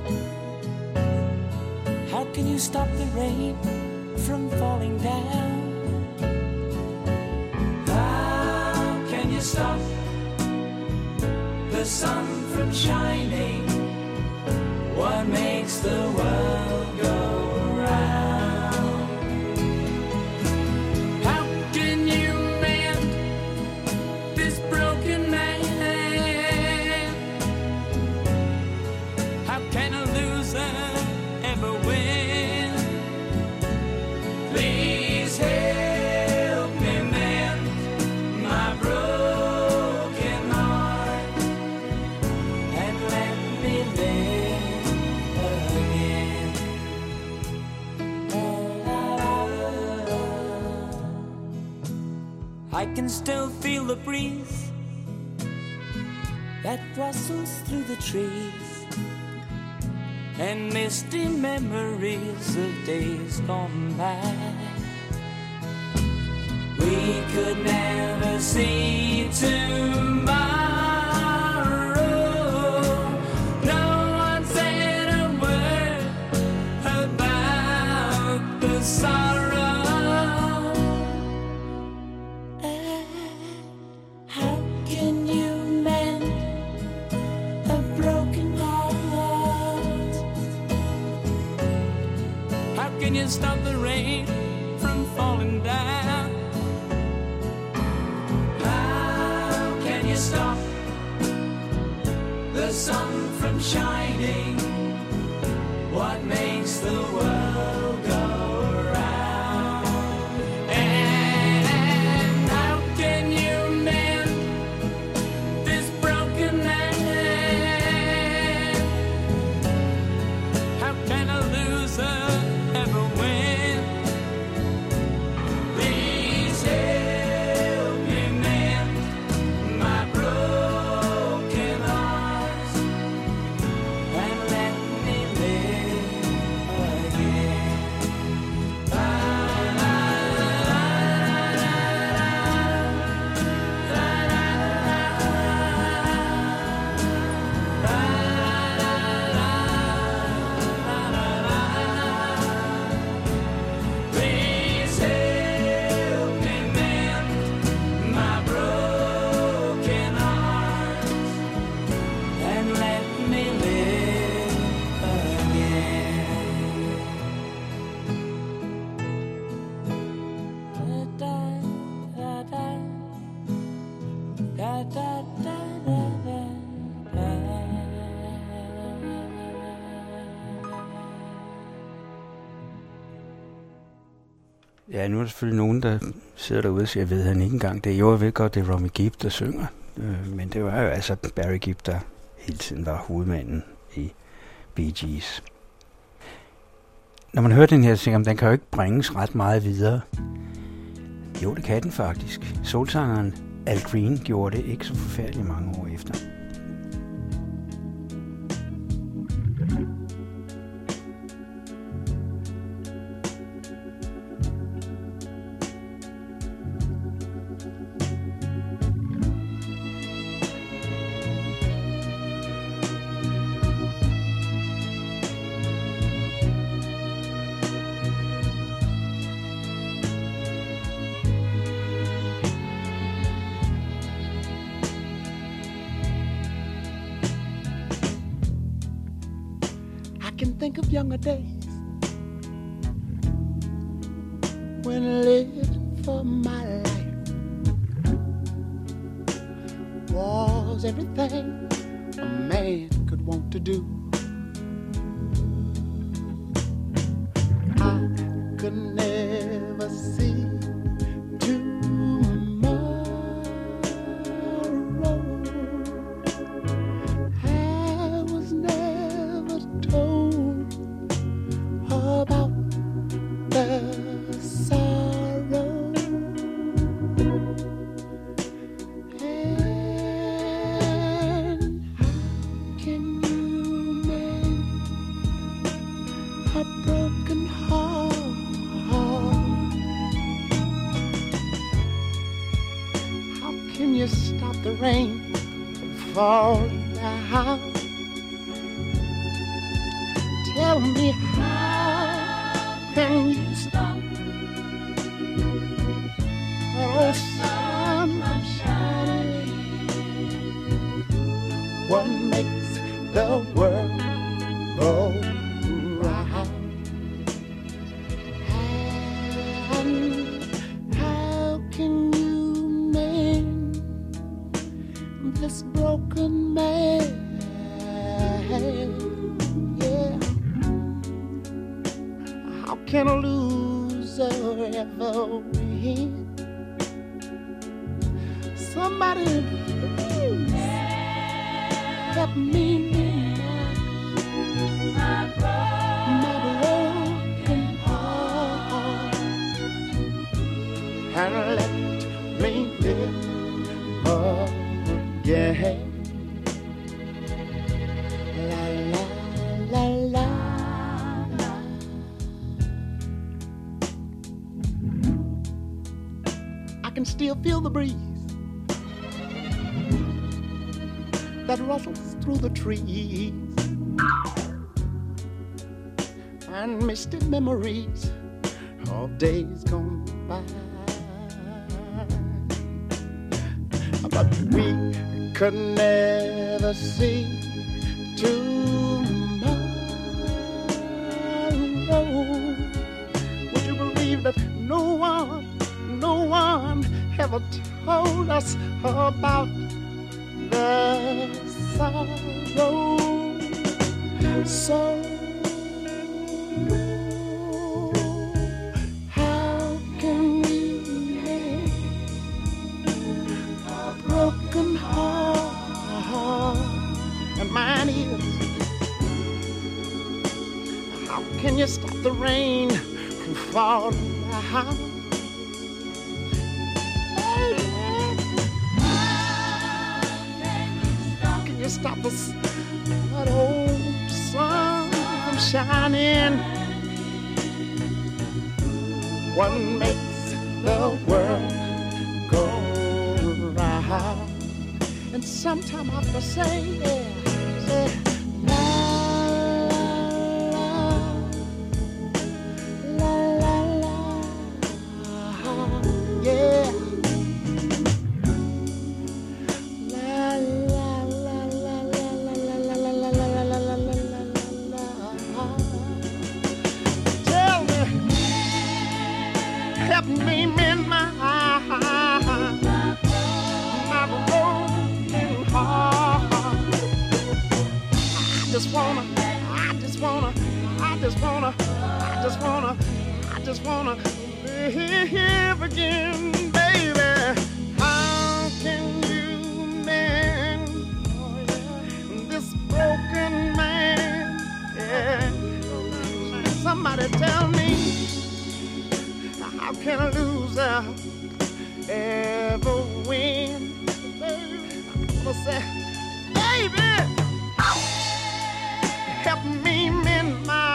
How can you stop the rain from falling down? Stop the sun from shining. What makes the world go round? How can you mend this broken man? How can a loser ever win? Please help me mend my broken. I can still feel the breeze that rustles through the trees, and misty memories of days gone by. We could never see tomorrow. No one said a word about the sorrow. Stop the rain from falling down. How can you stop the sun from shining? What makes the world go round? And how can you mend this broken man? How can a loser ever win? Please help me mend my broken heart and let me live again. La, la, la, la, la, please help me mend my broken heart and let me live again. Da da da da da da da da. Ja, nu er der selvfølgelig nogen, der sidder derude og siger, jeg ved han ikke engang. Det er jo, jeg ved godt, det er Romy Gibb, der synger. Øh, men det var jo altså Barry Gibb, der hele tiden var hovedmanden i Bee Gees. Når man hører den her, tænker man, den kan jo ikke bringes ret meget videre. Jo, det kan den faktisk. Soulsangeren Al Green gjorde det ikke så forfærdeligt mange år efter. Think of younger days when I lived for my life was everything a man could want to do. I could never see tomorrow. I was never told about the sorrow, and how can you mend a broken heart? How can you stop the rain from falling down? Tell me, how can you stop oh sun from shining? What makes the world go round? And how can you mend this broken man? Can a loser ever win? Somebody please help me mend my broken heart and let me live again. La la la la. I can still feel the breeze that rustles through the trees and misty memories of days gone by. But we could never see tomorrow. Would you believe that no one No one ever told us about the sorrow. So how can we mend a broken heart? And mine is, how can you stop the rain from falling down? Stop us, that old sun from shining. What makes the world go round? And sometime I have to say, yeah, say, la la la la la, yeah. Me mend my my broken heart. I just wanna, I just wanna, I just wanna, I just wanna, I just wanna live again, baby. How can you mend this broken man? Yeah. Somebody tell tell me, how can a loser ever win? I'm gonna say, baby, help me mend my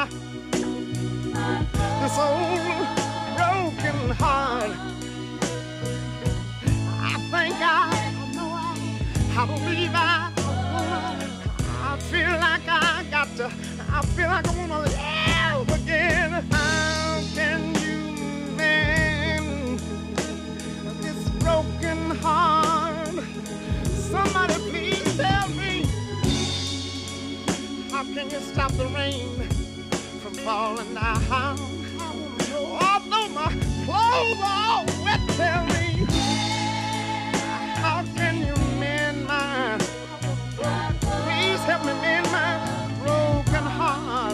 this old broken heart. I think I know I, I believe I, I feel like I got to, I feel like I wanna live again. How can you mend this broken heart? Somebody please help me. How can you stop the rain from falling down? Although my clothes are all wet, tell me, how can you mend my, please help me mend my broken heart.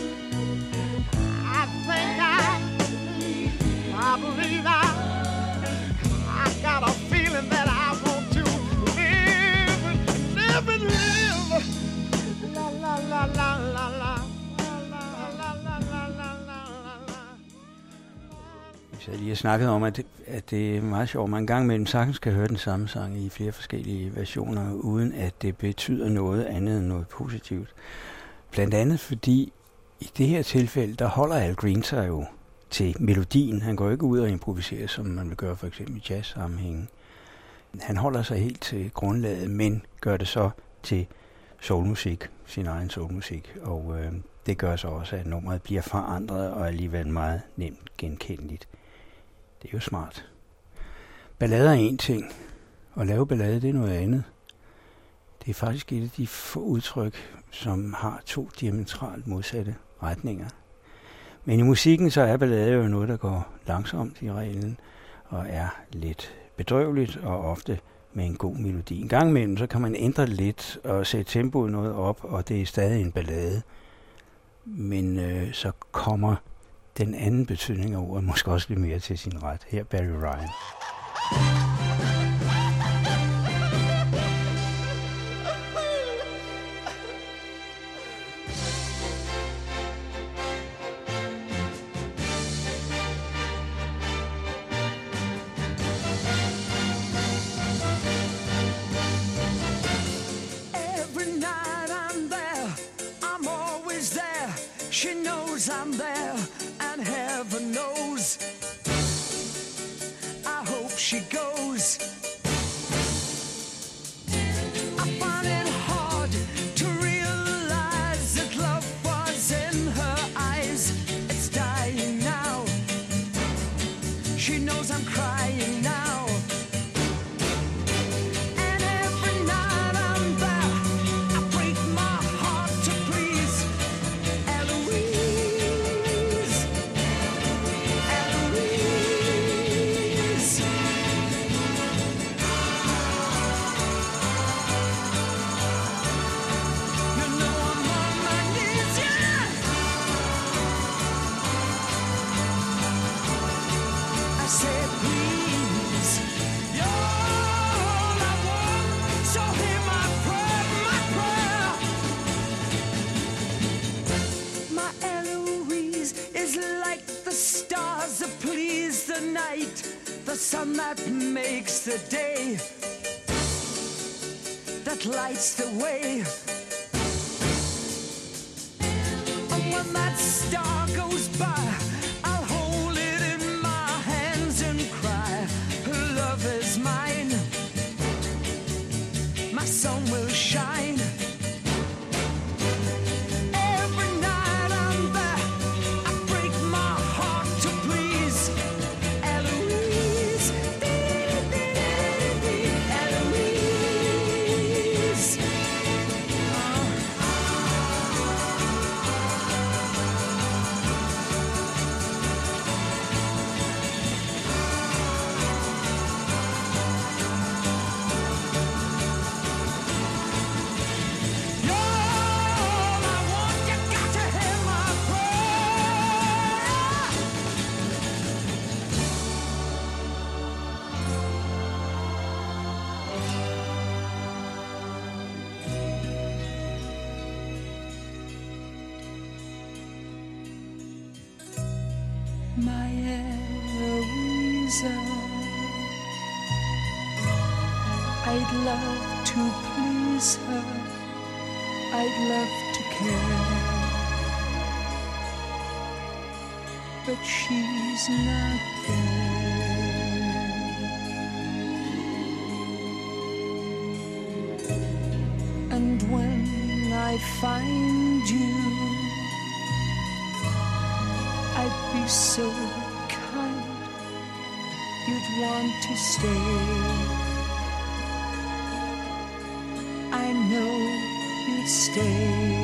I think I, I believe I, I got a feeling that I want to live, live and live. La la la la la la. Så jeg lige har snakket om, at det, at det er meget sjovt. Man en gang mellem sagtens kan høre den samme sang i flere forskellige versioner, uden at det betyder noget andet end noget positivt. Blandt andet fordi i det her tilfælde, der holder Al Green sig jo til melodien. Han går ikke ud og improviserer, som man vil gøre for eksempel i jazz-sammenhænge. Han holder sig helt til grundlaget, men gør det så til soulmusik, sin egen soulmusik. Og øh, det gør så også, at nummeret bliver forandret og alligevel meget nemt genkendeligt. Det er jo smart. Ballader er en ting, og lave ballade, det er noget andet. Det er faktisk et af de få udtryk, som har to diametralt modsatte retninger. Men i musikken så er ballade jo noget, der går langsomt i reglen, og er lidt bedrøveligt, og ofte med en god melodi. En gang imellem, så kan man ændre lidt og sætte tempoet noget op, og det er stadig en ballade. Men øh, så kommer den anden betydning af ordet måske også lidt mere til sin ret. Her Barry Ryan. I'm there, and heaven knows I hope she goes. I find it hard to realize that love was in her eyes. It's dying now. She knows I'm crying now. And every night I'm there, I break my heart to please Eloise. The sun that makes the day, that lights the way. And when that star goes by, I'll hold it in my hands and cry, her love is mine. My sun will shine. Every night I'm there, I break my heart to please Eloise. my Eloisa. I'd love to please her, I'd love to care, but she's not there. And when I find you, I'd be so kind, you'd want to stay. I know you'd stay.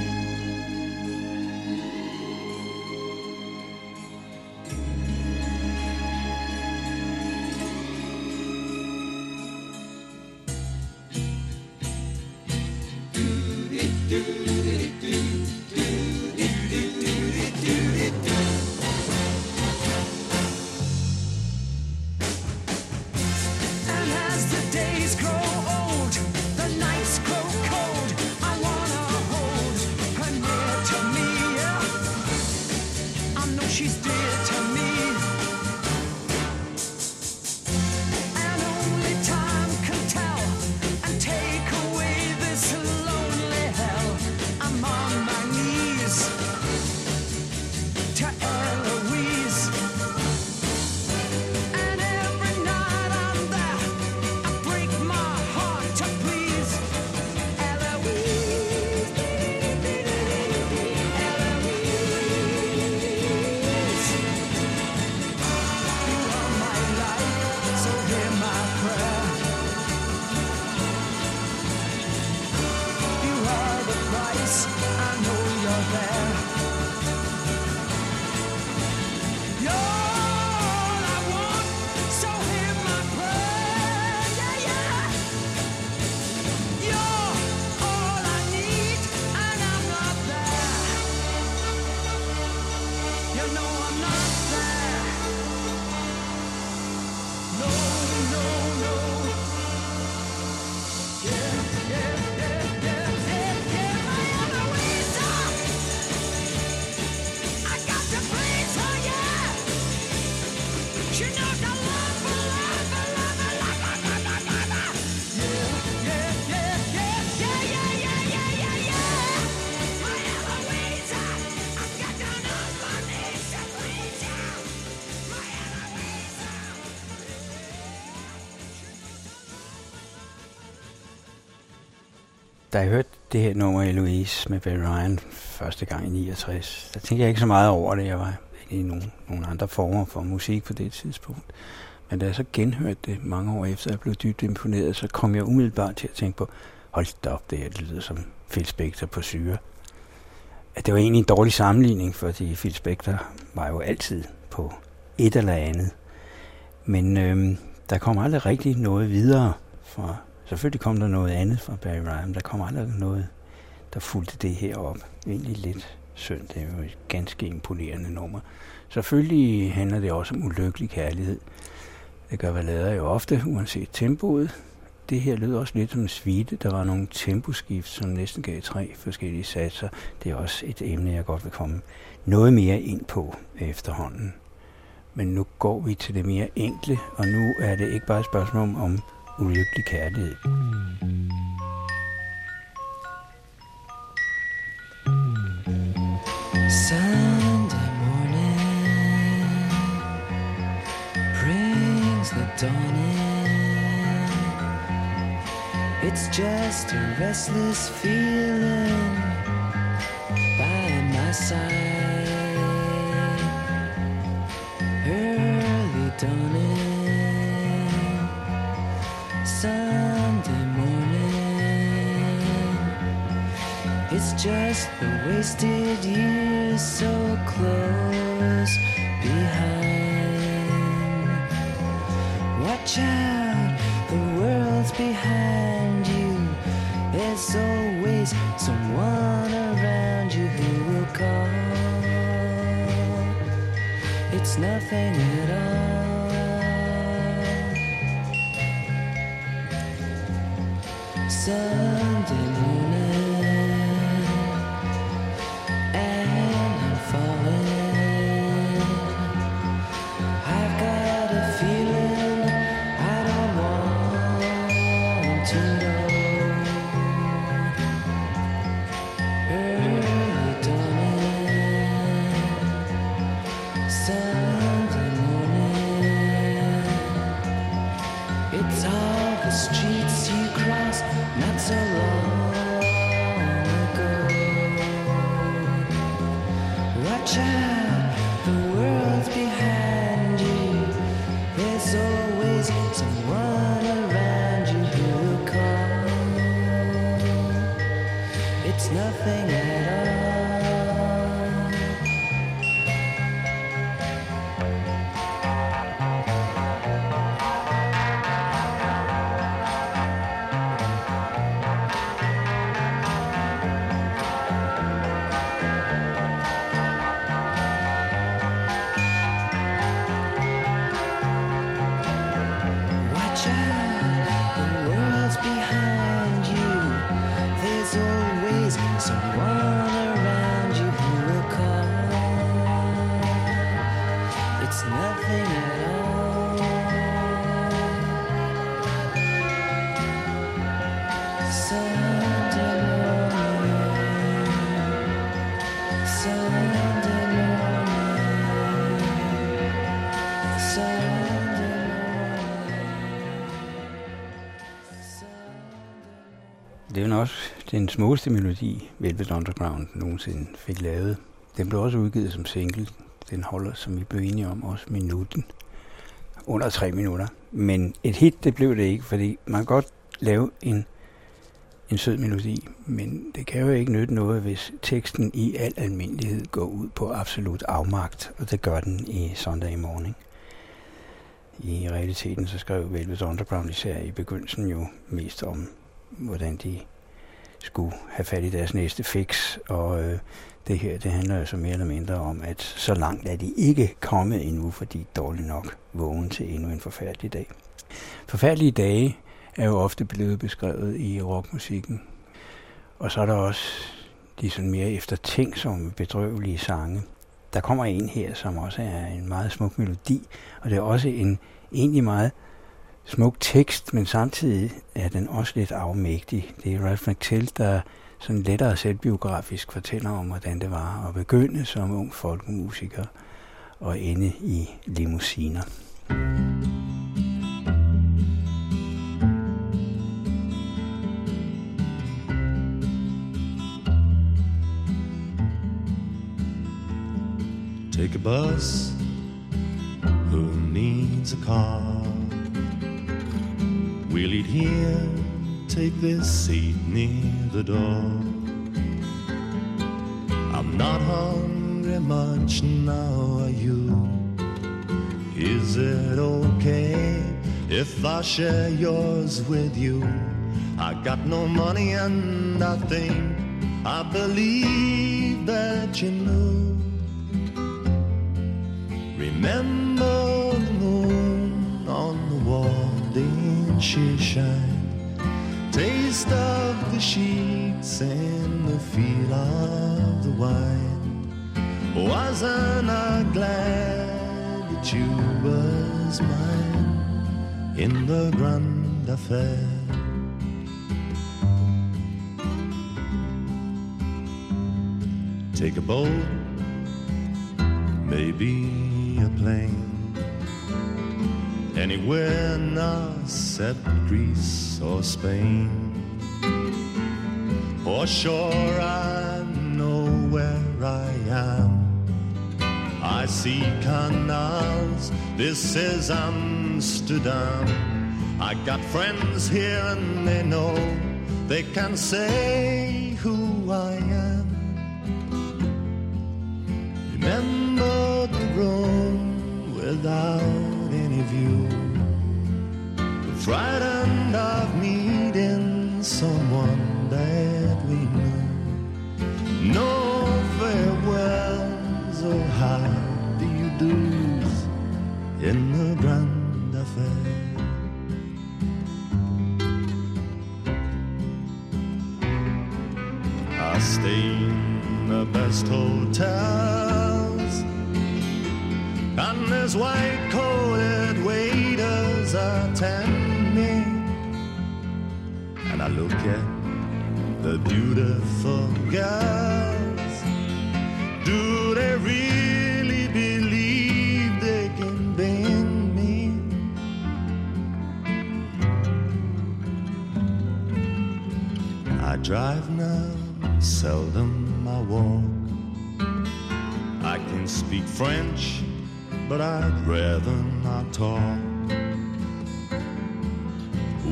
Da jeg hørte det her nummer Eloise med Barry Ryan første gang i niogtres, der tænkte jeg ikke så meget over det. Jeg var ikke i nogle, nogle andre former for musik på det tidspunkt. Men da jeg så genhørte det mange år efter, at jeg blev dybt imponeret, så kom jeg umiddelbart til at tænke på, hold da op, det her det lyder som Phil Spector på syre. At det var egentlig en dårlig sammenligning, fordi Phil Spector var jo altid på et eller andet. Men øhm, der kom aldrig rigtig noget videre fra. Selvfølgelig kom der noget andet fra Barry Ryan, men der kom aldrig noget, der fulgte det her op. Egentlig lidt synd, det er jo et ganske imponerende nummer. Selvfølgelig handler det også om ulykkelig kærlighed. Det gør ballader jo ofte, uanset tempoet. Det her lød også lidt som en suite. Der var nogle temposkift, som næsten gav tre forskellige satser. Det er også et emne, jeg godt vil komme noget mere ind på efterhånden. Men nu går vi til det mere enkle, og nu er det ikke bare et spørgsmål om ulykkelig kærlighed. Sunday morning brings the dawn in. It's just a restless feeling by my side. Early dawning Sunday morning. It's just the wasted years so close behind. Watch out, the world's behind you. There's always someone around you who will call. It's nothing at all. Sunday morning, and I'm falling. There's always someone around you who'll call. It's nothing at all. Det er jo også den smukkeste melodi, Velvet Underground nogensinde fik lavet. Den blev også udgivet som single. Den holder, som vi blev enige om, også minuten. Under tre minutter. Men et hit, det blev det ikke, fordi man kan godt lave en, en sød melodi, men det kan jo ikke nytte noget, hvis teksten i al almindelighed går ud på absolut afmagt, og det gør den i Sunday Morning. I realiteten så skrev Velvet Underground især i begyndelsen jo mest om, hvordan de skulle have fat i deres næste fix, og øh, det her, det handler jo så mere eller mindre om, at så langt er de ikke kommet endnu, fordi dårligt nok vågen til endnu en forfærdelig dag. Forfærdelige dage er jo ofte blevet beskrevet i rockmusikken, og så er der også de sådan mere eftertænksomme, bedrøvelige sange. Der kommer en her, som også er en meget smuk melodi, og det er også en egentlig meget smuk tekst, men samtidig er den også lidt afmægtig. Det er Ralph McTell, der sådan lettere selvbiografisk fortæller om, hvordan det var at begynde som ung folkemusiker og ende i limousiner. Take a bus, who needs a car? We'll eat here, take this seat near the door. I'm not hungry much now, are you? Is it okay if I share yours with you? I got no money and I think I believe that you knew. Remember the moon on the wall, didn't she shine? Taste of the sheets and the feel of the wine. Wasn't I glad that you was mine in the grand affair? Take a boat, maybe a plane, anywhere now except Greece or Spain. For sure I know where I am. I see canals, this is Amsterdam. I got friends here and they know, they can say who I am. Remember the room without any view, frightened of meeting someone that we knew. No farewells or how do you do's in the grand affair. I stay in the best hotels, and there's white-coated waiters attend me, and I look at the beautiful girls. Do they really believe they can bend me? I drive now, seldom I walk. I can speak French, but I'd rather not talk.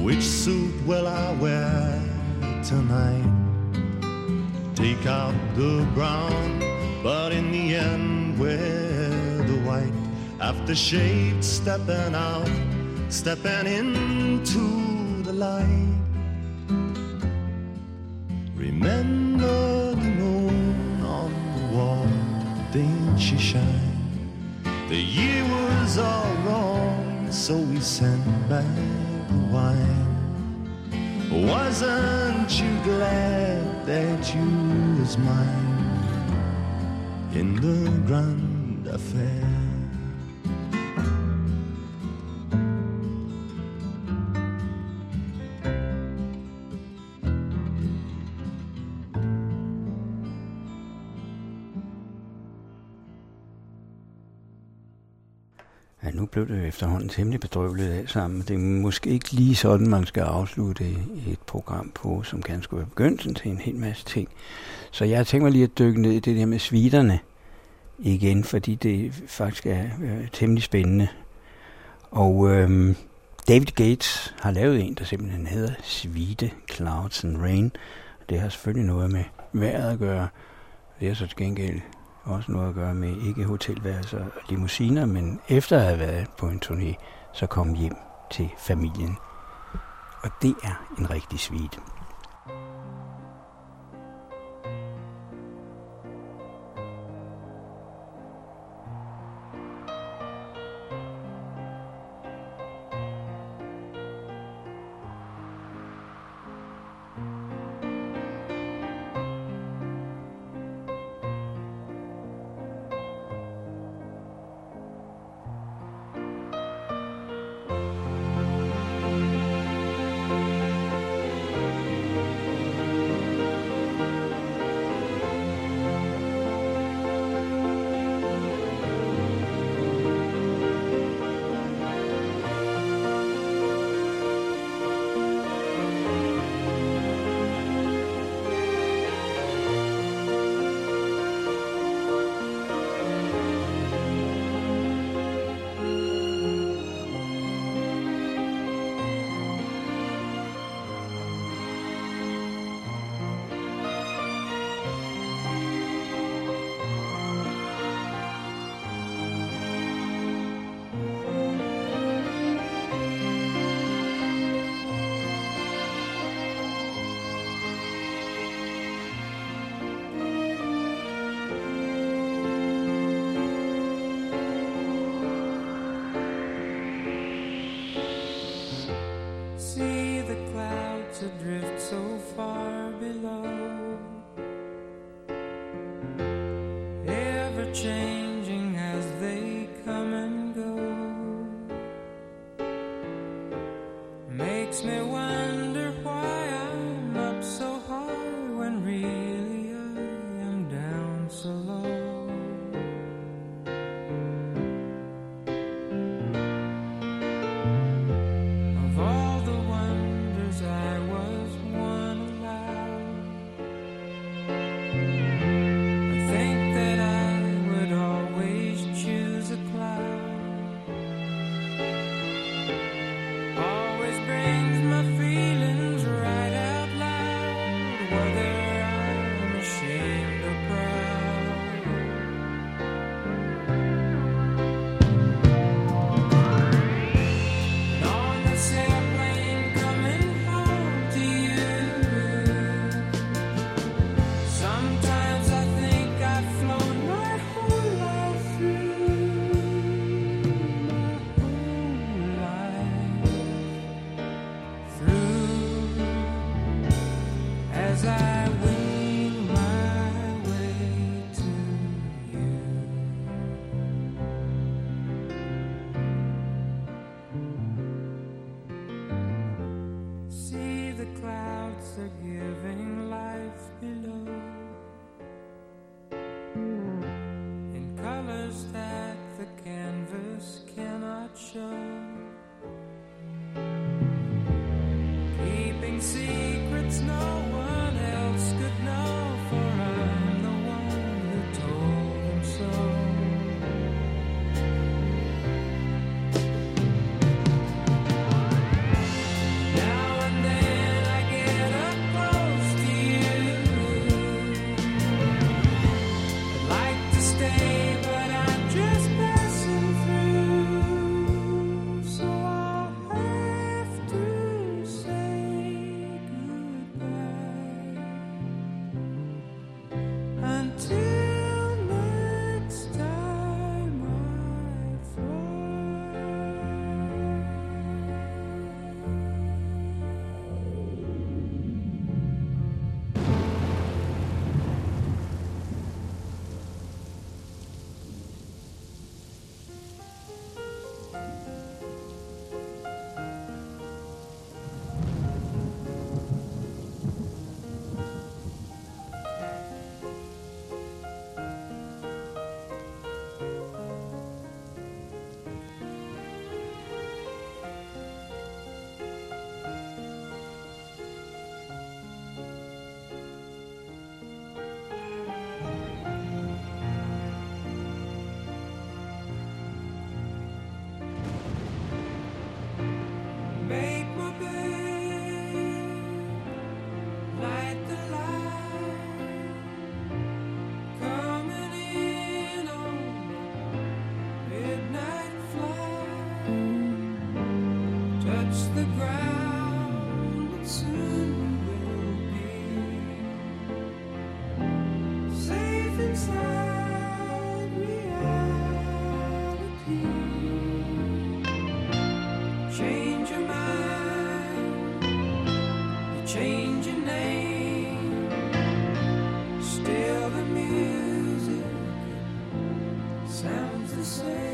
Which suit will I wear tonight? Take out the brown, but in the end wear the white. After shade, stepping out, stepping into the light. Remember the moon on the wall, didn't she shine? The year was all wrong, so we sent back the wine. Wasn't you glad that you was mine in the grand affair? Ja, nu blev det efterhånden temmelig bedrøveligt alt sammen. Det er måske ikke lige sådan, man skal afslutte et program på, som kan skulle være begyndelsen til en hel masse ting. Så jeg har tænkt mig lige at dykke ned i det der med suiterne igen, fordi det faktisk er øh, temmelig spændende. Og øhm, David Gates har lavet en, der simpelthen hedder Suite Clouds and Rain. Det har selvfølgelig noget med vejret at gøre. Det er så til gengæld også noget at gøre med ikke hotelværelser og limousiner, men efter at have været på en turné, så kom hjem til familien. Og det er en rigtig suite. Adrift so far below, ever changing as they come and go, makes me wonder why I'm up so high when really I am down so low. Now touch the ground, it soon will be safe inside reality. Change your mind, you change your name, still the music sounds the same.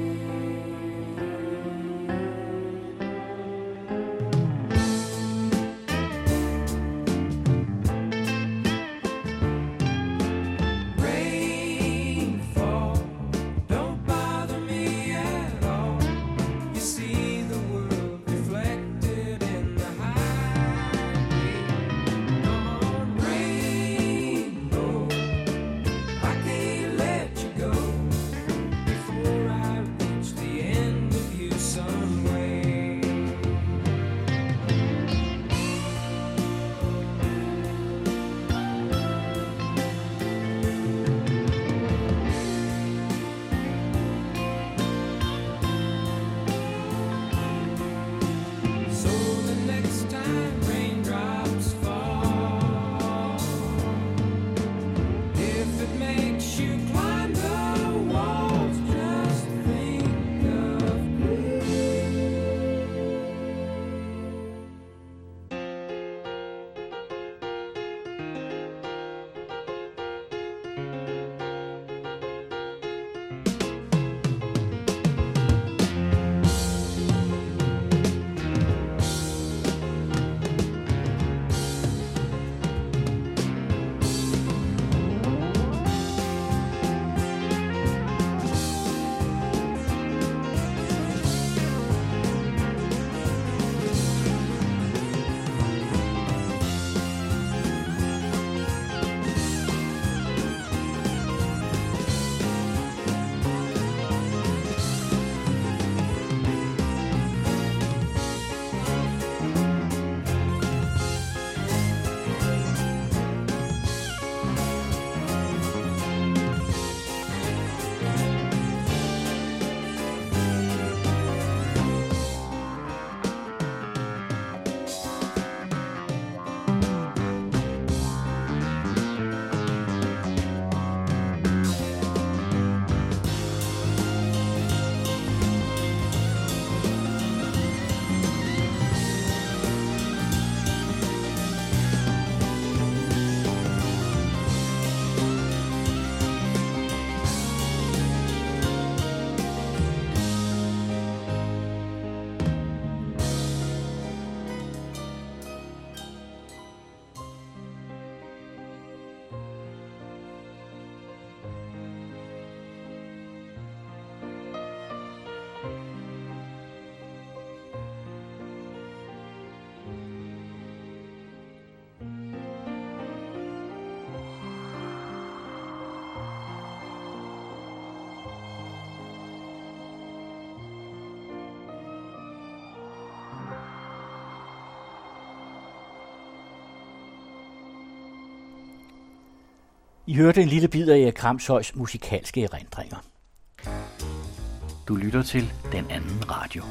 I hørte en lille bid af Erik Kramshøjs musikalske erindringer. Du lytter til Den Anden Radio.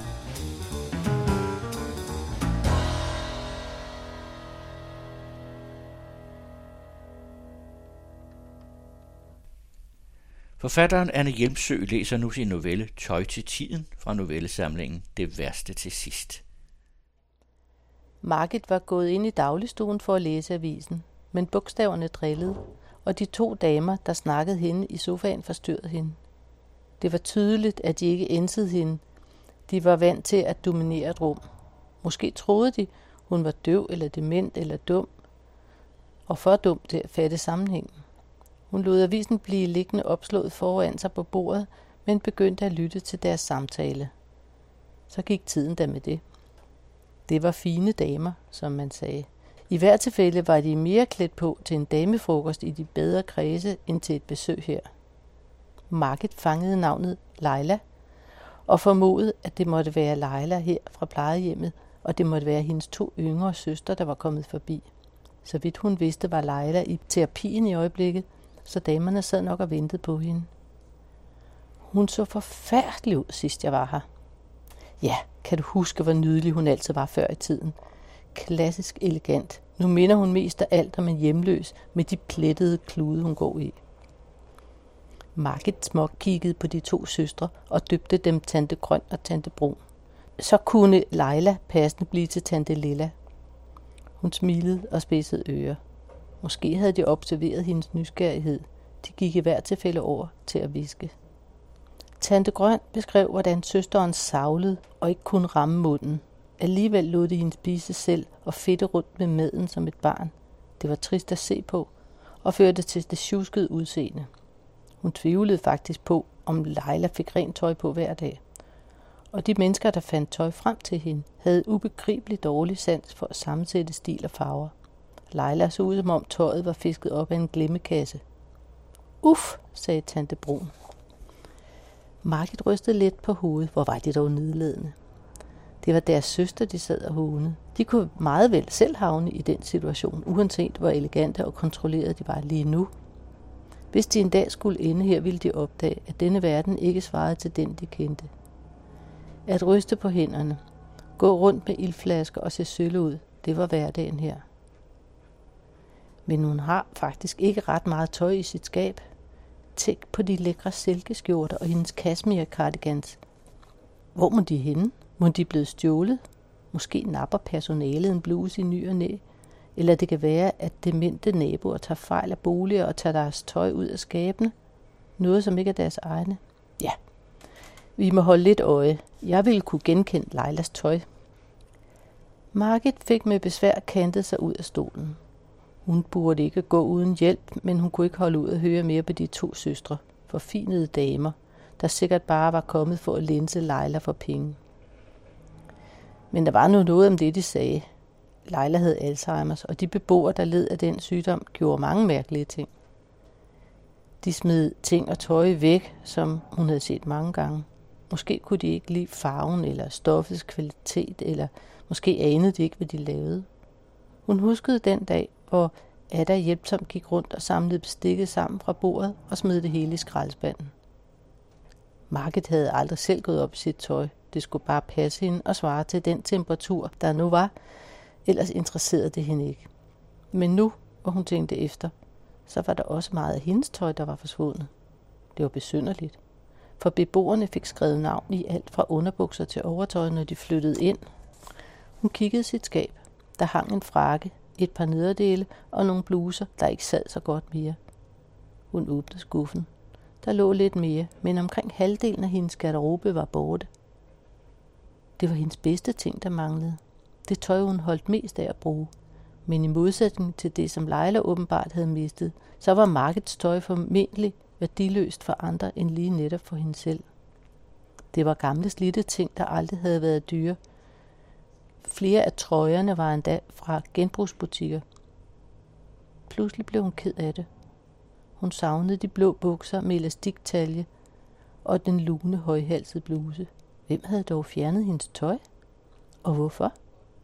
Forfatteren Anne Hjelmsø læser nu sin novelle Tøj til tiden fra novellesamlingen Det værste til sidst. Margit var gået ind i dagligstuen for at læse avisen, men bogstaverne drillede, og de to damer, der snakkede hende i sofaen, forstyrrede hende. Det var tydeligt, at de ikke ænsede hende. De var vant til at dominere et rum. Måske troede de, hun var døv eller dement eller dum, og for dum til at fatte sammenhængen. Hun lod avisen blive liggende opslået foran sig på bordet, men begyndte at lytte til deres samtale. Så gik tiden da med det. Det var fine damer, som man sagde. I hvert tilfælde var de mere klædt på til en damefrokost i de bedre kredse end til et besøg her. Margit fangede navnet Leila og formodede, at det måtte være Leila her fra plejehjemmet, og det måtte være hendes to yngre søstre, der var kommet forbi. Så vidt hun vidste, var Leila i terapien i øjeblikket, så damerne sad nok og ventede på hende. Hun så forfærdelig ud, sidst jeg var her. Ja, kan du huske, hvor nydelig hun altid var før i tiden? Klassisk elegant. Nu minder hun mest af alt om en hjemløs med de plettede klude, hun går i. Margit smuk kiggede på de to søstre og døbte dem tante Grøn og tante Brun. Så kunne Leila passende blive til tante Lilla. Hun smilede og spidsede ører. Måske havde de observeret hendes nysgerrighed. De gik i hver tilfælde over til at viske. Tante Grøn beskrev, hvordan søsteren savlede og ikke kunne ramme munden. Alligevel lod de hende spise selv og fedte rundt med maden som et barn. Det var trist at se på og førte til det sjuskede udseende. Hun tvivlede faktisk på, om Leila fik rent tøj på hver dag. Og de mennesker, der fandt tøj frem til hende, havde ubegribeligt dårlig sans for at sammensætte stil og farver. Leila så ud, som om tøjet var fisket op af en glemmekasse. Uff, sagde tante Brun. Margit rystede lidt på hovedet. Hvor var de dog nedladende. Det var deres søster, de sad og hånede. De kunne meget vel selv havne i den situation, uanset hvor elegante og kontrollerede de var lige nu. Hvis de en dag skulle ende her, ville de opdage, at denne verden ikke svarede til den, de kendte. At ryste på hænderne, gå rundt med ildflasker og se sølle ud, det var hverdagen her. Men hun har faktisk ikke ret meget tøj i sit skab. Tænk på de lækre silkeskjorter og hendes kashmir-cardigans. Hvor må de henne? Må de blive stjålet? Måske napper personalet en bluse i ny og næ. Eller det kan være, at demente naboer tager fejl af boliger og tager deres tøj ud af skabene. Noget, som ikke er deres egne. Ja, vi må holde lidt øje. Jeg ville kunne genkende Leilas tøj. Margit fik med besvær kantet sig ud af stolen. Hun burde ikke gå uden hjælp, men hun kunne ikke holde ud at høre mere på de to søstre, forfinede damer, der sikkert bare var kommet for at lænse Leila for penge. Men der var nu noget om det, de sagde. Leila havde Alzheimers, og de beboere, der led af den sygdom, gjorde mange mærkelige ting. De smed ting og tøj væk, som hun havde set mange gange. Måske kunne de ikke lide farven eller stoffets kvalitet, eller måske anede de ikke, hvad de lavede. Hun huskede den dag, hvor Ada hjælpsomt gik rundt og samlede bestikket sammen fra bordet og smed det hele i skraldespanden. Margit havde aldrig selv gået op i sit tøj. Det skulle bare passe hende og svare til den temperatur, der nu var. Ellers interesserede det hende ikke. Men nu, hvor hun tænkte efter, så var der også meget af hendes tøj, der var forsvundet. Det var besynderligt. For beboerne fik skrevet navn i alt fra underbukser til overtøj, når de flyttede ind. Hun kiggede sit skab. Der hang en frakke, et par nederdele og nogle bluser, der ikke sad så godt mere. Hun åbnede skuffen. Der lå lidt mere, men omkring halvdelen af hendes garderobe var borte. Det var hendes bedste ting, der manglede. Det tøj, hun holdt mest af at bruge. Men i modsætning til det, som Leila åbenbart havde mistet, så var Margits tøj formentlig værdiløst for andre end lige netop for hende selv. Det var gamle slidte ting, der aldrig havde været dyre. Flere af trøjerne var endda fra genbrugsbutikker. Pludselig blev hun ked af det. Hun savnede de blå bukser med elastiktalje og den lune højhalsede bluse. Hvem havde dog fjernet hendes tøj? Og hvorfor?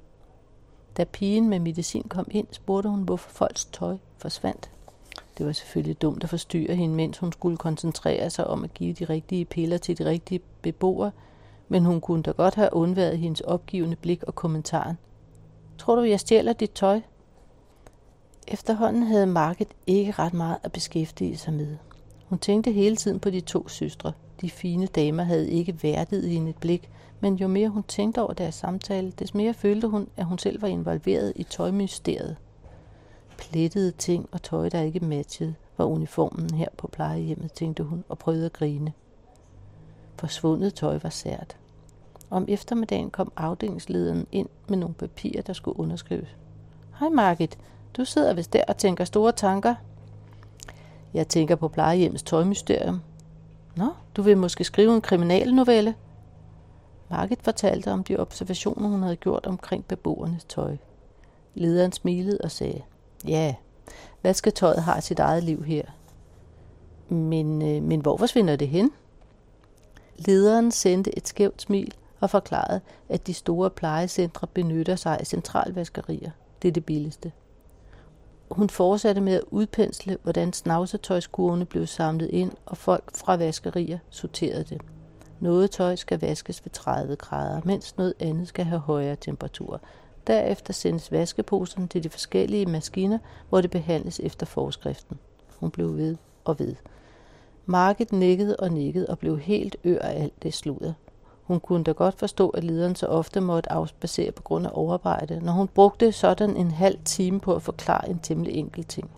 Da pigen med medicin kom ind, spurgte hun, hvorfor folks tøj forsvandt. Det var selvfølgelig dumt at forstyrre hende, mens hun skulle koncentrere sig om at give de rigtige piller til de rigtige beboere, men hun kunne da godt have undværet hendes opgivende blik og kommentaren. Tror du, jeg stjæler dit tøj? Efterhånden havde Margit ikke ret meget at beskæftige sig med. Hun tænkte hele tiden på de to søstre. De fine damer havde ikke værdiget hende et blik, men jo mere hun tænkte over deres samtale, des mere følte hun, at hun selv var involveret i tøjmysteriet. Plettede ting og tøj, der ikke matchede, var uniformen her på plejehjemmet, tænkte hun og prøvede at grine. Forsvundet tøj var sært. Om eftermiddagen kom afdelingslederen ind med nogle papirer, der skulle underskrives. Hej Margit, du sidder vist der og tænker store tanker. Jeg tænker på plejehjemmets tøjmysterium. Nå, du vil måske skrive en kriminalnovelle? Margit fortalte om de observationer, hun havde gjort omkring beboernes tøj. Lederen smilede og sagde, ja, vasketøjet har sit eget liv her. Men, øh, men hvor forsvinder det hen? Lederen sendte et skævt smil og forklarede, at de store plejecentre benytter sig af centralvaskerier. Det er det billigste. Hun fortsatte med at udpensle, hvordan snavsetøjskurvene blev samlet ind, og folk fra vaskerier sorterede det. Noget tøj skal vaskes ved tredive grader, mens noget andet skal have højere temperaturer. Derefter sendes vaskeposerne til de forskellige maskiner, hvor det behandles efter forskriften. Hun blev ved og ved. Margit nikkede og nikkede og blev helt ør af alt det sludder. Hun kunne da godt forstå, at lederen så ofte måtte afspacere på grund af overarbejde, når hun brugte sådan en halv time på at forklare en temmelig enkel ting.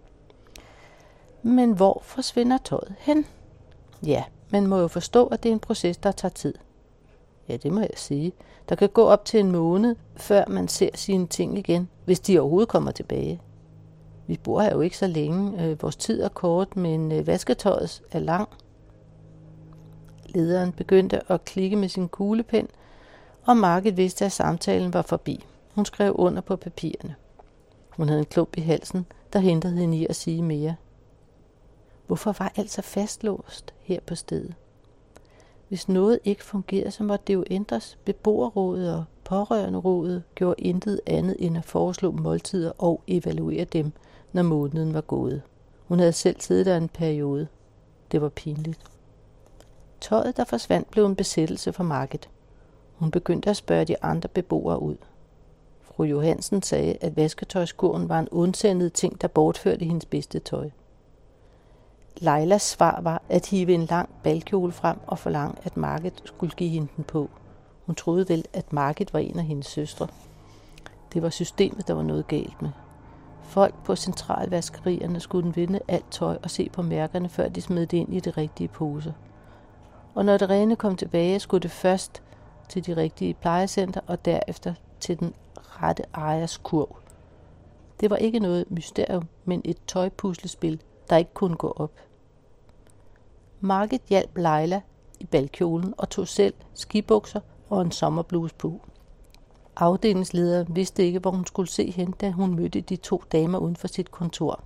Men hvor forsvinder tøjet hen? Ja, man må jo forstå, at det er en proces, der tager tid. Ja, det må jeg sige. Der kan gå op til en måned, før man ser sine ting igen, hvis de overhovedet kommer tilbage. Vi bor her jo ikke så længe. Vores tid er kort, men vasketøjet er lang. Lederen begyndte at klikke med sin kuglepen, og Margit vidste, at samtalen var forbi. Hun skrev under på papirerne. Hun havde en klump i halsen, der hindrede hende i at sige mere. Hvorfor var alt så fastlåst her på stedet? Hvis noget ikke fungerede, så måtte det jo ændres. Beboerrådet og pårørenderådet gjorde intet andet end at foreslå måltider og evaluere dem, når måneden var gået. Hun havde selv siddet der en periode. Det var pinligt. Tøjet, der forsvandt, blev en besættelse for Margit. Hun begyndte at spørge de andre beboere ud. Fru Johansen sagde, at vasketøjskurven var en ondsindet ting, der bortførte hendes bedste tøj. Lejlas svar var at hive en lang balkjole frem og forlange, at Margit skulle give hende den på. Hun troede vel, at Margit var en af hendes søstre. Det var systemet, der var noget galt med. Folk på centralvaskerierne skulle vinde alt tøj og se på mærkerne, før de smed det ind i de rigtige poser. Og når det rene kom tilbage, skulle det først til de rigtige plejecenter og derefter til den rette ejers kurv. Det var ikke noget mysterium, men et tøjpuslespil, der ikke kunne gå op. Margit hjalp Leila i balkjolen og tog selv skibukser og en sommerbluse på. Afdelingslederen vidste ikke, hvor hun skulle se hende, da hun mødte de to damer uden for sit kontor.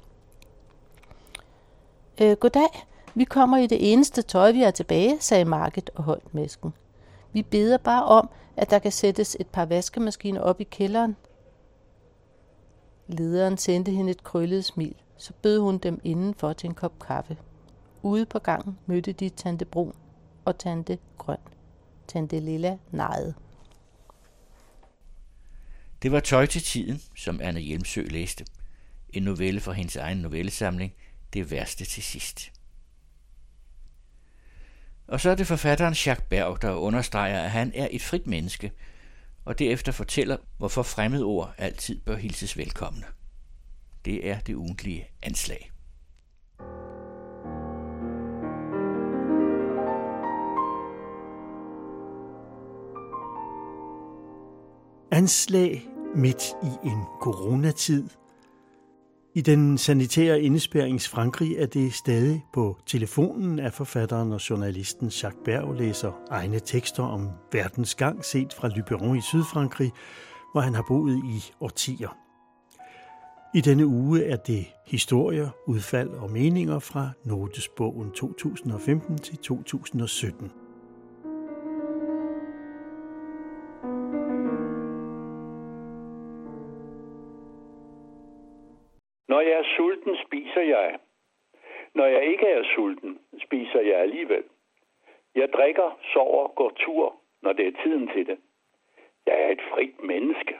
Øh, goddag, vi kommer i det eneste tøj, vi har tilbage, sagde Margit og holdt masken. Vi beder bare om, at der kan sættes et par vaskemaskiner op i kælderen. Lederen sendte hende et krøllet smil, så bød hun dem indenfor til en kop kaffe. Ude på gangen mødte de tante Brun og tante Grøn. Tante Lilla nejede. Det var Tøj til tiden, som Anne Hjelmsø læste. En novelle fra hendes egen novellesamling, Det værste til sidst. Og så er det forfatteren Jacques Berg, der understreger, at han er et frit menneske, og derefter fortæller, hvorfor fremmedord altid bør hilses velkomne. Det er det ugentlige anslag. Anslag midt i en coronatid. I den sanitære indespærrings Frankrig er det stadig på telefonen, at forfatteren og journalisten Jacques Berg læser egne tekster om verdens gang set fra Luberon i Sydfrankrig, hvor han har boet i årtier. I denne uge er det historier, udfald og meninger fra Notesbogen to tusind og femten til to tusind og sytten. Når jeg er sulten, spiser jeg. Når jeg ikke er sulten, spiser jeg alligevel. Jeg drikker, sover, går tur, når det er tiden til det. Jeg er et frit menneske.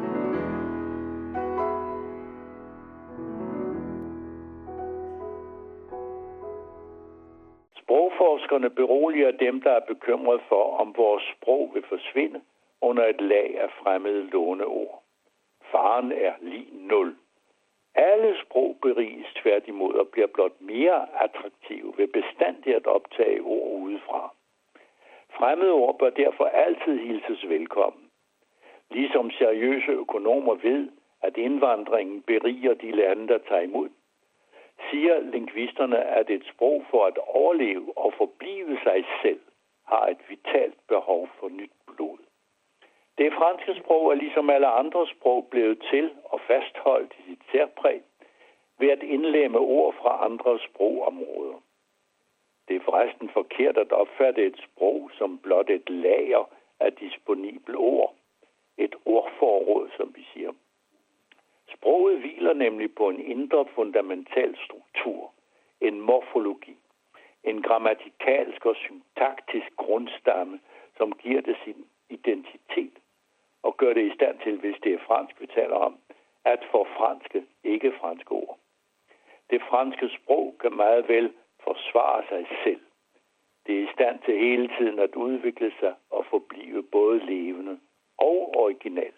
Sprogforskerne beroliger dem, der er bekymret for, om vores sprog vil forsvinde under et lag af fremmede låneord. Faren er lig nul. Alle sprog beriges tværtimod og bliver blot mere attraktive ved bestandigt at optage ord udefra. Fremmede ord bør derfor altid hilses velkommen. Ligesom seriøse økonomer ved, at indvandringen beriger de lande, der tager imod, siger lingvisterne, at et sprog for at overleve og forblive sig selv har et vitalt behov for nyt blod. Det franske sprog er ligesom alle andre sprog blevet til og fastholdt i sit særpræg ved at indlemme ord fra andre sprogområder. Det er forresten forkert at opfatte et sprog som blot et lager af disponible ord. Et ordforråd, som vi siger. Sproget hviler nemlig på en indre fundamental struktur, en morfologi, en grammatikalsk og syntaktisk grundstamme, som giver det sin identitet og gør det i stand til, hvis det er fransk, vi taler om, at forfranske ikke franske ord. Det franske sprog kan meget vel forsvare sig selv. Det er i stand til hele tiden at udvikle sig og forblive både levende og originalt.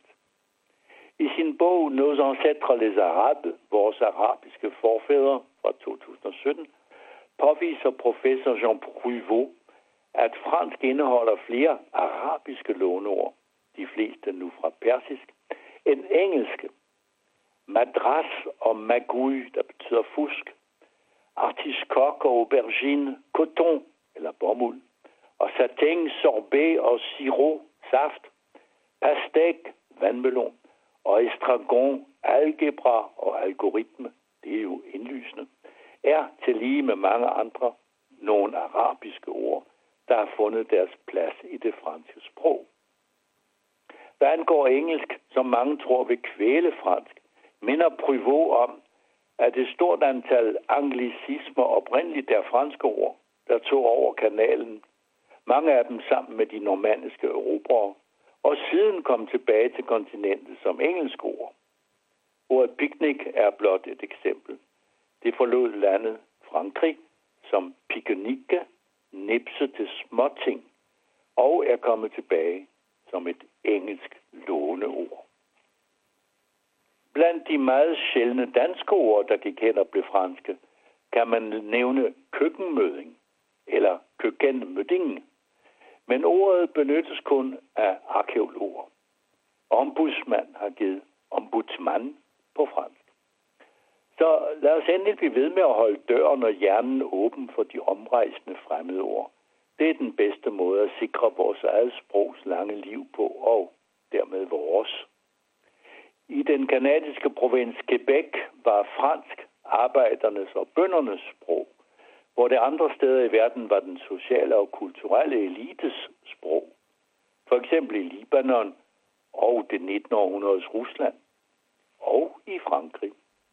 I sin bog Nos ancêtres les arabes, vores arabiske forfædre fra to tusind og sytten, påviser professor Jean Pruvot, at fransk indeholder flere arabiske låneord, de fleste nu fra persisk, end engelske. Madras og magouille, der betyder fusk, artiskokke og aubergine, coton eller bomuld, og satin, sorbet og sirop, saft, pastek, vandmelon, og estragon, algebra og algoritme, det er jo indlysende, er til lige med mange andre nogle arabiske ord, der har fundet deres plads i det franske sprog. Hvad angår engelsk, som mange tror vil kvæle fransk, minder Pruvot om, at et stort antal anglicismer oprindeligt er franske ord, der tog over kanalen, mange af dem sammen med de normanniske erobrere, og siden kom tilbage til kontinentet som engelske ord. Ordet picnic er blot et eksempel. Det forlod landet Frankrig som pique-nique, nipse til småting, og er kommet tilbage som et engelsk låneord. Blandt de meget sjældne danske ord, der gik hen og blev franske, kan man nævne køkkenmødding eller køkkenmødding. Men ordet benyttes kun af arkæologer. Ombudsmand har givet ombudsmand på fransk. Så lad os endelig blive ved med at holde døren og hjernen åben for de omrejsende fremmede ord. Det er den bedste måde at sikre vores eget sprogs lange liv på, og dermed vores. I den kanadiske provins Quebec var fransk arbejdernes og bøndernes sprog, hvor det andre steder i verden var den sociale og kulturelle elites sprog. For eksempel i Libanon og det nittende århundredes Rusland og i Frankrig.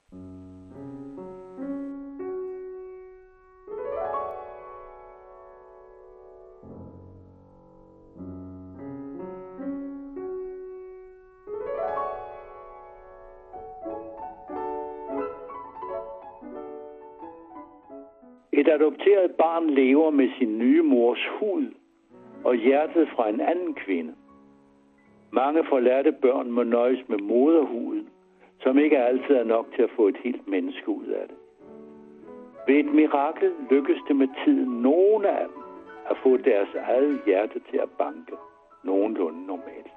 Et adopteret barn lever med sin nye mors hud og hjertet fra en anden kvinde. Mange forladte børn må nøjes med moderhuden, som ikke altid er nok til at få et helt menneske ud af det. Ved et mirakel lykkes det med tiden nogle af dem at få deres eget hjerte til at banke nogenlunde normalt.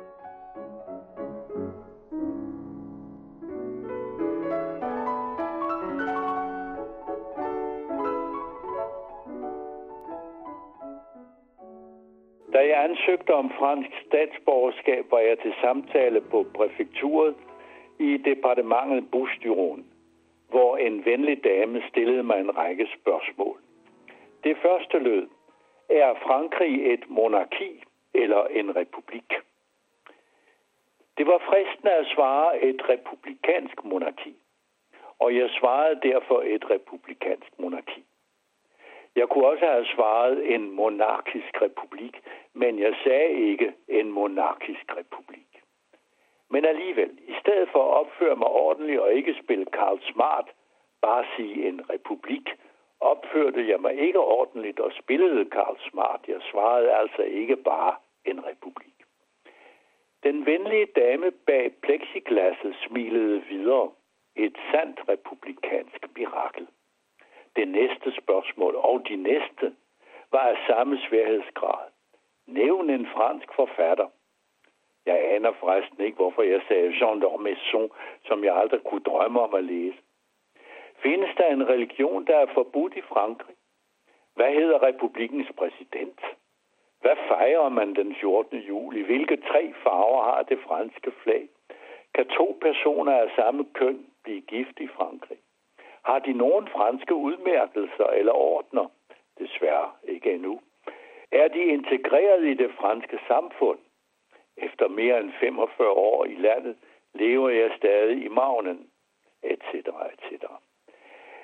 Da jeg ansøgte om fransk statsborgerskab, var jeg til samtale på præfekturet i departementet Bouches-du-Rhône, hvor en venlig dame stillede mig en række spørgsmål. Det første lød: er Frankrig et monarki eller en republik? Det var fristende at svare et republikansk monarki, og jeg svarede derfor et republikansk monarki. Jeg kunne også have svaret en monarkisk republik, men jeg sagde ikke en monarkisk republik. Men alligevel, i stedet for at opføre mig ordentligt og ikke spille Karl Smart, bare sige en republik, opførte jeg mig ikke ordentligt og spillede Karl Smart. Jeg svarede altså ikke bare en republik. Den venlige dame bag plexiglasset smilede videre. Et sandt republikansk mirakel. Det næste spørgsmål og de næste var af samme sværhedsgrad. Nævn en fransk forfatter. Jeg aner forresten ikke, hvorfor jeg sagde Jean d'Ormesson, som jeg aldrig kunne drømme om at læse. Findes der en religion, der er forbudt i Frankrig? Hvad hedder republikkens præsident? Hvad fejrer man den fjortende juli? Hvilke tre farver har det franske flag? Kan to personer af samme køn blive gift i Frankrig? Har de nogen franske udmærkelser eller ordner? Desværre ikke endnu. Er de integreret i det franske samfund? Efter mere end femogfyrre år i landet lever jeg stadig i Magnen, et cetera et cetera.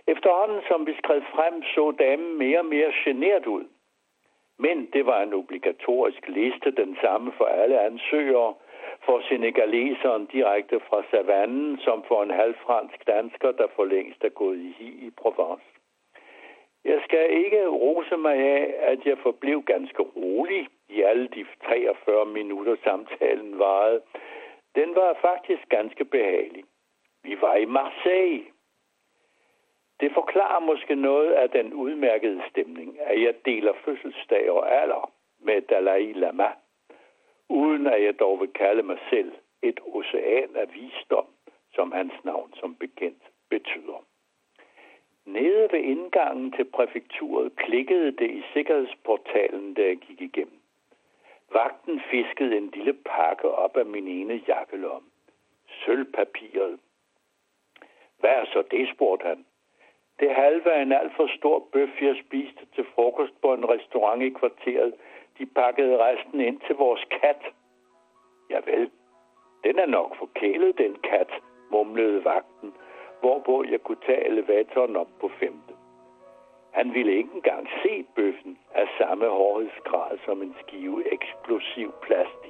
Efterhånden som vi skred frem, så damen mere og mere genert ud. Men det var en obligatorisk liste, den samme for alle ansøgere, for senegaleseren direkte fra savannen, som for en halvfransk dansker, der for længst er gået i hi i Provence. Jeg skal ikke rose mig af, at jeg forblev ganske rolig i alle de treogfyrre minutter samtalen varede. Den var faktisk ganske behagelig. Vi var i Marseille. Det forklarer måske noget af den udmærkede stemning, at jeg deler fødselsdag og alder med Dalai Lama, uden at jeg dog vil kalde mig selv et ocean af visdom, som hans navn som bekendt betyder. Nede ved indgangen til præfekturet klikkede det i sikkerhedsportalen, da jeg gik igennem. Vagten fiskede en lille pakke op af min ene jakkelomme. Sølvpapiret. Hvad er så det, spurgte han. Det halve af en alt for stor bøf, jeg spiste til frokost på en restaurant i kvarteret. De pakkede resten ind til vores kat. Javel, den er nok forkælet, den kat, mumlede vagten, hvorpå jeg kunne tage elevatoren op på femte. Han ville ikke engang se bøffen af samme hårdhedsgrad som en skive eksplosiv plastik.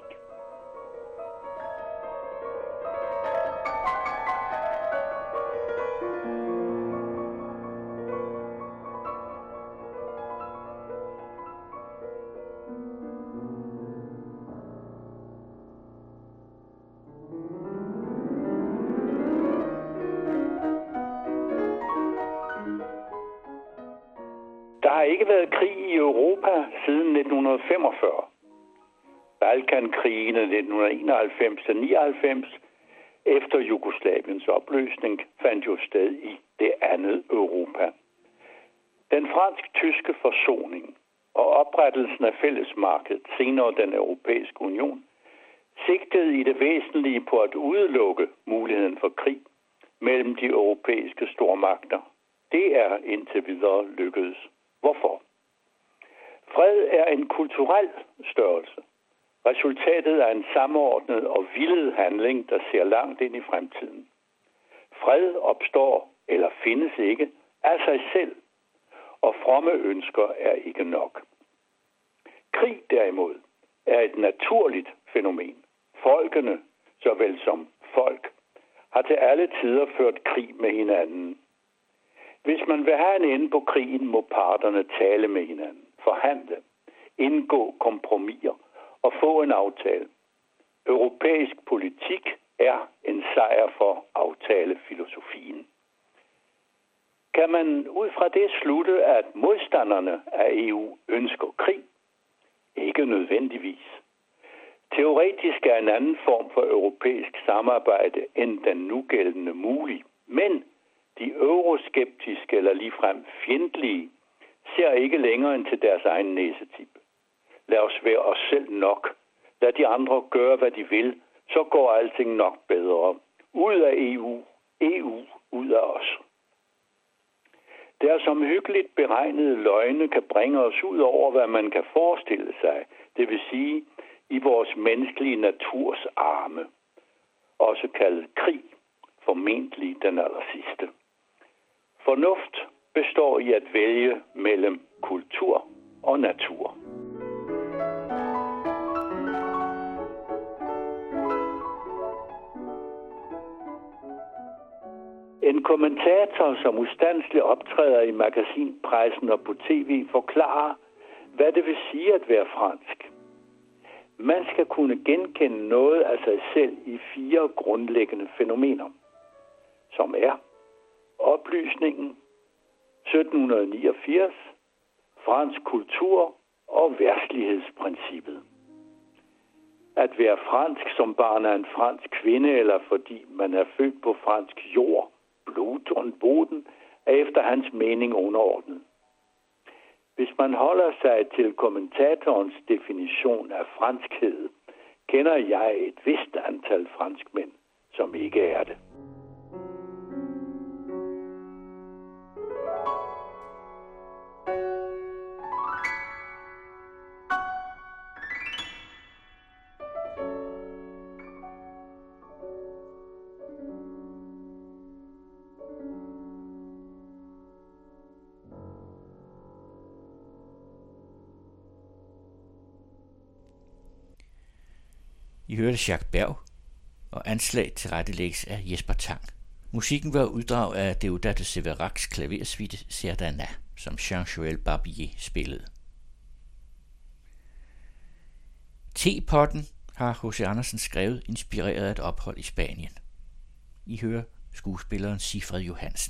Der har ikke været krig i Europa siden nitten femogfyrre. Balkankrigene nitten enoghalvfems til nioghalvfems efter Jugoslaviens opløsning fandt jo sted i det andet Europa. Den fransk-tyske forsoning og oprettelsen af fællesmarkedet, senere den europæiske union, sigtede i det væsentlige på at udelukke muligheden for krig mellem de europæiske stormagter. Det er indtil videre lykkedes. Hvorfor? Fred er en kulturel størrelse. Resultatet er en samordnet og villet handling, der ser langt ind i fremtiden. Fred opstår eller findes ikke af sig selv, og fromme ønsker er ikke nok. Krig derimod er et naturligt fænomen. Folkene, såvel som folk, har til alle tider ført krig med hinanden. Hvis man vil have en ende på krigen, må parterne tale med hinanden, forhandle, indgå kompromiser og få en aftale. Europæisk politik er en sejr for aftalefilosofien. Kan man ud fra det slutte, at modstanderne af E U ønsker krig? Ikke nødvendigvis. Teoretisk er en anden form for europæisk samarbejde end den nugældende mulig, men de euroskeptiske eller ligefrem fjendtlige ser ikke længere end til deres egen næsetip. Lad os være os selv nok. Lad de andre gøre, hvad de vil, så går alting nok bedre. Ud af E U, E U ud af os. Deres omhyggeligt beregnede løgne kan bringe os ud over, hvad man kan forestille sig, det vil sige i vores menneskelige naturs arme. Også kaldet krig, formentlig den aller sidste. Fornuft består i at vælge mellem kultur og natur. En kommentator, som ustandsligt optræder i magasinpressen og på tv, forklarer, hvad det vil sige at være fransk. Man skal kunne genkende noget af sig selv i fire grundlæggende fænomener, som er oplysningen, sytten niogfirs, fransk kultur og verdslighedsprincippet. At være fransk som barn af en fransk kvinde, eller fordi man er født på fransk jord, Blut und Boden, er efter hans mening underordnet. Hvis man holder sig til kommentatorens definition af franskhed, kender jeg et vist antal franskmænd, som ikke er det. hørte Jacques Berg, og anslag tilrettelægges af Jesper Tang. Musikken var uddrag af Deodat de Séveracs klaversuite Cerdana, som Jean-Joël Barbier spillede. Tepotten har H C Andersen skrevet inspireret af et ophold i Spanien. I hører skuespilleren Sigfred Johansen.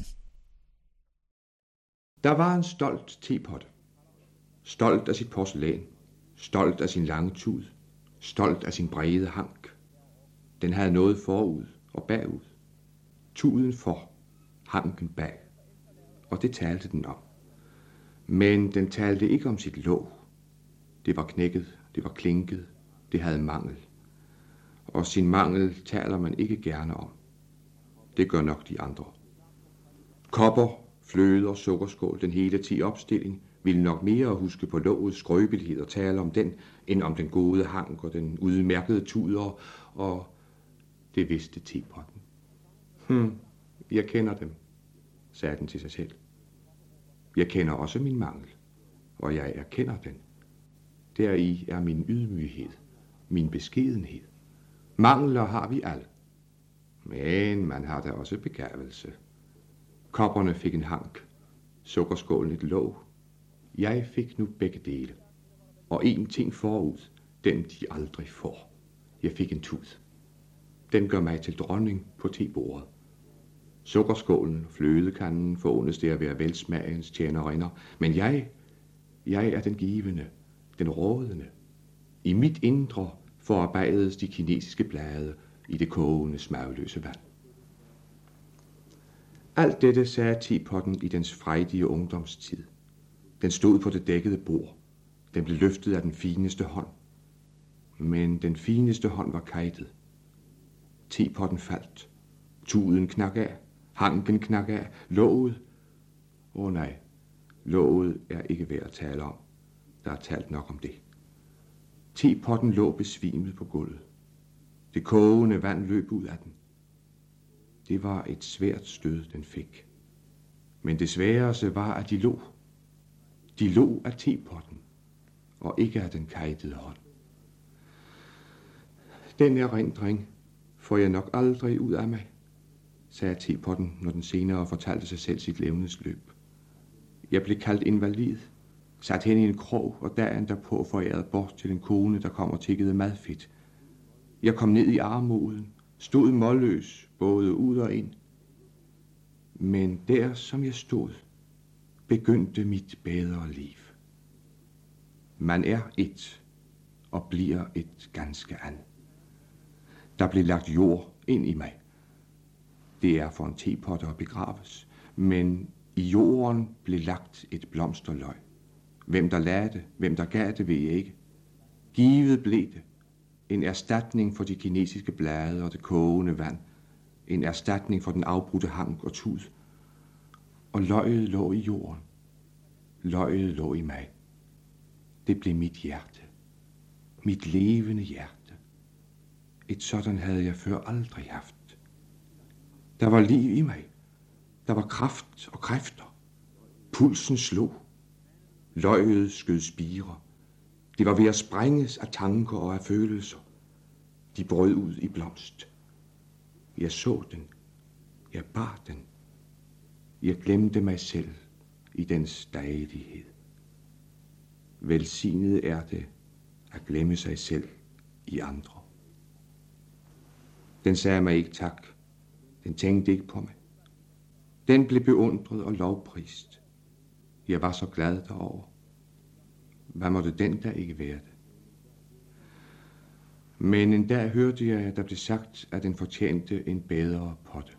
Der var en stolt tepot. Stolt af sit porcelæn. Stolt af sin lange tud. Stolt af sin brede hank. Den havde noget forud og bagud. Tuden for, hanken bag. Og det talte den om. Men den talte ikke om sit låg. Det var knækket, det var klinket, det havde mangel. Og sin mangel taler man ikke gerne om. Det gør nok de andre. Kopper, fløde og sukkerskål, den hele ti opstilling, ville nok mere huske på lågets skrøbelighed og tale om den, end om den gode hank og den udmærkede tuder, og det vidste tepotten. Hm, jeg kender dem, sagde den til sig selv. Jeg kender også min mangel, og jeg erkender den. Deri er min ydmyghed, min beskedenhed. Mangler har vi alle. Men man har da også begavelse. Kopperne fik en hank, sukkerskålen et låg. Jeg fik nu begge dele. Og en ting forud, den de aldrig får. Jeg fik en tud. Den gør mig til dronning på tebordet. Sukkerskålen og flødekanden forundes det at være velsmagens tjenerinder. Men jeg, jeg er den givende, den rådende. I mit indre forarbejdedes de kinesiske blade i det kogende, smagsløse vand. Alt dette sagde tepotten i dens frejdige ungdomstid. Den stod på det dækkede bord. Den blev løftet af den fineste hånd. Men den fineste hånd var kejtet. Tepotten faldt. Tuden knak af. Hanken knak af. Låget. Åh oh, nej, låget er ikke værd at tale om. Der er talt nok om det. Tepotten lå besvimet på gulvet. Det kogende vand løb ud af den. Det var et svært stød, den fik. Men det sværeste var, at de lå. De lå af tepotten, og ikke af den kejtede hånd. Den erindring får jeg nok aldrig ud af mig, sagde tepotten, når den senere fortalte sig selv sit levnedsløb. Jeg blev kaldt invalid, sat hen i en krog, og dagen derpå foræret bort til en kone, der kom og tiggede madfedt. Jeg kom ned i armoden, stod målløs, både ud og ind. Men der, som jeg stod, begyndte mit bedre liv. Man er et, og bliver et ganske andet. Der blev lagt jord ind i mig. Det er for en tepotte at begraves, men i jorden blev lagt et blomsterløg. Hvem der lagde det, hvem der gav det, ved jeg ikke. Givet blev det. En erstatning for de kinesiske blade og det kogende vand. En erstatning for den afbrudte hank og tud. Og løget lå i jorden. Løget lå i mig. Det blev mit hjerte. Mit levende hjerte. Et sådan havde jeg før aldrig haft. Der var liv i mig. Der var kraft og kræfter. Pulsen slog. Løget skød spirer. Det var ved at sprænges af tanker og af følelser. De brød ud i blomst. Jeg så den. Jeg bar den. Jeg glemte mig selv i dens dejlighed. Velsignet er det at glemme sig selv i andre. Den sagde mig ikke tak. Den tænkte ikke på mig. Den blev beundret og lovprist. Jeg var så glad derover. Hvad måtte den da ikke være det? Men en dag hørte jeg, at der blev sagt, at den fortjente en bedre potte.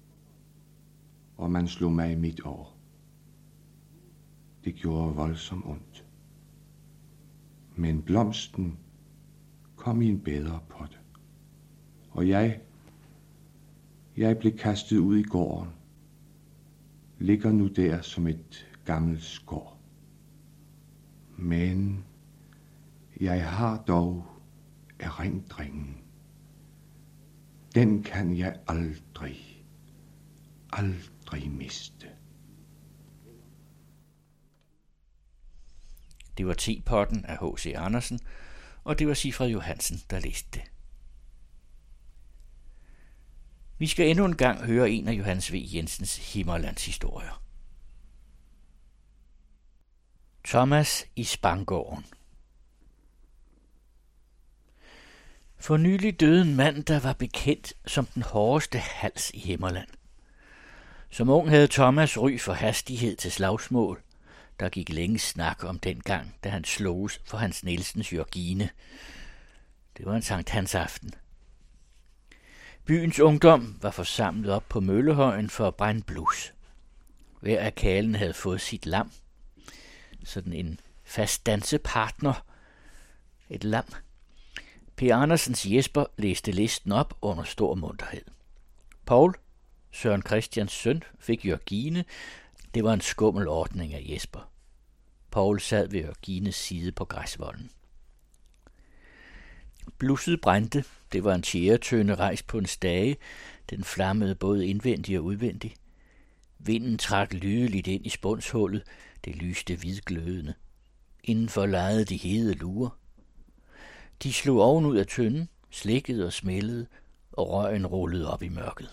Og man slog mig midt over. Det gjorde voldsomt ondt. Men blomsten kom i en bedre potte. Og jeg, jeg blev kastet ud i gården. Ligger nu der som et gammelt skår. Men jeg har dog erindringen. Den kan jeg aldrig, aldrig miste. Det var Tepotten af H C Andersen, og det var Sigfred Johansen, der læste det. Vi skal endnu en gang høre en af Johannes V. Jensens Himmerlands historier. Thomas i Spangården. For nylig døde en mand, der var bekendt som den hårdeste hals i Himmerland. Som ung havde Thomas ry for hastighed til slagsmål. Der gik længe snak om den gang, da han sloges for Hans Nielsens Jørgine. Det var en Sankt Hans aften. Byens ungdom var forsamlet op på Møllehøjen for at brænde blus. Hver af kalen havde fået sit lam. Sådan en fast dansepartner. Et lam. P. Andersens Jesper læste listen op under stor munterhed. Paul, Søren Christians søn, fik Jørgine. Det var en skummel ordning af Jesper. Paul sad ved Jørgines side på græsvolden. Blusset brændte. Det var en tjæretøne rejst på en stage. Den flammede både indvendig og udvendig. Vinden trak lydeligt ind i spunshullet. Det lyste hvidglødende. Indenfor legede de hede lurer. De slog ovenud af tønden, slikkede og smældede, og røgen rullede op i mørket.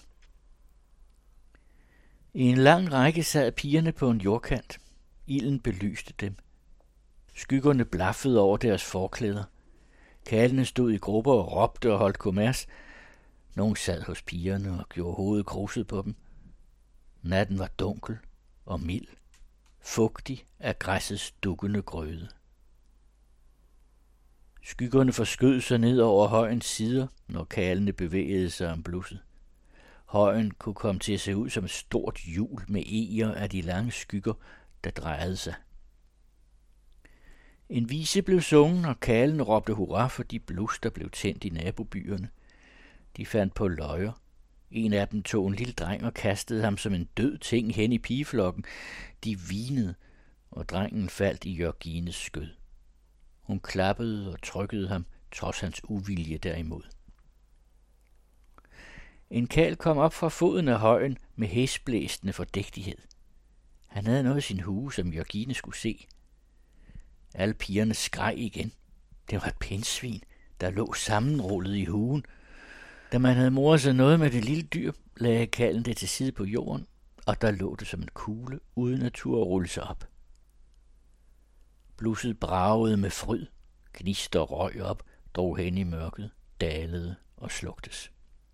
I en lang række sad pigerne på en jordkant. Ilden belyste dem. Skyggerne blaffede over deres forklæder. Kaldene stod i grupper og råbte og holdt kommers. Nogle sad hos pigerne og gjorde hovedet kruset på dem. Natten var dunkel og mild, fugtig af græssets dukkende grøde. Skyggerne forskød sig ned over højens sider, når kaldene bevægede sig om blusset. Højen kunne komme til at se ud som et stort hjul med eger af de lange skygger, der drejede sig. En vise blev sunget, og kalen råbte hurra for de blus, der blev tændt i nabobyerne. De fandt på løjer. En af dem tog en lille dreng og kastede ham som en død ting hen i pigeflokken. De vinede, og drengen faldt i Jørgines skød. Hun klappede og trykkede ham, trods hans uvilje derimod. En kal kom op fra foden af højen med hæsblæsende fordægtighed. Han havde noget i sin hue, som Jørgine skulle se. Alle pigerne skreg igen. Det var et pindsvin, der lå sammenrullet i hugen. Da man havde moret sig noget med det lille dyr, lagde kalden det til side på jorden, og der lå det som en kugle, uden at turde rulle sig op. Blusset bragede med fryd, gnist og røg op, drog hen i mørket, dalede og slugtes.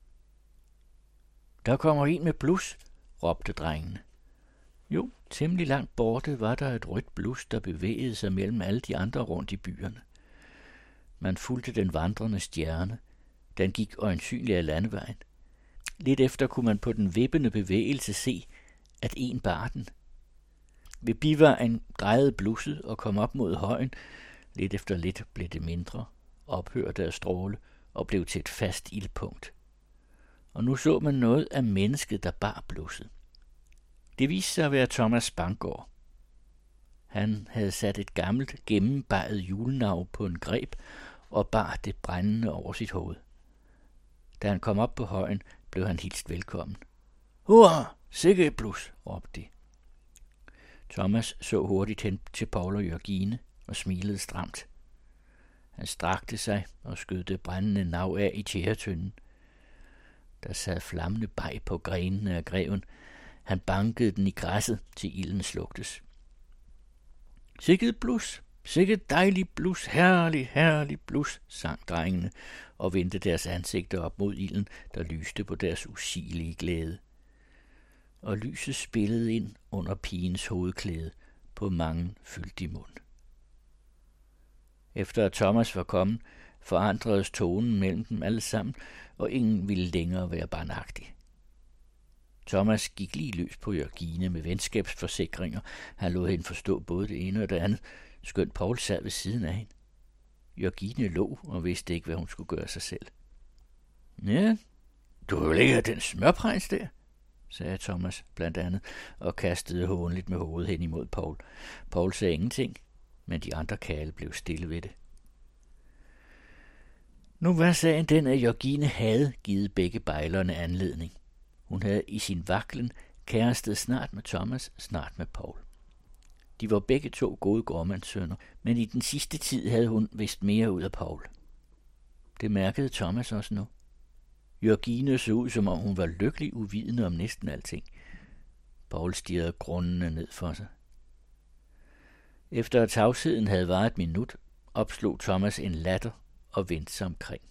Der kommer en med blus, råbte drengene. Jo, temmelig langt borte var der et rødt blus, der bevægede sig mellem alle de andre rundt i byerne. Man fulgte den vandrende stjerne. Den gik øjensynlig af landevejen. Lidt efter kunne man på den vippende bevægelse se, at en bar den. Ved bivejen drejede blusset og kom op mod højen. Lidt efter lidt blev det mindre, ophørte at stråle og blev til et fast ildpunkt. Og nu så man noget af mennesket, der bar blusset. Det viste sig at være Thomas Spangård. Han havde sat et gammelt, gennembejet julenavn på en greb og bar det brændende over sit hoved. Da han kom op på højen, blev han hilst velkommen. Hurra, sikke et blus, råbte de. Thomas så hurtigt hen til Paul og Jørgine og smilede stramt. Han strakte sig og skød det brændende nav af i tjæretønden. Der sad flammende bag på grenene af greven. Han bankede den i græsset, til ilden slugtes. Sikke et blus, sikke et dejligt blus, herlig, herlig blus, sang drengene og vendte deres ansigter op mod ilden, der lyste på deres usigelige glæde. Og lyset spillede ind under pigens hovedklæde på mange fyldig mund. Efter at Thomas var kommet, forandredes tonen mellem dem alle sammen, og ingen ville længere være barnagtig. Thomas gik lige løs på Jørgine med venskabsforsikringer. Han lod hende forstå både det ene og det andet, skønt Paul sad ved siden af hende. Jørgine lå og vidste ikke, hvad hun skulle gøre sig selv. Ja, du vil ikke have den smørprins der, sagde Thomas blandt andet, og kastede hånligt med hovedet hen imod Paul. Paul sagde ingenting, men de andre karle blev stille ved det. Nu var sagen den, at Jørgine havde givet begge bejlerne anledning. Hun havde i sin vaklen kærestet snart med Thomas, snart med Paul. De var begge to gode gårdmandssønner, men i den sidste tid havde hun vist mere ud af Paul. Det mærkede Thomas også nu. Jørgine så ud, som om hun var lykkelig uvidende om næsten alting. Paul stirrede grundene ned for sig. Efter at tavsheden havde varet et minut, opslog Thomas en latter og vendte sig omkring.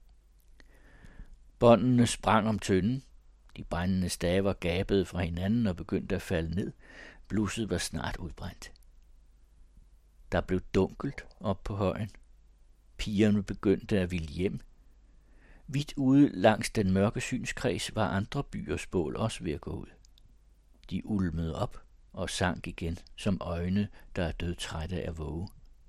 Båndene sprang om tønden, de brændende staver gabede fra hinanden og begyndte at falde ned. Blusset var snart udbrændt. Der blev dunkelt op på højen. Pigerne begyndte at ville hjem. Vidt ude langs den mørke synskreds var andre byers bål også ved at gå ud. De ulmede op og sank igen som øjne, der er dødtrætte af våge.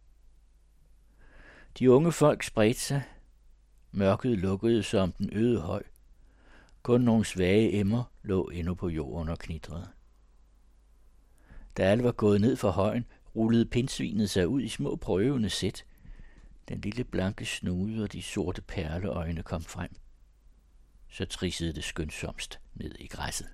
De unge folk spredte sig. Mørket lukkede sig om den øde høj. Kun nogle svage emmer lå endnu på jorden og knitrede. Da alle var gået ned fra højen, rullede pindsvinet sig ud i små prøvende sæt. Den lille blanke snude og de sorte perleøjne kom frem. Så trissede det skønsomst ned i græsset.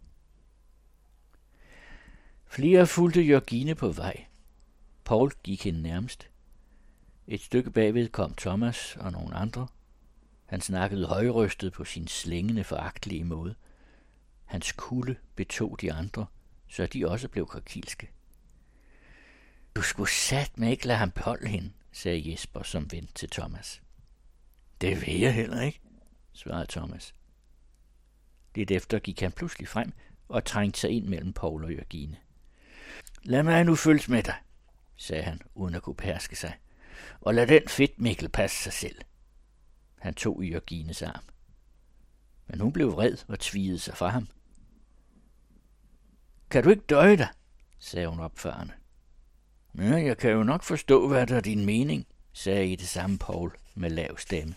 Flere fulgte Jørgine på vej. Paul gik hende nærmest. Et stykke bagved kom Thomas og nogle andre. Han snakkede højrøstet på sin slængende foragtelige måde. Hans kulde betog de andre, så de også blev krakilske. Du skulle satme ikke lade ham beholde hende, sagde Jesper, som vendte til Thomas. Det vil jeg heller ikke, svarede Thomas. Lidt efter gik han pludselig frem og trængte sig ind mellem Paul og Jørgine. Lad mig nu følges med dig, sagde han, uden at kunne perske sig, og lad den fedt Mikkel passe sig selv. Han tog i Jørgines arm. Men hun blev vred og tvivede sig fra ham. Kan du ikke døje dig, sagde hun opfarende. Ja, jeg kan jo nok forstå, hvad der er din mening, sagde i det samme Paul med lav stemme.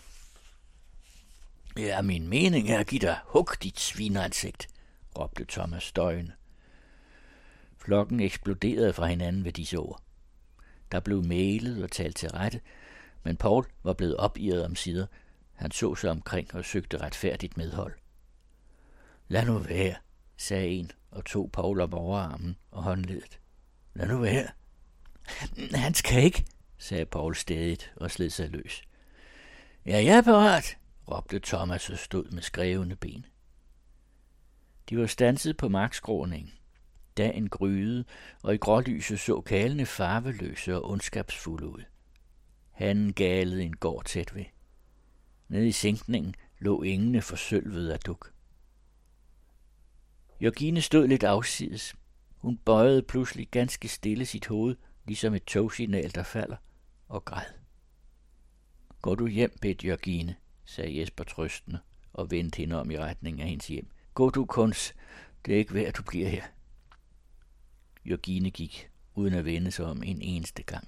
Ja, min mening er at give dig hug, dit svineansigt, råbte Thomas støjende. Flokken eksploderede fra hinanden ved disse ord. Der blev mælet og talt til rette, men Paul var blevet opirret om sider. Han så sig omkring og søgte retfærdigt medhold. Lad nu være, sagde en og tog Paul om overarmen og håndledet. Lad nu være. Han skal ikke, sagde Paul stædigt og sled sig løs. Ja, jeg er parat, råbte Thomas og stod med skrevne ben. De var standset på markskråningen. Dagen gryede, og i grålyset så kalene farveløse og ondskabsfulde ud. Hanen galede en gård tæt ved. Nede i sænkningen lå engene forsølvet af duk. Jørgine stod lidt afsides. Hun bøjede pludselig ganske stille sit hoved, ligesom et togsignal, der falder, og græd. Går du hjem, bedt Jørgine, sagde Jesper trøstende og vendte hende om i retning af hendes hjem. Gå du, Kunst, det er ikke værd, at du bliver her. Jørgine gik, uden at vende sig om en eneste gang.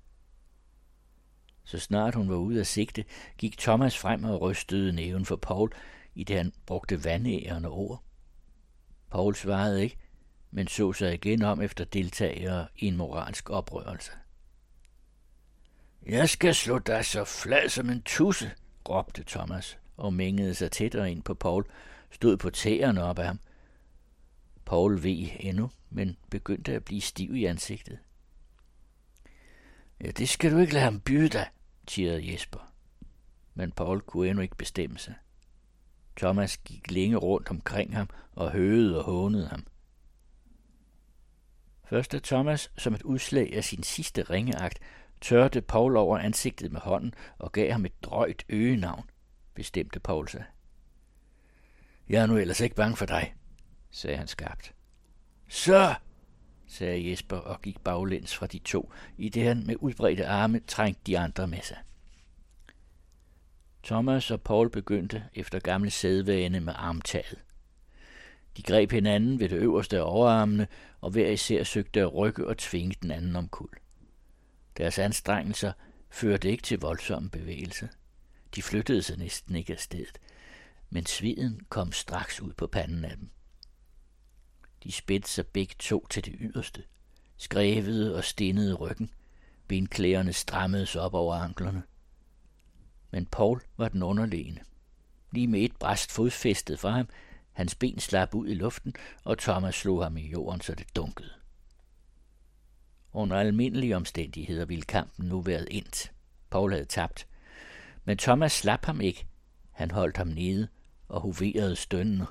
Så snart hun var ude af sigte, gik Thomas frem og rystede næven for Paul, i det han brugte vandærende ord. Paul svarede ikke, men så sig igen om efter deltagere i en moralsk oprørelse. Jeg skal slå dig så flad som en tusse, råbte Thomas og mængede sig tættere ind på Paul, stod på tæerne op af ham. Paul veg endnu, men begyndte at blive stiv i ansigtet. Ja, det skal du ikke lade ham byde dig, tirrede Jesper. Men Paul kunne endnu ikke bestemme sig. Thomas gik længe rundt omkring ham og høvede og hånede ham. Først da Thomas, som et udslag af sin sidste ringeagt, tørte Paul over ansigtet med hånden og gav ham et drøjt øgenavn, bestemte Paul sig. Jeg er nu ellers ikke bange for dig, sagde han skarpt. Så, sagde Jesper og gik baglæns fra de to, i det han med udbredte arme trængte de andre med sig. Thomas og Paul begyndte efter gamle sædvane med armtaget. De greb hinanden ved det øverste af overarmene, og hver især søgte at rykke og tvinge den anden omkuld. Deres anstrengelser førte ikke til voldsomme bevægelser. De flyttede sig næsten ikke af stedet, men sveden kom straks ud på panden af dem. De spændte sig begge to til det yderste, skrevede og stenede ryggen, benklæderne strammedes op over anklerne. Men Paul var den underlegne. Lige med et bræst fodfæstet fra ham, hans ben slap ud i luften, og Thomas slog ham i jorden, så det dunkede. Under almindelige omstændigheder ville kampen nu været endt. Paul havde tabt. Men Thomas slap ham ikke. Han holdt ham nede og hoverede stønnende.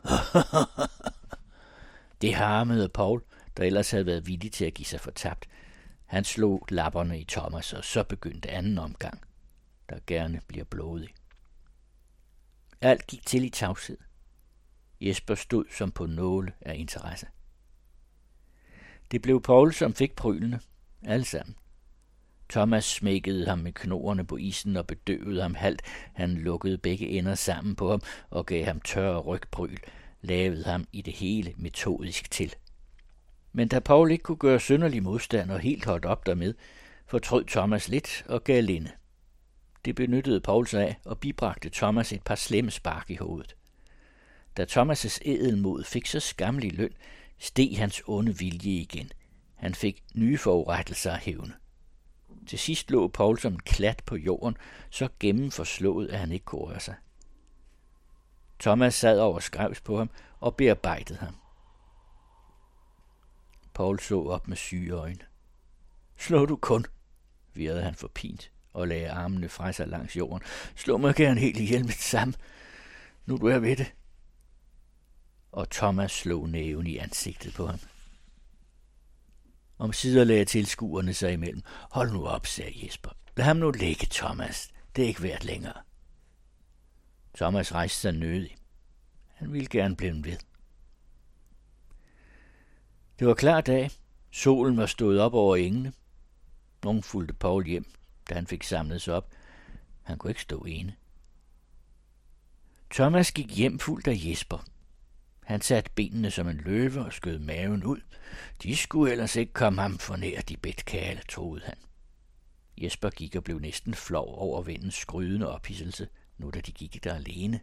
Det harmede Paul, der ellers havde været villig til at give sig fortabt. Han slog lapperne i Thomas, og så begyndte anden omgang, der gerne bliver blodig. Alt gik til i tavshed. Jesper stod som på nåle af interesse. Det blev Paul, som fik prylene, alle sammen. Thomas smækkede ham med knoerne på isen og bedøvede ham halvt. Han lukkede begge ender sammen på ham og gav ham tørre rygpryl, lavede ham i det hele metodisk til. Men da Paul ikke kunne gøre synderlig modstand og helt holdt op dermed, fortrød Thomas lidt og gav linde. Det benyttede Paul sig af og bibragte Thomas et par slemme spark i hovedet. Da Thomas' ædelmod fik så skammelig løn, steg hans onde vilje igen. Han fik nye forurettelser af hævne. Til sidst lå Paul som en klat på jorden, så gennemforslået, at han ikke kunne røre sig. Thomas sad over skrevs på ham og bearbejdede ham. Paul så op med syge øjne. Slå du kun, virrede han forpint og lagde armene fra sig langs jorden. Slå mig gerne helt ihjel med det samme. Nu du er ved det. Og Thomas slog næven i ansigtet på ham. Omsider lagde tilskuerne sig imellem. Hold nu op, sagde Jesper. Lad ham nu ligge, Thomas. Det er ikke værd længere. Thomas rejste sig nødig. Han ville gerne blive ved. Det var klar dag. Solen var stået op over engene. Nogen fulgte Paul hjem, da han fik samlet sig op. Han kunne ikke stå ene. Thomas gik hjem fuldt af Jesper. Han satte benene som en løve og skød maven ud. De skulle ellers ikke komme ham for nær de bedkale, troede han. Jesper gik og blev næsten flov over vindens skrydende ophidselse, nu da de gik der alene.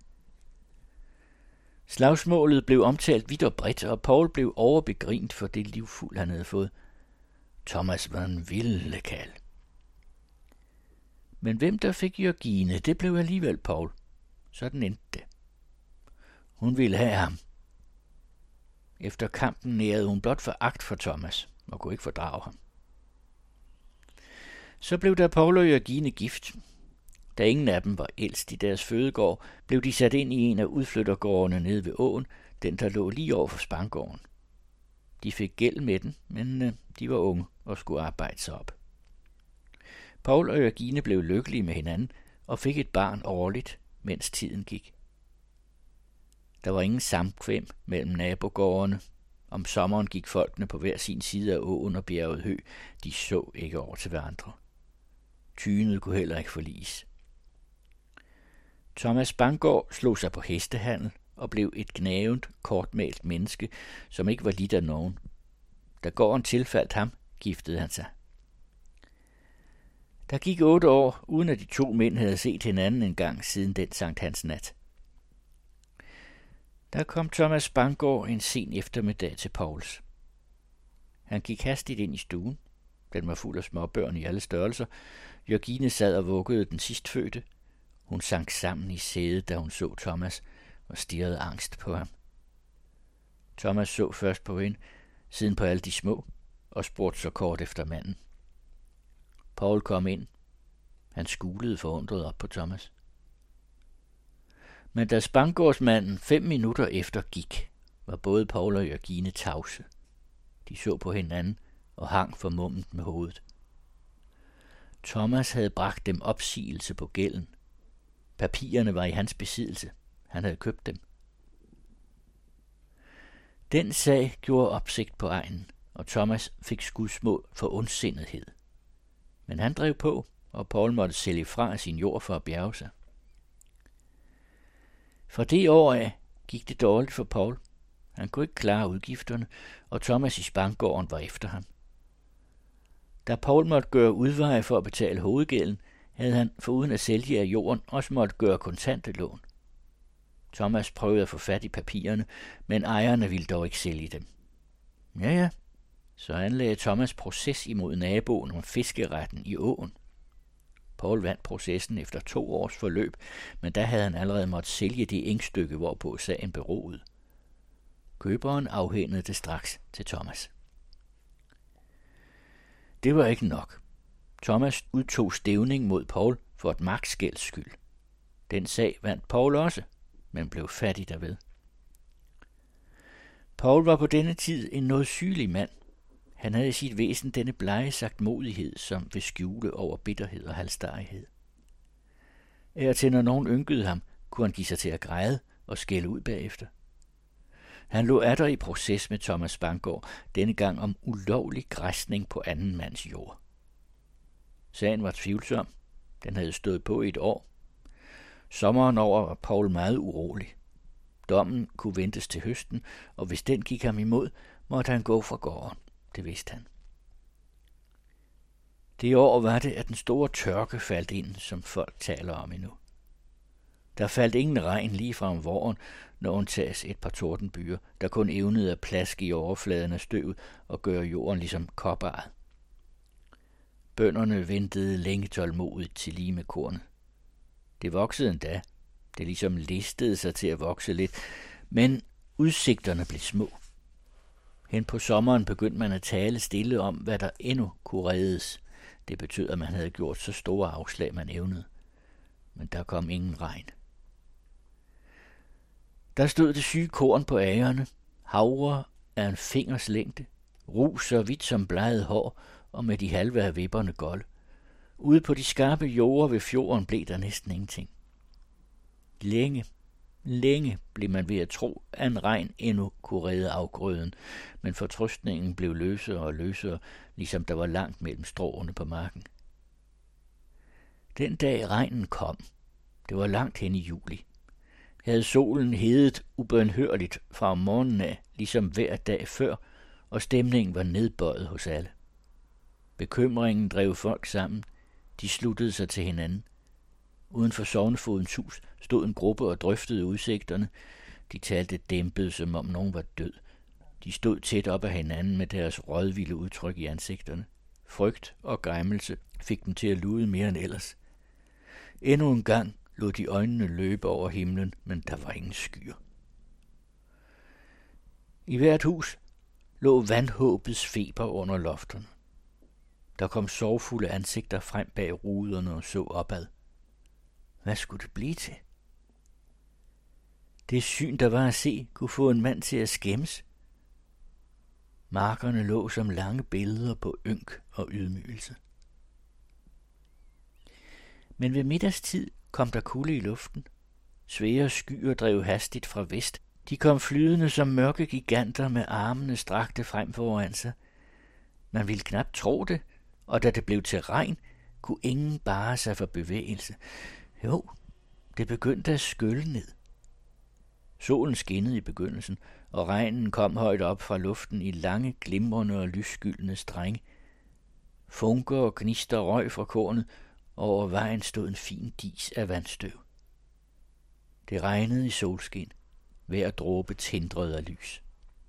Slagsmålet blev omtalt vidt og bredt, og Paul blev overbegrint for det livfuld, han havde fået. Thomas var en vilde kald. Men hvem der fik Jørgine, det blev alligevel Paul. Sådan endte det. Hun ville have ham. Efter kampen nærede hun blot foragt for Thomas og kunne ikke fordrage ham. Så blev der Paul og Jørgine gift. Da ingen af dem var ældst i deres fødegård, blev de sat ind i en af udflyttergårdene nede ved åen, den der lå lige over for Spangården. De fik gæld med den, men øh, de var unge og skulle arbejde sig op. Paul og Jørgine blev lykkelige med hinanden og fik et barn årligt, mens tiden gik. Der var ingen samkvem mellem nabogårdene. Om sommeren gik folkene på hver sin side af åen og bjerget hø. De så ikke over til hverandre. Tynet kunne heller ikke forliges. Thomas Spangård slog sig på hestehandel og blev et gnavent, kortmalt menneske, som ikke var lidt af nogen. Da gården tilfaldt ham, giftede han sig. Der gik otte år, uden at de to mænd havde set hinanden en gang siden den Sankt Hans nat. Der kom Thomas Spangård en sen eftermiddag til Pauls. Han gik hastigt ind i stuen. Den var fuld af småbørn i alle størrelser. Jørgine sad og vuggede den sidstfødte. Hun sank sammen i sædet, da hun så Thomas, og stirrede angst på ham. Thomas så først på hende, siden på alle de små, og spurgte så kort efter manden. Paul kom ind. Han skulede forundret op på Thomas. Men da Spangårdsmanden fem minutter efter gik, var både Paul og Jørgine tavse. De så på hinanden og hang formummet med hovedet. Thomas havde bragt dem opsigelse på gælden. Papirerne var i hans besiddelse. Han havde købt dem. Den sag gjorde opsigt på egnen, og Thomas fik skudsmål for ondsindethed. Men han drev på, og Paul måtte sælge fra sin jord for at bjerge sig. Fra det år af gik det dårligt for Paul. Han kunne ikke klare udgifterne, og Thomas i Spangården var efter ham. Da Paul måtte gøre udveje for at betale hovedgælden, havde han foruden at sælge af jorden også måtte gøre kontante lån. Thomas prøvede at få fat i papirerne, men ejerne ville dog ikke sælge dem. Ja, ja, så anlagde Thomas proces imod naboen om fiskeretten i åen. Paul vandt processen efter to års forløb, men da havde han allerede måttet sælge det engstykke, hvorpå sagen beroede. Køberen afhændede det straks til Thomas. Det var ikke nok. Thomas udtog stævning mod Paul for et magtskælds skyld. Den sag vandt Paul også, men blev fattig derved. Paul var på denne tid en noget sygelig mand. Han havde i sit væsen denne blege sagtmodighed, som vil skjule over bitterhed og halsstarrighed. Af og til, når nogen ynkede ham, kunne han give sig til at græde og skælde ud bagefter. Han lå atter i proces med Thomas Spanggaard, denne gang om ulovlig græsning på anden mands jord. Sagen var tvivlsom. Den havde stået på i et år. Sommeren over var Paul meget urolig. Dommen kunne ventes til høsten, og hvis den gik ham imod, måtte han gå fra gården. Det vidste han. Det år var det, at den store tørke faldt ind, som folk taler om endnu. Der faldt ingen regn lige fra om våren, når undtages et par tordenbyer, der kun evnede at plaske i overfladen af støvet og gøre jorden ligesom kopperet. Bønderne ventede længe tålmodigt til lige med kornet. Det voksede endda. Det ligesom listede sig til at vokse lidt, men udsigterne blev små. Hen på sommeren begyndte man at tale stille om, hvad der endnu kunne reddes. Det betød, at man havde gjort så store afslag, man evnede. Men der kom ingen regn. Der stod det syge korn på agerne, havre af en fingers længde, rus så vidt som bleget hår, og med de halve af vipperne golde. Ude på de skarpe jorder ved fjorden blev der næsten ingenting. Længe, længe blev man ved at tro, at en regn endnu kunne redde afgrøden, men fortrøstningen blev løsere og løsere, ligesom der var langt mellem stråene på marken. Den dag regnen kom, det var langt hen i juli, havde solen hedet ubønhørligt fra om morgenen af, ligesom hver dag før, og stemningen var nedbøjet hos alle. Bekymringen drev folk sammen, de sluttede sig til hinanden. Uden for sognefogedens hus stod en gruppe og drøftede udsigterne. De talte dæmpet, som om nogen var død. De stod tæt op ad hinanden med deres rådvilde udtryk i ansigterne. Frygt og græmmelse fik dem til at lude mere end ellers. Endnu en gang lod de øjnene løbe over himlen, men der var ingen skyer. I hvert hus lå vandhåbets feber under lofterne. Der kom sorgfulde ansigter frem bag ruderne og så opad. Hvad skulle det blive til? Det syn, der var at se, kunne få en mand til at skæmmes. Markerne lå som lange billeder på ynk og ydmygelse. Men ved middagstid kom der kulde i luften. Svære skyer drev hastigt fra vest. De kom flydende som mørke giganter med armene strakte frem foran sig. Man ville knap tro det, og da det blev til regn, kunne ingen bare sig for bevægelse. Jo, det begyndte at skylle ned. Solen skinnede i begyndelsen, og regnen kom højt op fra luften i lange, glimrende og lysskyldne strenge. Funker og gnister røg fra kornet, og over vejen stod en fin dis af vandstøv. Det regnede i solskin, hver dråbe tindrede af lys.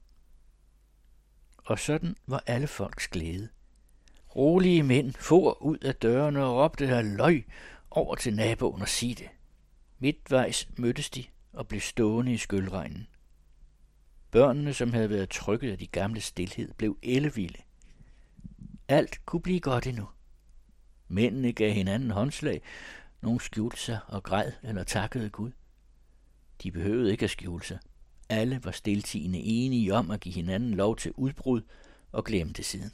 Og sådan var alle folks glæde. Rolige mænd for ud af dørene og råbte halløj over til naboen og sig det. Midtvejs mødtes de og blev stående i skyldregnen. Børnene, som havde været trykket af de gamle stilhed, blev ellevilde. Alt kunne blive godt endnu. Mændene gav hinanden håndslag, nogle skjulte sig og græd eller takkede Gud. De behøvede ikke at skjule sig. Alle var stiltigende enige om at give hinanden lov til udbrud og glemte siden.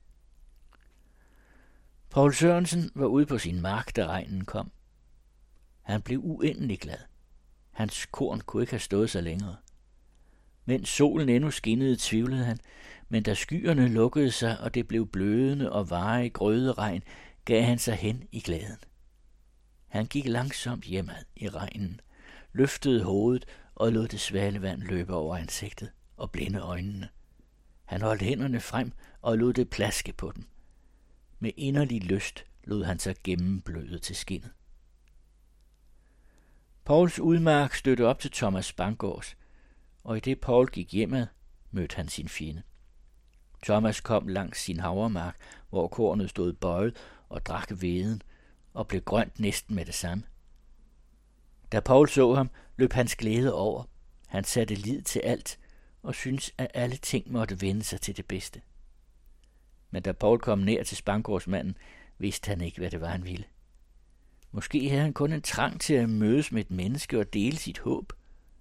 Paul Sørensen var ude på sin mark, da regnen kom. Han blev uendelig glad. Hans korn kunne ikke have stået sig længere. Mens solen endnu skinnede, tvivlede han, men da skyerne lukkede sig, og det blev blødende og varig grøderegn, gav han sig hen i glæden. Han gik langsomt hjemad i regnen, løftede hovedet og lod det svale vand løbe over ansigtet og blinde øjnene. Han holdt hænderne frem og lod det plaske på dem. Med inderlig lyst lod han sig gennembløde til skindet. Pauls udmark stødte op til Thomas Spanggaards, og i det Paul gik hjemad, mødte han sin fjende. Thomas kom langs sin havremark, hvor kornet stod bøjet og drak veden, og blev grønt næsten med det samme. Da Paul så ham, løb hans glæde over. Han satte lid til alt, og syntes, at alle ting måtte vende sig til det bedste. Men da Paul kom nær til Spanggaardsmanden, vidste han ikke, hvad det var, han ville. Måske havde han kun en trang til at mødes med et menneske og dele sit håb.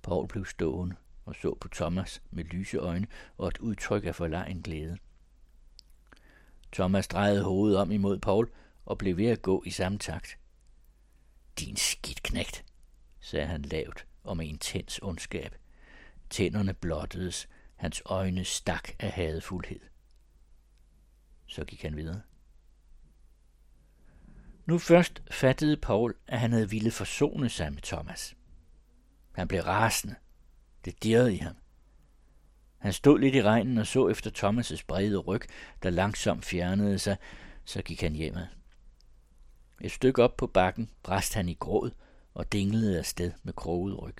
Paul blev stående og så på Thomas med lyse øjne og et udtryk af forlegen glæde. Thomas drejede hovedet om imod Paul og blev ved at gå i samme takt. Din skidtknægt, sagde han lavt og med intens ondskab. Tænderne blottedes, hans øjne stak af hadefuldhed. Så gik han videre. Nu først fattede Paul, at han havde ville forsone sig med Thomas. Han blev rasende. Det dirrede i ham. Han stod lidt i regnen og så efter Thomas' brede ryg, der langsomt fjernede sig, så gik han hjemad. Et stykke op på bakken brast han i gråd og dinglede afsted med kroget ryg.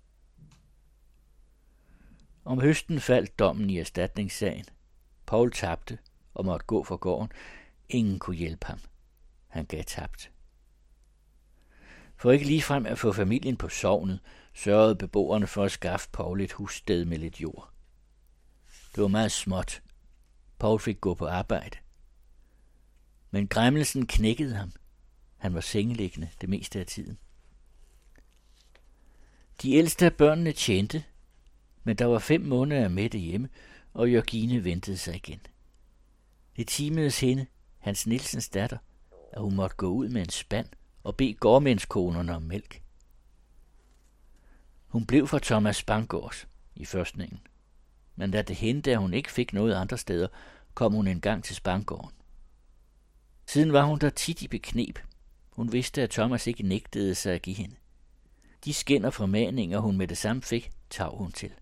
Om høsten faldt dommen i erstatningssagen. Paul tabte og måtte gå fra gården. Ingen kunne hjælpe ham. Han gav tabt. For ikke ligefrem at få familien på sognet, sørgede beboerne for at skaffe Paul et hussted med lidt jord. Det var meget småt. Paul fik gå på arbejde. Men græmmelsen knækkede ham. Han var sengeliggende det meste af tiden. De ældste af børnene tjente, men der var fem måneder af Mette hjemme, og Jørgine ventede sig igen. Det timedes hende, Hans Nielsens datter, at hun måtte gå ud med en spand og bede gårdmændskonerne om mælk. Hun blev fra Thomas Spangårds i førstningen, men da det hente, at hun ikke fik noget andre steder, kom hun en gang til Spangården. Siden var hun der tit i bekneb. Hun vidste, at Thomas ikke nægtede sig at give hende. De skænd og formaninger, hun med det samme fik, tav hun til.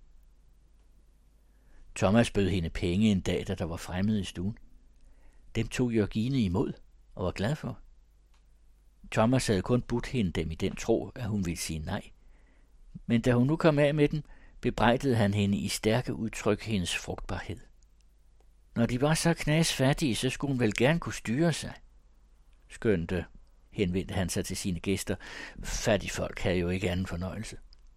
Thomas bød hende penge en dag, da der var fremmede i stuen. Dem tog Jørgine imod og var glad for. Thomas havde kun budt hende dem i den tro, at hun ville sige nej. Men da hun nu kom af med dem, bebrejdede han hende i stærke udtryk hendes frugtbarhed. Når de var så knasfattige, så skulle hun vel gerne kunne styre sig. Skønte, henvendte han sig til sine gæster. Fattige folk havde jo ikke anden fornøjelse.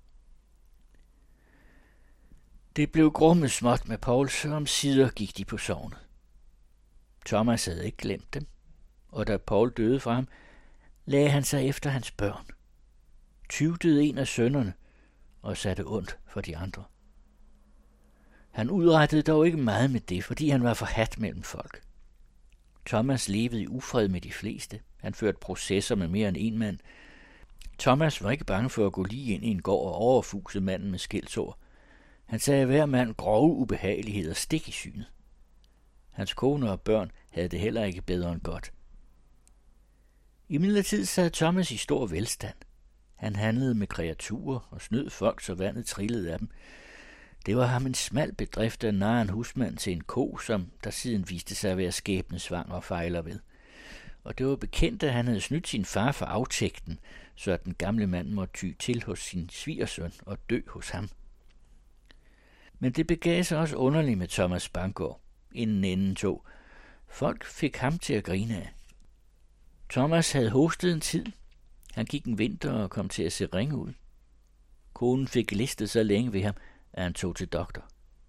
Det blev grummet småt med Paul, så omsider gik de på sognet. Thomas havde ikke glemt dem, og da Paul døde fra ham, lagde han sig efter hans børn, tyvdede en af sønnerne og satte ondt for de andre. Han udrettede dog ikke meget med det, fordi han var forhadt mellem folk. Thomas levede i ufred med de fleste. Han førte processer med mere end en mand. Thomas var ikke bange for at gå lige ind i en gård og overfuse manden med skældsord. Han sagde hver mand grove ubehageligheder stik i synet. Hans kone og børn havde det heller ikke bedre end godt. I midlertid sad Thomas i stor velstand. Han handlede med kreaturer og snød folk, så vandet trillede af dem. Det var ham en smal bedrift at narre en husmand til en ko, som der siden viste sig at være skæbnesvang og fejler ved. Og det var bekendt, at han havde snydt sin far for aftægten, så at den gamle mand måtte ty til hos sin svigersøn og dø hos ham. Men det begav sig også underligt med Thomas Spangård, inden enden tog. Folk fik ham til at grine af. Thomas havde hostet en tid. Han gik en vinter og kom til at se ringe ud. Konen fik listet så længe ved ham, at han tog til doktor.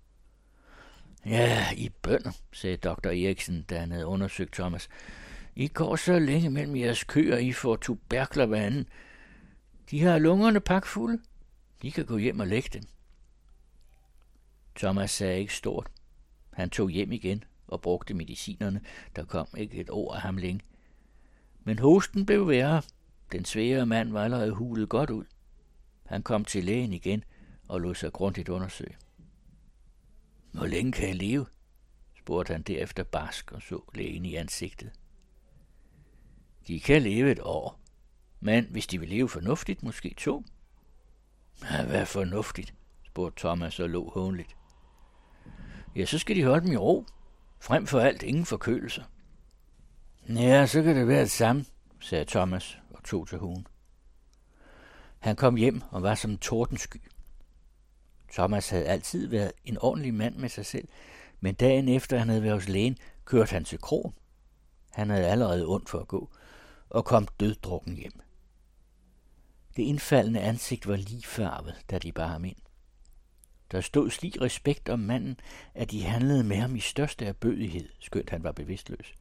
Ja, I bønder, sagde doktor Eriksen, da han havde undersøgt Thomas. I går så længe mellem jeres køer, I får tuberkler hver anden. De har lungerne pakfulde. De kan gå hjem og lægge dem. Thomas sagde ikke stort. Han tog hjem igen og brugte medicinerne. Der kom ikke et ord af ham længe. Men hosten blev værre. Den svære mand var allerede hulet godt ud. Han kom til lægen igen og lod sig grundigt undersøge. Hvor længe kan jeg leve? Spurgte han derefter barsk og så lægen i ansigtet. De kan leve et år, men hvis de vil leve fornuftigt, måske to. Ja, hvad er fornuftigt? Spurgte Thomas og lå hånligt. Ja, så skal de holde dem i ro. Frem for alt ingen forkølelser. Ja, så kan det være det samme, sagde Thomas og tog til hugen. Han kom hjem og var som en tordensky. Thomas havde altid været en ordentlig mand med sig selv, men dagen efter han havde været hos lægen, kørte han til krogen. Han havde allerede ondt for at gå, og kom døddrukken hjem. Det indfaldende ansigt var ligfarvet, da de bar ham ind. Der stod slig respekt om manden, at de handlede med ham i største erbødighed, skønt han var bevidstløs.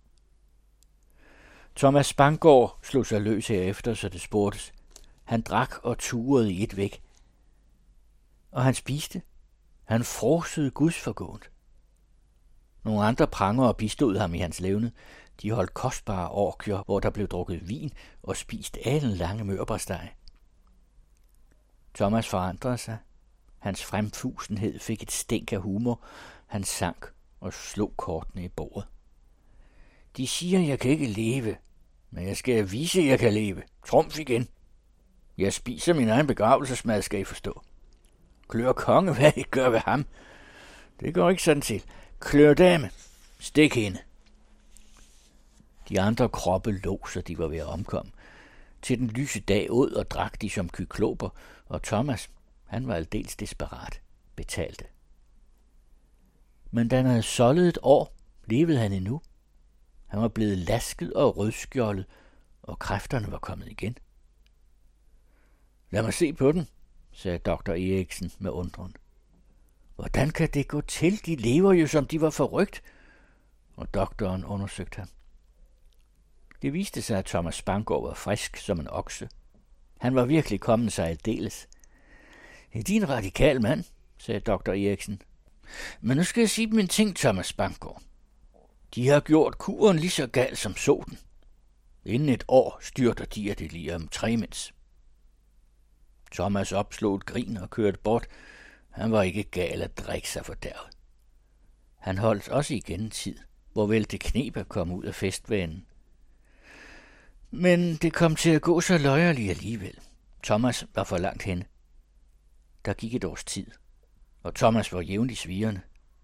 Thomas Spangård slog sig løs herefter, så det spurgtes. Han drak og turede i et væk. og han spiste. Han frosede gudsforgående. Nogle andre prangere bistod ham i hans levned. De holdt kostbare orgier, hvor der blev drukket vin og spist alenlange mørbresteg. Thomas forandrede sig. Hans fremfusenhed fik et stænk af humor. Han sank og slog kortene i bordet. De siger, jeg kan ikke leve, men jeg skal vise, at jeg kan leve. Trumf igen. Jeg spiser min egen begravelsesmad, skal I forstå. Klør konge, hvad I gør ved ham. Det går ikke sådan til. Klør dame. Stik hende. De andre kroppe lå, så de var ved at omkomme. Til den lyse dag ud og drak de som kykloper, og Thomas, han var aldeles desperat, betalte. Men da han havde soldet et år, levede han endnu. Han var blevet lasket og rødskjoldet, og kræfterne var kommet igen. Lad mig se på den, sagde doktor Eriksen med undren. Hvordan kan det gå til? De lever jo, som de var forrygt. Og doktoren undersøgte ham. Det viste sig, at Thomas Spanggaard var frisk som en okse. Han var virkelig kommet sig aldeles. Det er en radikal mand, sagde doktor Eriksen. Men nu skal jeg sige dem en ting, Thomas Spanggaard. De har gjort kuren lige så gal som soden. Inden et år styrter de af det lige om tremens. Thomas opslog et grin og kørte bort. Han var ikke gal at drikke sig fordærvet. Han holdt også igen en tid, hvor vel det kneb at komme ud af festvanen. Men det kom til at gå så løjerligt alligevel. Thomas var for langt henne. Der gik et års tid, og Thomas var jævnligt svirrende.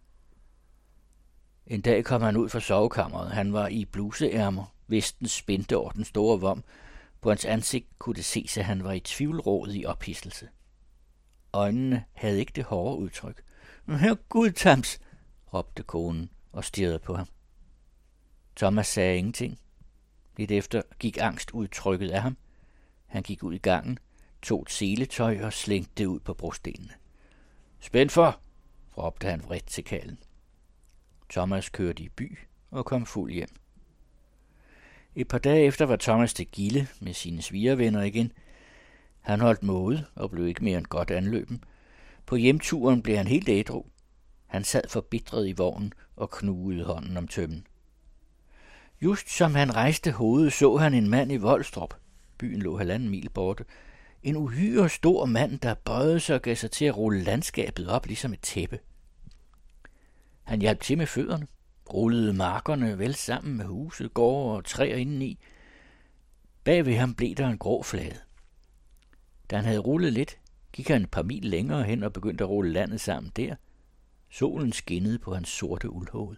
En dag kom han ud fra sovekammeret. Han var i bluseærmer, vesten spændte over den store vom. På hans ansigt kunne det ses, at han var i tvivlrådet i ophidselse. Øjnene havde ikke det hårde udtryk. Her Gud, Tams, råbte konen og stirrede på ham. Thomas sagde ingenting. Lidt efter gik angstudtrykket af ham. Han gik ud i gangen, tog et seletøj og slængte det ud på brostenene. Spænd for, råbte han vredt til kalden. Thomas kørte i by og kom fuld hjem. Et par dage efter var Thomas til Gilde med sine svigervenner igen. Han holdt måde og blev ikke mere end godt anløben. På hjemturen blev han helt ædru. Han sad forbitret i vognen og knugede hånden om tømmen. Just som han rejste hovedet, så han en mand i Volstrup. Byen lå halvanden mil borte. En uhyre stor mand, der bøjede sig og gav sig til at rulle landskabet op ligesom et tæppe. Han hjalp til med fødderne, rullede markerne vel sammen med huset, gårde og træer indeni. Bag ved ham blev der en grå flade. Da han havde rullet lidt, gik han et par mil længere hen og begyndte at rulle landet sammen der. Solen skinnede på hans sorte uldhoved.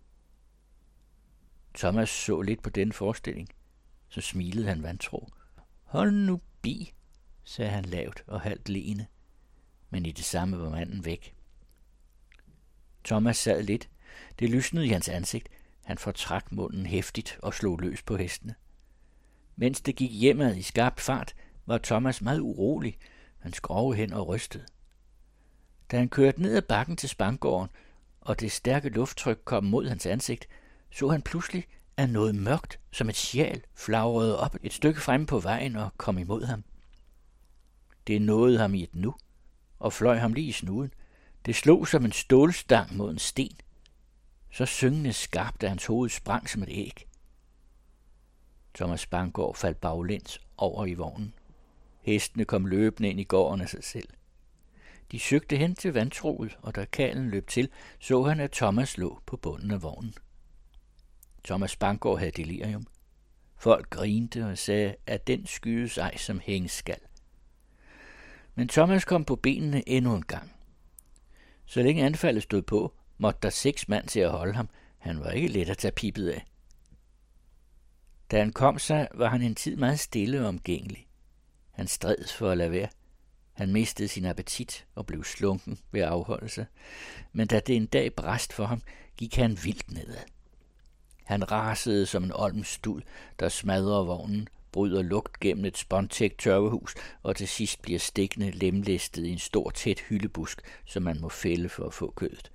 Thomas så lidt på den forestilling. Så smilede han vantro. Hold nu bi, sagde han lavt og halvt leende. Men i det samme var manden væk. Thomas sad lidt. Det lysnede i hans ansigt. Han fortrak munden heftigt og slog løs på hestene. Mens det gik hjemad i skarp fart, var Thomas meget urolig. Han skrove hen og rystede. Da han kørte ned ad bakken til Spanggaarden, og det stærke lufttryk kom mod hans ansigt, så han pludselig, at noget mørkt som et sjal flagrede op et stykke fremme på vejen og kom imod ham. Det nåede ham i et nu, og fløj ham lige i snuden. Det slog som en stålstang mod en sten. Så syngende skarpt, at hans hoved sprang som et æg. Thomas Spanggaard faldt baglæns over i vognen. Hestene kom løbende ind i gården af sig selv. De søgte hen til vandtroet, og da kallen løb til, så han, at Thomas lå på bunden af vognen. Thomas Spanggaard havde delirium. Folk grinte og sagde, at den skydes ej som hængeskal. Men Thomas kom på benene endnu en gang. Så længe anfaldet stod på, måtte der seks mand til at holde ham. Han var ikke let at tage pipet af. Da han kom sig, var han en tid meget stille og omgængelig. Han stred for at lade være. Han mistede sin appetit og blev slunken ved at afholde sig. Men da det en dag brast for ham, gik han vildt nedad. Han rasede som en olmstud, der smadrer vognen, bryder lugt gennem et spåntækt tørvehus og til sidst bliver stikkende lemlæstet i en stor tæt hyldebusk, som man må fælde for at få kødet.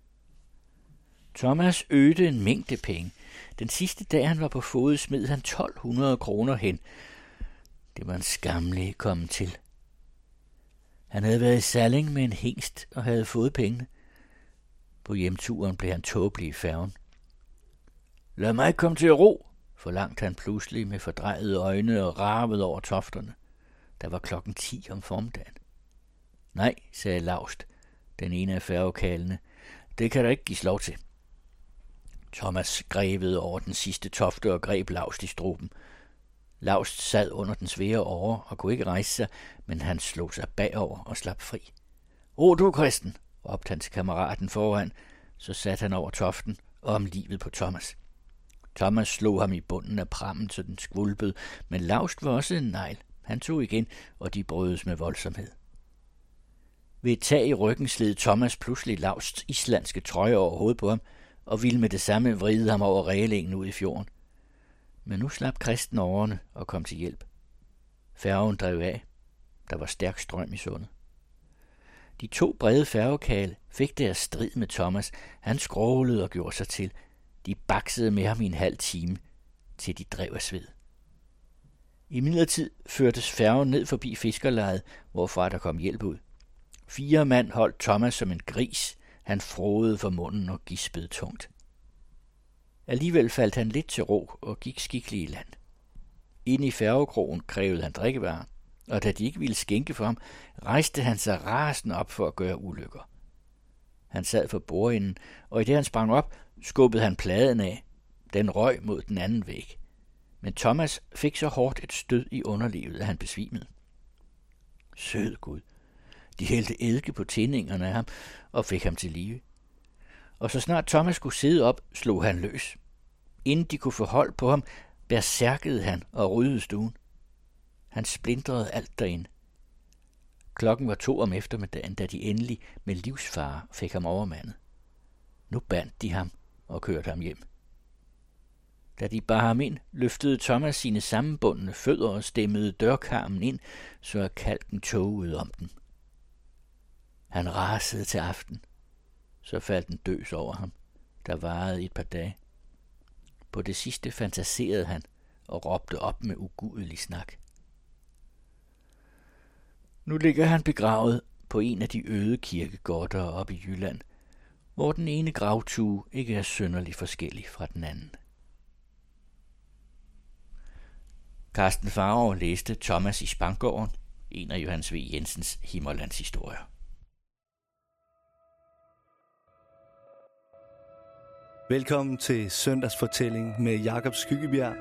Thomas øgede en mængde penge. Den sidste dag han var på fod, smed han tolv hundrede kroner hen. Det var en skammelig komme til. Han havde været i Salling med en hingst og havde fået pengene. På hjemturen blev han tåbelig i færgen. Lad mig komme til ro, forlangte han pludselig med fordrejede øjne og ravede over tofterne. Der var klokken ti om formiddagen. Nej, sagde Laust, den ene af færgekalene. Det kan der ikke gives lov til. Thomas grevede over den sidste tofte og greb Laust i struben. Laust sad under den svære åre og kunne ikke rejse sig, men han slog sig bagover og slap fri. Ro du, Kristen, råbte han til kammeraten foran, så satte han over toften og om livet på Thomas. Thomas slog ham i bunden af prammen, så den skvulpede, men Laust var også en negl. Han tog igen, og de brødes med voldsomhed. Ved et tag i ryggen sled Thomas pludselig Lausts islandske trøje over hovedet på ham, og ville med det samme vride ham over rælingen ud i fjorden. Men nu slap Kristen årene og kom til hjælp. Færgen drev af. Der var stærk strøm i sundet. De to brede færgekale fik deres strid med Thomas. Han skrålede og gjorde sig til. De baksede med ham i en halv time, til de drev af sved. I midlertid førtes færgen ned forbi fiskerlejet, hvorfra der kom hjælp ud. Fire mand holdt Thomas som en gris. Han frådede for munden og gispede tungt. Alligevel faldt han lidt til ro og gik skikkelig i land. Inde i færgekrogen krævede han drikkevarer, og da de ikke ville skænke for ham, rejste han sig rasende op for at gøre ulykker. Han sad for bordenden, og i det han sprang op, skubbede han pladen af. Den røg mod den anden væg. Men Thomas fik så hårdt et stød i underlivet, at han besvimede. Sød Gud. De hældte eddike på tændingerne af ham og fik ham til live. Og så snart Thomas skulle sidde op, slog han løs. Inden de kunne få hold på ham, bersærkede han og ryddede stuen. Han splindrede alt derinde. Klokken var to om eftermiddagen, da de endelig med livsfare fik ham overmandet. Nu bandt de ham og kørte ham hjem. Da de bar ham ind, løftede Thomas sine sammenbundne fødder og stemmede dørkarmen ind, så kalken tågede om dem. Han rasede til aften. Så faldt en døs over ham, der varede i et par dage. På det sidste fantaserede han og råbte op med ugudelig snak. Nu ligger han begravet på en af de øde kirkegårder oppe i Jylland, hvor den ene gravtue ikke er synderligt forskellig fra den anden. Carsten Farver læste Thomas i Spangården, en af Johannes V. Jensens Himmerlands historier. Velkommen til Søndagsfortælling med Jakob Skyggebjerg.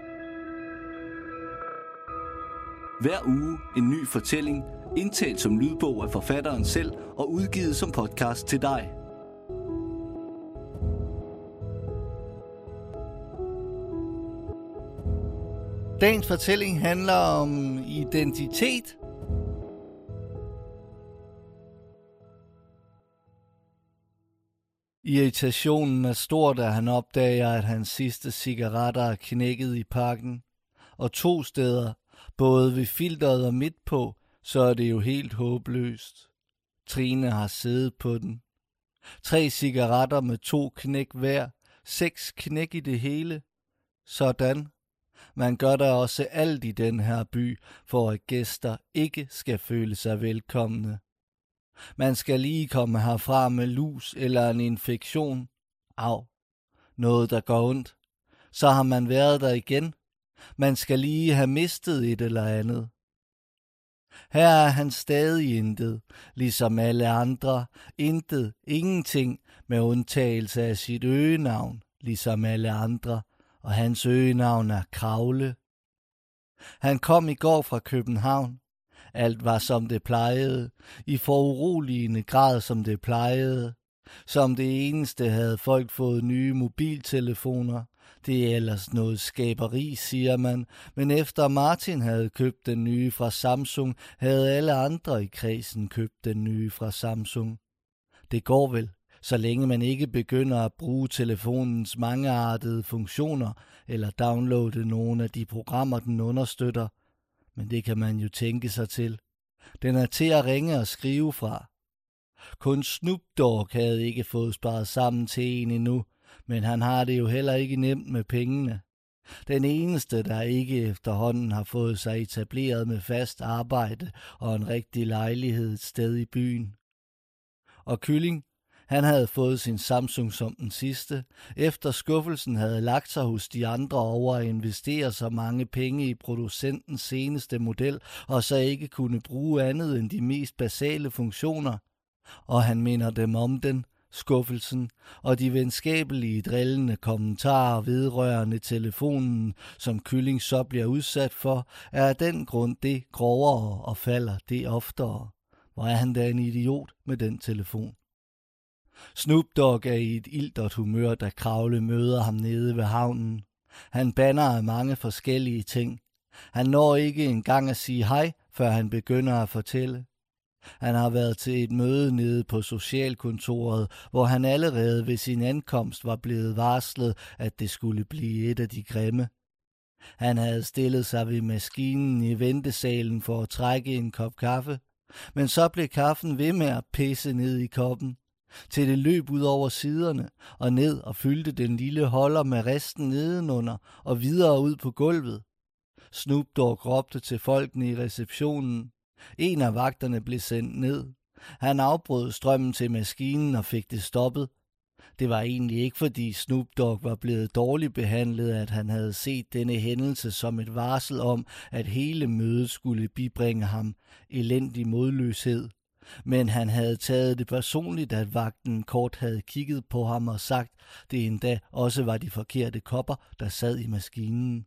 Hver uge en ny fortælling, indtalt som lydbog af forfatteren selv og udgivet som podcast til dig. Dagens fortælling handler om identitet. Irritationen er stor, da han opdager, at hans sidste cigaretter er knækket i pakken. Og to steder, både ved filteret og midt på, så er det jo helt håbløst. Trine har siddet på den. Tre cigaretter med to knæk hver. Seks knæk i det hele. Sådan. Man gør der også alt i den her by, for at gæster ikke skal føle sig velkomne. Man skal lige komme herfra med lus eller en infektion. Au. Noget, der går ondt. Så har man været der igen. Man skal lige have mistet et eller andet. Her er han stadig intet, ligesom alle andre. Intet, ingenting, med undtagelse af sit øgenavn, ligesom alle andre. Og hans øgenavn er Kravle. Han kom i går fra København. Alt var som det plejede, i foruroligende grad som det plejede. Som det eneste havde folk fået nye mobiltelefoner. Det er ellers noget skaberi, siger man, men efter Martin havde købt den nye fra Samsung, havde alle andre i kredsen købt den nye fra Samsung. Det går vel, så længe man ikke begynder at bruge telefonens mangeartede funktioner, eller downloade nogle af de programmer, den understøtter. Men det kan man jo tænke sig til. Den er til at ringe og skrive fra. Kun Snoop Dogg havde ikke fået sparet sammen til en endnu, men han har det jo heller ikke nemt med pengene. Den eneste, der ikke efterhånden har fået sig etableret med fast arbejde og en rigtig lejlighed et sted i byen. Og Kylling, han havde fået sin Samsung som den sidste, efter skuffelsen havde lagt sig hos de andre over at investere så mange penge i producentens seneste model, og så ikke kunne bruge andet end de mest basale funktioner. Og han minder dem om den, skuffelsen, og de venskabelige drillende kommentarer vedrørende telefonen, som Kylling så bliver udsat for, er af den grund det grovere og falder det oftere. Hvor er han da en idiot med den telefon? Snoop Dogg er i et iltert humør, da Kragle møder ham nede ved havnen. Han banner af mange forskellige ting. Han når ikke engang at sige hej, før han begynder at fortælle. Han har været til et møde nede på socialkontoret, hvor han allerede ved sin ankomst var blevet varslet, at det skulle blive et af de grimme. Han havde stillet sig ved maskinen i ventesalen for at trække en kop kaffe, men så blev kaffen ved med at pisse ned i koppen, til det løb ud over siderne og ned og fyldte den lille holder med resten nedenunder og videre ud på gulvet. Snoop Dogg råbte til folkene i receptionen. En af vagterne blev sendt ned. Han afbrød strømmen til maskinen og fik det stoppet. Det var egentlig ikke, fordi Snoop Dogg var blevet dårligt behandlet, at han havde set denne hændelse som et varsel om, at hele mødet skulle bibringe ham elendig modløshed. Men han havde taget det personligt, at vagten kort havde kigget på ham og sagt, det endda også var de forkerte kopper, der sad i maskinen.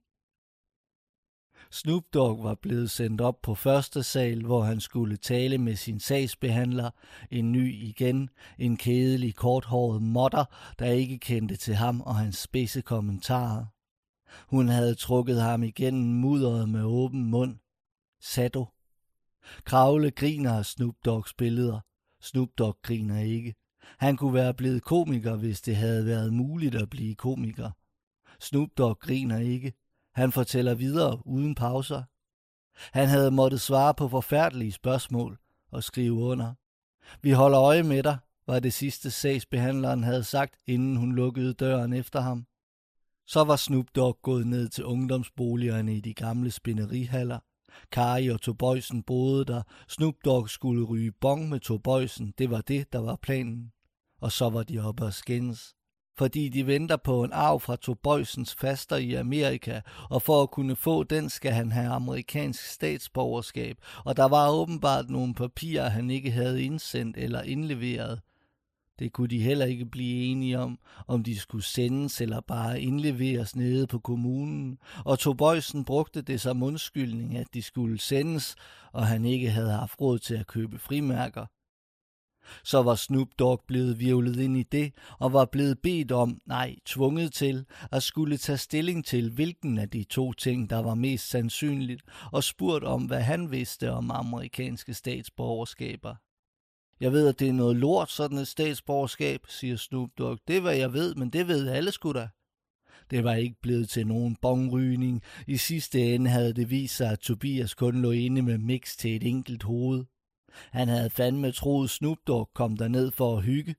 Snoop Dogg var blevet sendt op på første sal, hvor han skulle tale med sin sagsbehandler, en ny igen, en kedelig korthåret modder, der ikke kendte til ham og hans spidse kommentarer. Hun havde trukket ham igennem mudderet med åben mund. Sado. Kragle griner af Snoop Doggs billeder. Snoop Dogg griner ikke. Han kunne være blevet komiker, hvis det havde været muligt at blive komiker. Snoop Dogg griner ikke. Han fortæller videre uden pauser. Han havde måttet svare på forfærdelige spørgsmål og skrive under. Vi holder øje med dig, var det sidste sagsbehandleren havde sagt, inden hun lukkede døren efter ham. Så var Snoop Dogg gået ned til ungdomsboligerne i de gamle spinderihaller. Kari og Tobøjsen boede der. Snoop Dogg skulle ryge bong med Tobøjsen. Det var det, der var planen. Og så var de oppe og skændes. Fordi de venter på en arv fra Tobøjsens faster i Amerika, og for at kunne få den, skal han have amerikansk statsborgerskab, og der var åbenbart nogle papirer, han ikke havde indsendt eller indleveret. Det kunne de heller ikke blive enige om, om de skulle sendes eller bare indleveres nede på kommunen, og Tobøjsen brugte det som undskyldning, at de skulle sendes, og han ikke havde haft råd til at købe frimærker. Så var Snoop Dogg blevet hvirvlet ind i det, og var blevet bedt om, nej, tvunget til, at skulle tage stilling til, hvilken af de to ting, der var mest sandsynligt, og spurgt om, hvad han vidste om amerikanske statsborgerskaber. Jeg ved, at det er noget lort, sådan et statsborgerskab, siger Snoop Dogg. Det er, hvad jeg ved, men det ved alle sgu da. Det var ikke blevet til nogen bongrygning. I sidste ende havde det vist sig, at Tobias kun lå inde med mix til et enkelt hoved. Han havde fandme troet, Snoop Dogg kom derned for at hygge.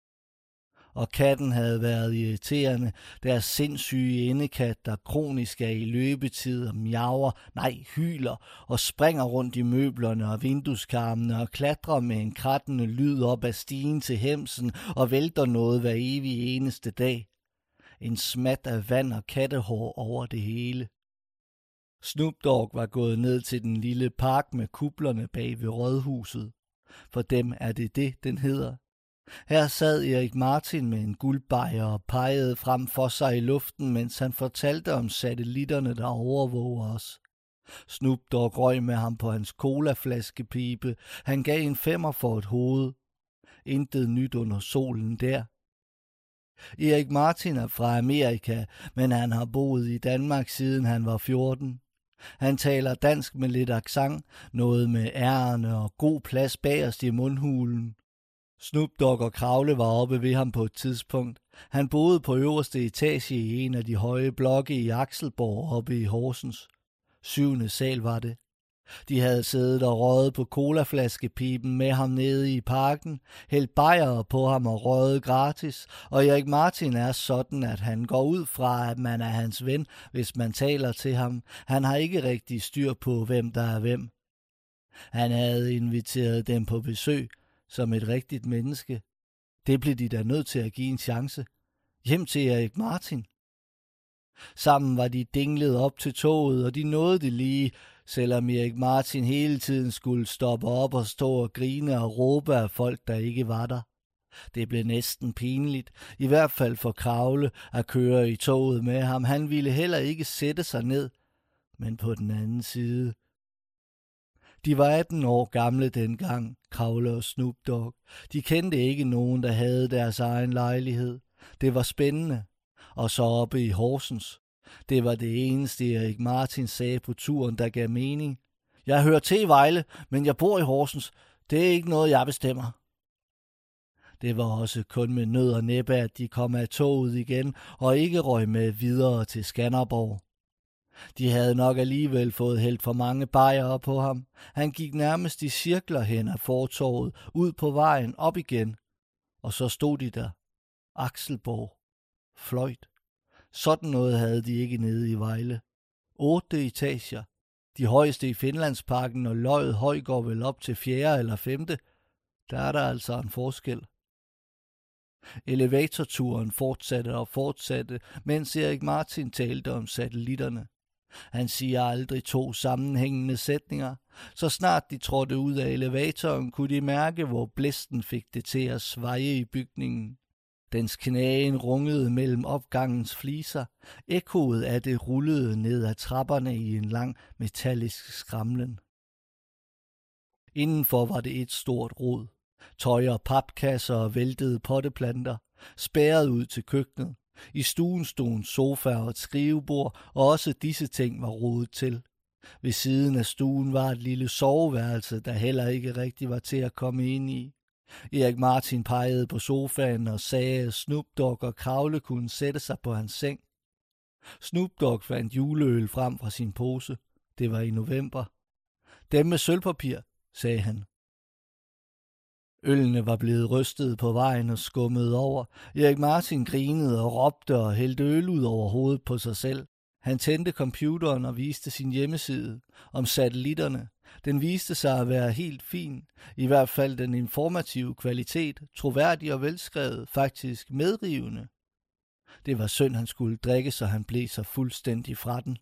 Og katten havde været irriterende, deres sindssyge indekat, der kronisk er i løbetid og miaver, nej, hyler og springer rundt i møblerne og vindueskarmene og klatrer med en krattende lyd op ad stigen til hemsen og vælter noget hver evig eneste dag. En smat af vand og kattehår over det hele. Snoop Dogg var gået ned til den lille park med kuplerne bag ved rådhuset. For dem er det det, den hedder. Her sad Erik Martin med en guldbejer og pegede frem for sig i luften, mens han fortalte om satellitterne, der overvåger os. Snoop Dogg røg med ham på hans colaflaskepibe. Han gav en femmer for et hoved. Intet nyt under solen der. Erik Martin er fra Amerika, men han har boet i Danmark siden han var fjorten. Han taler dansk med lidt accent, noget med ærerne og god plads bagerst i mundhulen. Snoop Dogg og Kragle var oppe ved ham på et tidspunkt. Han boede på øverste etage i en af de høje blokke i Akselborg oppe i Horsens. Syvende sal var det. De havde siddet og røget på colaflaskepiben med ham nede i parken, hældt bajere på ham og røget gratis, og Erik Martin er sådan, at han går ud fra, at man er hans ven, hvis man taler til ham. Han har ikke rigtig styr på, hvem der er hvem. Han havde inviteret dem på besøg som et rigtigt menneske. Det blev de da nødt til at give en chance. Hjem til Erik Martin. Sammen var de dinglet op til toget, og de nåede det lige, selvom Erik Martin hele tiden skulle stoppe op og stå og grine og råbe af folk, der ikke var der. Det blev næsten pinligt, i hvert fald for Kravle, at køre i toget med ham. Han ville heller ikke sætte sig ned, men på den anden side. De var atten år gamle dengang, Kravle og Snoop Dogg. De kendte ikke nogen, der havde deres egen lejlighed. Det var spændende. Og så oppe i Horsens. Det var det eneste, Erik Martin sagde på turen, der gav mening. Jeg hører til i Vejle, men jeg bor i Horsens. Det er ikke noget, jeg bestemmer. Det var også kun med nød og næppe, at de kom af toget igen og ikke røg med videre til Skanderborg. De havde nok alligevel fået hældt for mange bajere på ham. Han gik nærmest i cirkler hen ad fortovet, ud på vejen, op igen. Og så stod de der. Akselborg. Fløjt. Sådan noget havde de ikke nede i Vejle. Otte etager. De højeste i Finlandsparken, og løjet høj går vel op til fjerde eller femte. Der er der altså en forskel. Elevatorturen fortsatte og fortsatte, mens Erik Martin talte om satellitterne. Han siger aldrig to sammenhængende sætninger. Så snart de trådte ud af elevatoren, kunne de mærke, hvor blæsten fik det til at svaje i bygningen. Dens knagen rungede mellem opgangens fliser. Ekkoet af det rullede ned ad trapperne i en lang metallisk skramlen. Indenfor var det et stort rod. Tøj og papkasser og væltede potteplanter, spærret ud til køkkenet. I stuen stod en sofa og et skrivebord, og også disse ting var rodet til. Ved siden af stuen var et lille soveværelse, der heller ikke rigtig var til at komme ind i. Erik Martin pegede på sofaen og sagde, at Snoop Dogg og Kravle kunne sætte sig på hans seng. Snoop Dogg fandt juleøl frem fra sin pose. Det var i november. Dem med sølvpapir, sagde han. Ølene var blevet rystet på vejen og skummet over. Erik Martin grinede og råbte og hældte øl ud over hovedet på sig selv. Han tændte computeren og viste sin hjemmeside om satellitterne. Den viste sig at være helt fin, i hvert fald den informative kvalitet, troværdig og velskrevet, faktisk medrivende. Det var synd, han skulle drikke, så han blev så fuldstændig fra den.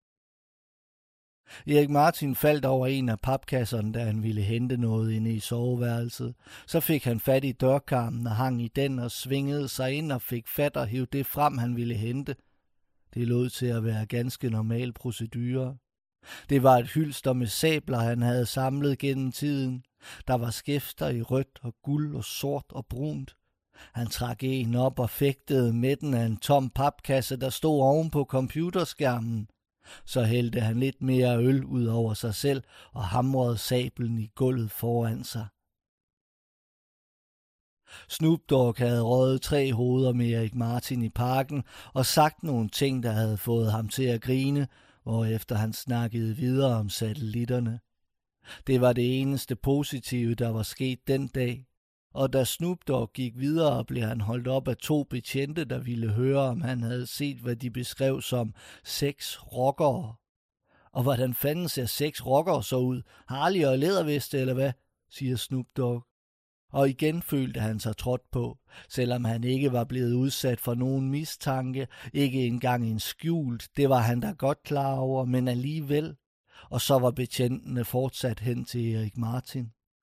Erik Martin faldt over en af papkasserne, da han ville hente noget inde i soveværelset. Så fik han fat i dørkarmen og hang i den og svingede sig ind og fik fat og hævde det frem, han ville hente. Det lod til at være ganske normal procedure. Det var et hylster med sabler, han havde samlet gennem tiden. Der var skæfter i rødt og guld og sort og brunt. Han trak en op og fægtede midten af en tom papkasse, der stod oven på computerskærmen. Så hældte han lidt mere øl ud over sig selv og hamrede sablen i gulvet foran sig. Snoop Dogg havde røget tre hoveder med Erik Martin i parken og sagt nogle ting, der havde fået ham til at grine, hvorefter han snakkede videre om satellitterne. Det var det eneste positive, der var sket den dag. Og da Snoop Dogg gik videre, blev han holdt op af to betjente, der ville høre, om han havde set, hvad de beskrev som seks rockere. Og hvordan fanden ser seks rockere så ud? Harley og læderveste, eller hvad? Siger Snoop Dogg. Og igen følte han sig trådt på, selvom han ikke var blevet udsat for nogen mistanke, ikke engang en skjult, det var han da godt klar over, men alligevel. Og så var betjentene fortsat hen til Erik Martin.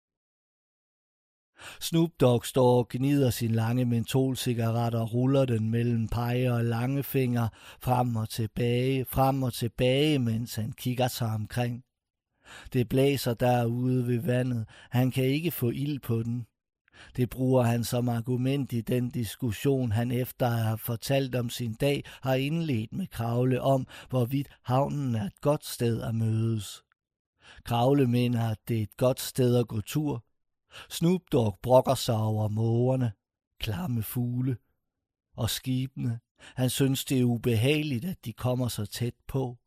Snoop Dogg står og gnider sin lange mentolcigaret og ruller den mellem pege og lange fingre frem og tilbage, frem og tilbage, mens han kigger sig omkring. Det blæser derude ved vandet. Han kan ikke få ild på den. Det bruger han som argument i den diskussion, han efter at have fortalt om sin dag, har indledt med Kravle om, hvorvidt havnen er et godt sted at mødes. Kravle mener, at det er et godt sted at gå tur. Snoop Dogg brokker sig over mågerne, klamme fugle og skibene. Han synes, det er ubehageligt, at de kommer så tæt på.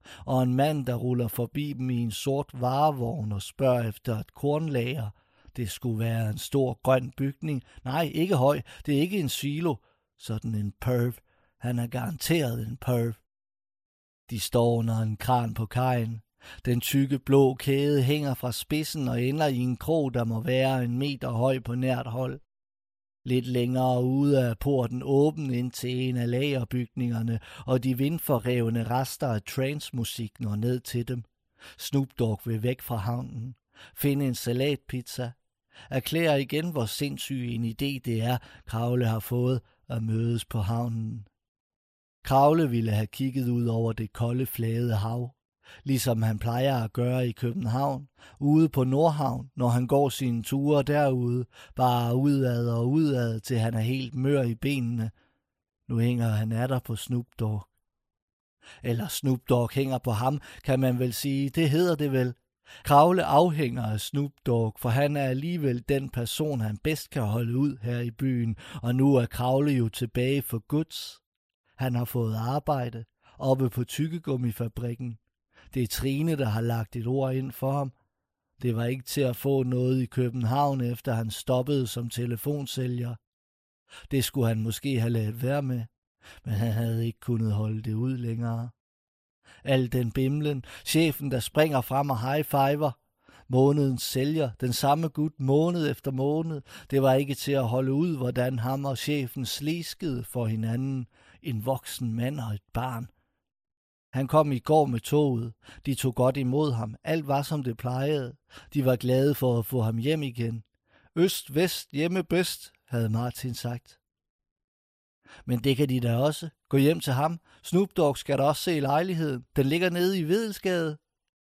og en mand, der ruller forbi dem i en sort varevogn og spørger efter et kornlager. Det skulle være en stor grøn bygning. Nej, ikke høj. Det er ikke en silo. Sådan en perv. Han er garanteret en perv. De står under en kran på kajen. Den tykke blå kæde hænger fra spidsen og ender i en krog, der må være en meter høj på nært hold. Lidt længere ude er porten åben ind til en af lagerbygningerne, og de vindforrevne rester af trance-musik når ned til dem. Snoop Dogg vil væk fra havnen. Finde en salatpizza. Erklærer igen, hvor sindssyg en idé det er, Kragle har fået at mødes på havnen. Kragle ville have kigget ud over det kolde, flade hav, ligesom han plejer at gøre i København, ude på Nordhavn, når han går sine ture derude, bare udad og udad, til han er helt mør i benene. Nu hænger han af der på Snoop Dogg. Eller Snoop Dogg hænger på ham, kan man vel sige. Det hedder det vel. Kragle afhænger af Snoop Dogg, for han er alligevel den person, han bedst kan holde ud her i byen, og nu er Kragle jo tilbage for Guds. Han har fået arbejde oppe på tyggegummifabrikken. Det er Trine, der har lagt et ord ind for ham. Det var ikke til at få noget i København, efter han stoppede som telefonsælger. Det skulle han måske have ladet være med, men han havde ikke kunnet holde det ud længere. Al den bimlen, chefen, der springer frem og high-fiver. Månedens sælger, den samme gut måned efter måned. Det var ikke til at holde ud, hvordan ham og chefen sliskede for hinanden. En voksen mand og et barn. Han kom i går med toget. De tog godt imod ham. Alt var som det plejede. De var glade for at få ham hjem igen. Øst, vest, hjemme bedst, havde Martin sagt. Men det kan de da også. Gå hjem til ham. Snoop Dogg skal da også se lejligheden. Den ligger nede i Vedelsgade.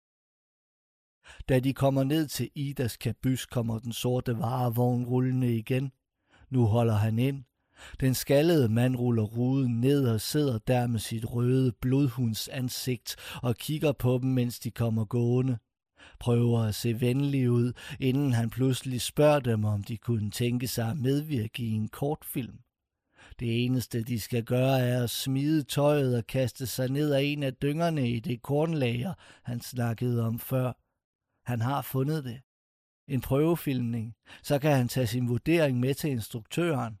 Da de kommer ned til Idas kabys, kommer den sorte varevogn rullende igen. Nu holder han ind. Den skaldede mand ruller ruden ned og sidder der med sit røde blodhunds ansigt og kigger på dem, mens de kommer gående. Prøver at se venlig ud, inden han pludselig spørger dem, om de kunne tænke sig at medvirke i en kortfilm. Det eneste, de skal gøre, er at smide tøjet og kaste sig ned af en af dyngerne i det kornlager, han snakkede om før. Han har fundet det. En prøvefilmning. Så kan han tage sin vurdering med til instruktøren.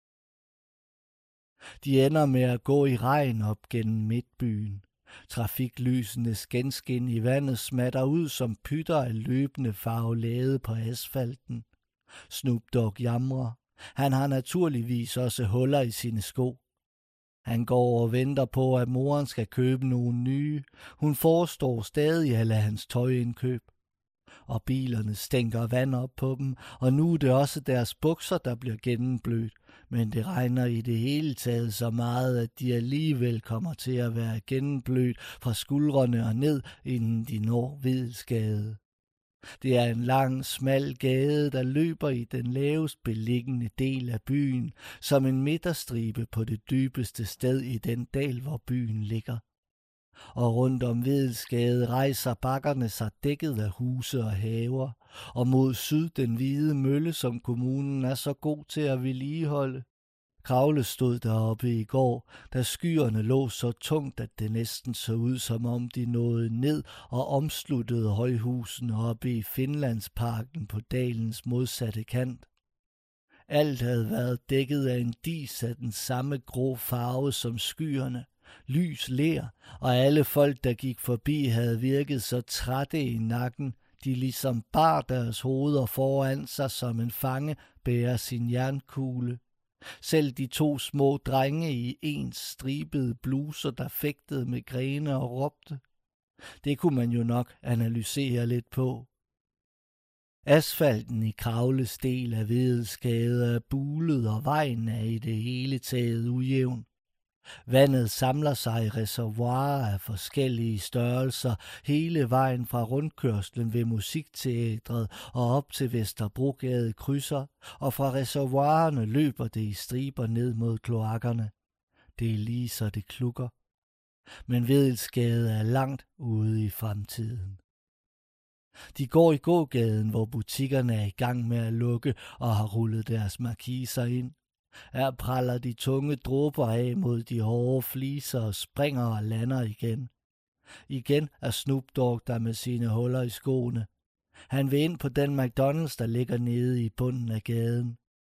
De ender med at gå i regn op gennem midtbyen. Trafiklysenes genskin i vandet smatter ud som pytter af løbende farvelade på asfalten. Snoop Dogg jamrer. Han har naturligvis også huller i sine sko. Han går og venter på, at moren skal købe nogle nye. Hun forestår stadig at lade hans tøjindkøb. Og bilerne stænker vand op på dem, og nu er det også deres bukser, der bliver gennemblødt. Men det regner i det hele taget så meget, at de alligevel kommer til at være gennemblødt fra skuldrene og ned, inden de når Vedelsgade. Det er en lang, smal gade, der løber i den lavest beliggende del af byen, som en midterstribe på det dybeste sted i den dal, hvor byen ligger. Og rundt om Vedelsgade rejser bakkerne sig dækket af huse og haver, og mod syd den hvide mølle, som kommunen er så god til at vedligeholde. Kragle stod deroppe i går, da skyerne lå så tungt, at det næsten så ud, som om de nåede ned og omsluttede højhusene oppe i Finlandsparken på dalens modsatte kant. Alt havde været dækket af en dis af den samme grå farve som skyerne. Lys ler, og alle folk, der gik forbi, havde virket så trætte i nakken, de ligesom bar deres hoveder foran sig, som en fange bærer sin jernkugle. Selv de to små drenge i ens stribede bluser, der fægtede med grene og råbte. Det kunne man jo nok analysere lidt på. Asfalten i Kragles del af Vedelsgade er bulet, og vejen er i det hele taget ujævn. Vandet samler sig i reservoirer af forskellige størrelser hele vejen fra rundkørslen ved Musikteatret og op til Vesterbrogade krydser, og fra reservoirerne løber det i striber ned mod kloakkerne. Det er lige så det klukker. Men Vedelsgade er langt ude i fremtiden. De går i gågaden, hvor butikkerne er i gang med at lukke og har rullet deres markiser ind. Her praller de tunge dråber af mod de hårde fliser og springer og lander igen. Igen er Snoop Dogg der med sine huller i skoene. Han vil ind på den McDonald's, der ligger nede i bunden af gaden.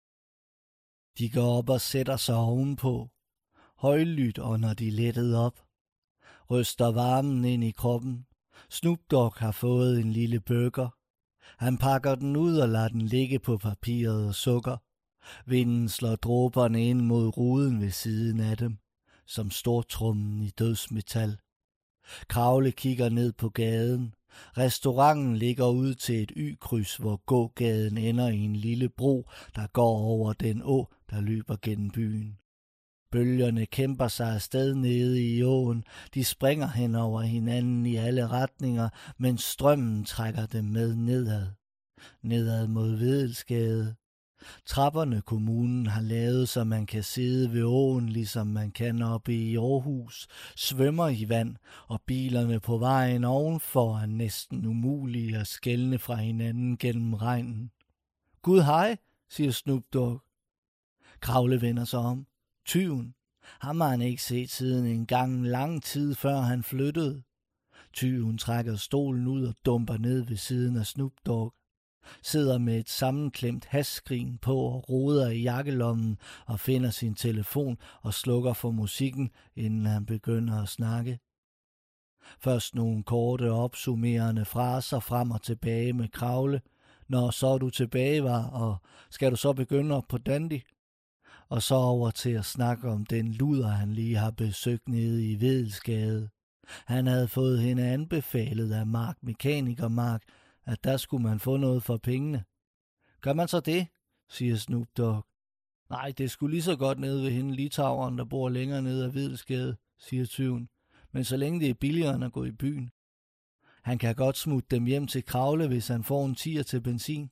De går op og sætter sig ovenpå. Højlydt ånder de lettet op. Ryster varmen ind i kroppen. Snoop Dogg har fået en lille burger. Han pakker den ud og lader den ligge på papiret og sukker. Vinden slår dråberne ind mod ruden ved siden af dem, som stortrummen i dødsmetal. Kragle kigger ned på gaden. Restauranten ligger ud til et Y-kryds, hvor gågaden ender i en lille bro, der går over den å, der løber gennem byen. Bølgerne kæmper sig afsted nede i åen. De springer hen over hinanden i alle retninger, mens strømmen trækker dem med nedad. Nedad mod Vedelsgade. Trapperne kommunen har lavet, så man kan sidde ved åen, ligesom man kan oppe i Aarhus, svømmer i vand, og bilerne på vejen ovenfor er næsten umulige at skelne fra hinanden gennem regnen. Gud hej, siger Snoop Dogg. Kragle vender sig om. Tyven. Ham har han ikke set siden en gang lang tid før han flyttede. Tyven trækker stolen ud og dumper ned ved siden af Snoop Dogg. Sidder med et sammenklemt hasskrin på og roder i jakkelommen og finder sin telefon og slukker for musikken, inden han begynder at snakke. Først nogle korte opsummerende fraser frem og tilbage med Kragle. Når så er du tilbage, var, og skal du så begynde op på Dandy? Og så over til at snakke om den luder, han lige har besøgt nede i Vedelsgade. Han havde fået hende anbefalet af Mark, mekaniker Mark, at der skulle man få noget for pengene. Gør man så det, siger Snoop Dogg. Nej, det skulle lige så godt nede ved hende litaueren, der bor længere nede af Vedelsgade, siger tyven. Men så længe det er billigere end at gå i byen. Han kan godt smutte dem hjem til Kragle, hvis han får en tier til benzin.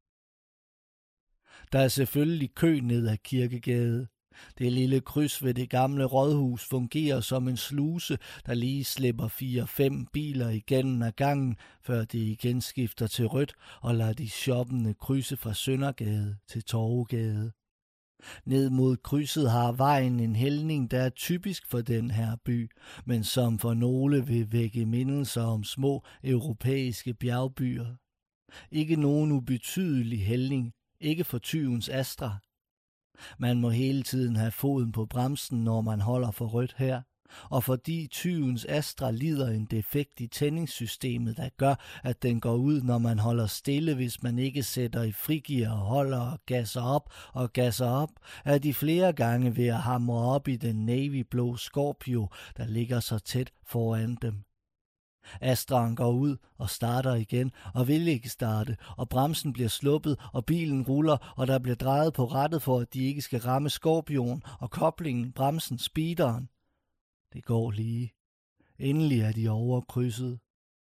Der er selvfølgelig kø ned ad Kirkegade. Det lille kryds ved det gamle rådhus fungerer som en sluse, der lige slipper fire-fem biler igennem ad gangen, før det igen skifter til rødt og lader de shoppende krydse fra Søndergade til Torvegade. Ned mod krydset har vejen en hældning, der er typisk for den her by, men som for nogle vil vække mindelser om små europæiske bjergbyer. Ikke nogen ubetydelig hældning, ikke for tyvens Astra. Man må hele tiden have foden på bremsen, når man holder for rødt her, og fordi tyvens Astra lider en defekt i tændingssystemet, der gør, at den går ud, når man holder stille, hvis man ikke sætter i frigear og holder og gasser op og gasser op, er de flere gange ved at hamre op i den navyblå Scorpio, der ligger så tæt foran dem. Astraen går ud og starter igen og vil ikke starte, og bremsen bliver sluppet, og bilen ruller, og der bliver drejet på rattet for, at de ikke skal ramme Skorpion, og koblingen, bremsen, speederen. Det går lige. Endelig er de over krydset.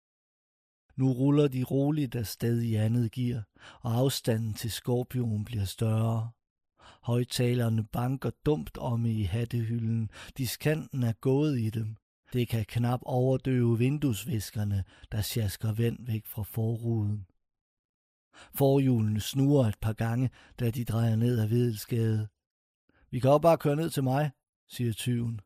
Nu ruller de roligt afsted i andet gear, og afstanden til Skorpion bliver større. Højtalerne banker dumt om i hattehylden, diskanten er gået i dem. Det kan knap overdøve vinduesviskerne, der sjasker vand væk fra forruden. Forhjulene snurrer et par gange, da de drejer ned ad Vedelsgade. Vi kan også bare køre ned til mig, siger tyven.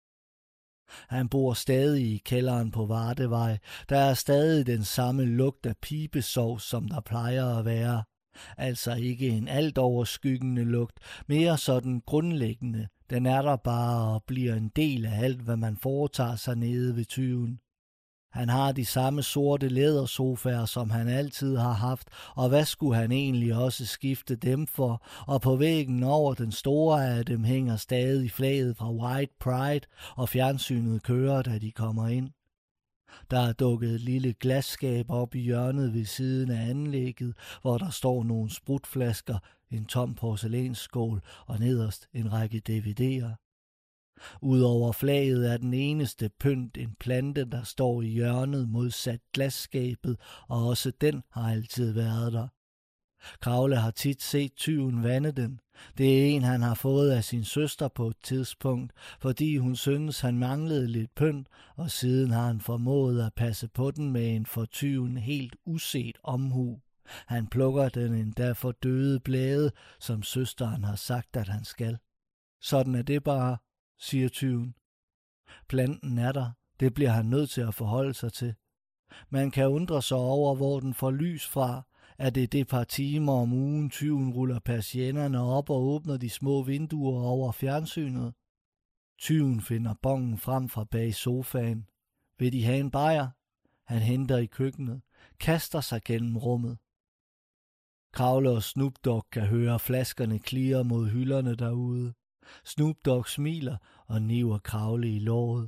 Han bor stadig i kælderen på Vardevej. Der er stadig den samme lugt af pibesovs, som der plejer at være. Altså ikke en alt overskyggende lugt, mere sådan grundlæggende. Den er der bare og bliver en del af alt, hvad man foretager sig nede ved tyven. Han har de samme sorte lædersofaer, som han altid har haft, og hvad skulle han egentlig også skifte dem for? Og på væggen over den store af dem hænger stadig flaget fra White Pride, og fjernsynet kører, da de kommer ind. Der er dukket et lille glasskab op i hjørnet ved siden af anlægget, hvor der står nogle sprutflasker, en tom porcelænsskål og nederst en række D V D'er. Udover flaget er den eneste pynt en plante, der står i hjørnet modsat glasskabet, og også den har altid været der. Kragle har tit set tyven vande den. Det er en, han har fået af sin søster på et tidspunkt, fordi hun synes, han manglede lidt pynt, og siden har han formået at passe på den med en for tyven helt uset omhu. Han plukker den endda for døde blade, som søsteren har sagt, at han skal. Sådan er det bare, siger tyven. Planten er der, Det bliver han nødt til at forholde sig til. Man kan undre sig over, hvor den får lys fra. Er det det par timer om ugen, tyven ruller persiennerne op og åbner de små vinduer over fjernsynet? Tyven finder bongen frem fra bag sofaen. Vil de have en bajer? Han henter i køkkenet, kaster sig gennem rummet. Kravle og Snoop Dogg kan høre flaskerne klirre mod hylderne derude. Snoop Dogg smiler og niver Kravle i låret.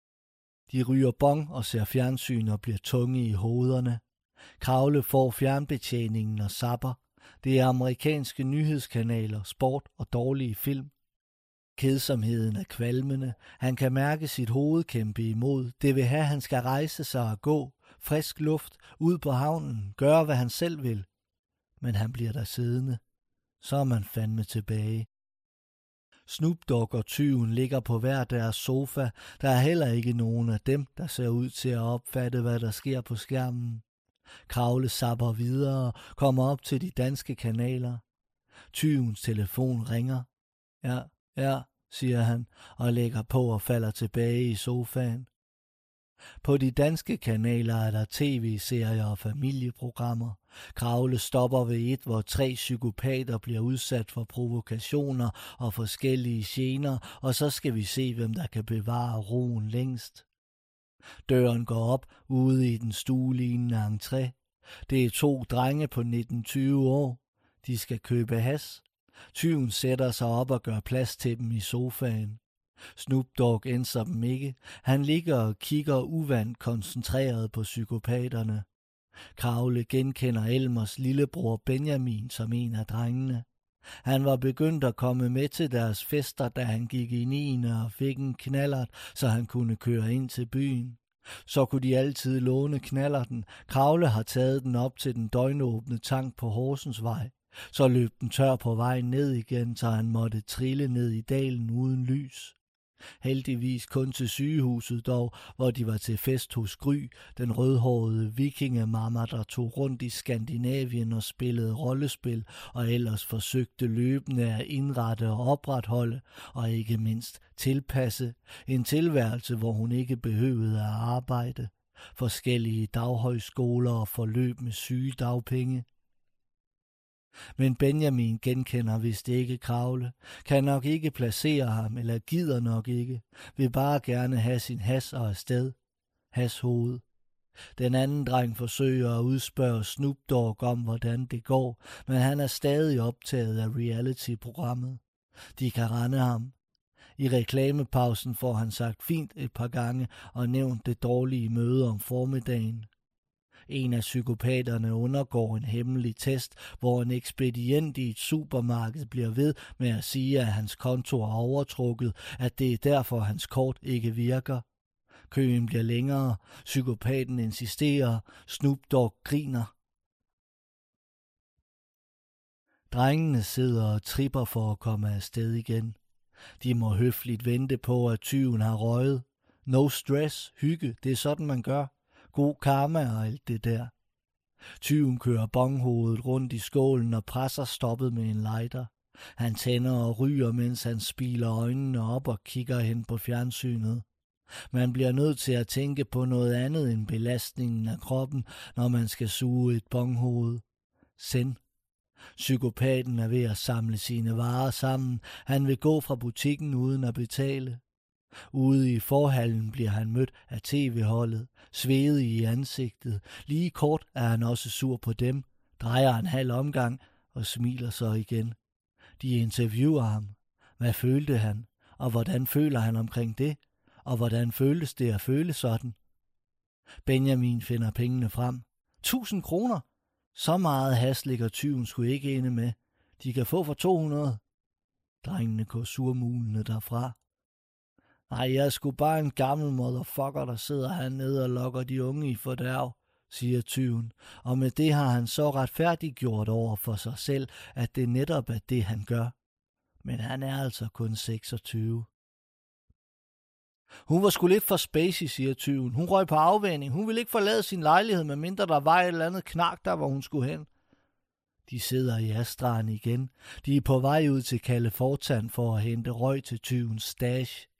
De ryger bong og ser fjernsyn og bliver tunge i hovederne. Kravle får fjernbetjeningen og zapper. Det er amerikanske nyhedskanaler, sport og dårlige film. Kedsomheden er kvalmende. Han kan mærke sit hoved kæmpe imod. Det vil have, at han skal rejse sig og gå. Frisk luft, ud på havnen, gøre hvad han selv vil. Men han bliver der siddende. Så er man fandme tilbage. Snoop Dogg og tyven ligger på hver deres sofa. Der er heller ikke nogen af dem, der ser ud til at opfatte, hvad der sker på skærmen. Kravle zapper videre, kommer op til de danske kanaler. Tyvens telefon ringer. Ja, ja, siger han, og lægger på og falder tilbage i sofaen. På de danske kanaler er der tv-serier og familieprogrammer. Kravle stopper ved et, hvor tre psykopater bliver udsat for provokationer og forskellige gener, og så skal vi se, hvem der kan bevare roen længst. Døren går op ude i den stuelignende entré. Det er to drenge på nitten tyve år. De skal købe has. Tyven sætter sig op og gør plads til dem i sofaen. Snoop Dogg ændser dem ikke. Han ligger og kigger uvandt koncentreret på psykopaterne. Kravle genkender Elmers lillebror Benjamin som en af drengene. Han var begyndt at komme med til deres fester, da han gik i niende og fik en knallert, så han kunne køre ind til byen. Så kunne de altid låne knallerten. Kravle har taget den op til den døgnåbne tank på Horsensvej. Så løb den tør på vejen ned igen, så han måtte trille ned i dalen uden lys. Heldigvis kun til sygehuset dog, hvor de var til fest hos Gry, den rødhårede vikingemamma, der tog rundt i Skandinavien og spillede rollespil, og ellers forsøgte løbende at indrette og opretholde, og ikke mindst tilpasse, en tilværelse, hvor hun ikke behøvede at arbejde. Forskellige daghøjskoler og forløb med sygedagpenge. Men Benjamin genkender vist ikke Kravle, kan nok ikke placere ham, eller gider nok ikke, vil bare gerne have sin has og afsted. Has hoved. Den anden dreng forsøger at udspørge Snoop Dogg om, hvordan det går, men han er stadig optaget af reality-programmet. De kan rende ham. I reklamepausen får han sagt fint et par gange og nævnt det dårlige møde om formiddagen. En af psykopaterne undergår en hemmelig test, hvor en ekspedient i et supermarked bliver ved med at sige, at hans konto er overtrukket, at det er derfor, hans kort ikke virker. Køen bliver længere, psykopaten insisterer, Snoop Dogg griner. Drengene sidder og tripper for at komme afsted igen. De må høfligt vente på, at tyven har røget. No stress, hygge, det er sådan man gør. God karma og alt det der. Tyven kører bonghovedet rundt i skålen og presser stoppet med en lighter. Han tænder og ryger, mens han spiler øjnene op og kigger hen på fjernsynet. Man bliver nødt til at tænke på noget andet end belastningen af kroppen, når man skal suge et bonghoved. Send. Psykopaten er ved at samle sine varer sammen. Han vil gå fra butikken uden at betale. Ude i forhallen bliver han mødt af tv-holdet, svedig i ansigtet. Lige kort er han også sur på dem, drejer en halv omgang og smiler så igen. De interviewer ham. Hvad følte han? Og hvordan føler han omkring det? Og hvordan føltes det at føle sådan? Benjamin finder pengene frem. Tusind kroner? Så meget has ligger tyven sgu ikke inde med. De kan få for to hundrede. Drengene går surmulende derfra. Nej, jeg er sgu bare en gammel motherfucker, der sidder hernede og lokker de unge i fordærv, siger tyven, og med det har han så retfærdiggjort over for sig selv, at det netop er det, han gør. Men han er altså kun seksogtyve. Hun var sgu lidt for spacey, siger tyven. Hun røg på afvænning. Hun ville ikke forlade sin lejlighed, medmindre der var et eller andet knak der, hvor hun skulle hen. De sidder i Astraen igen. De er på vej ud til Kalle Fortan for at hente røg til tyvens stash.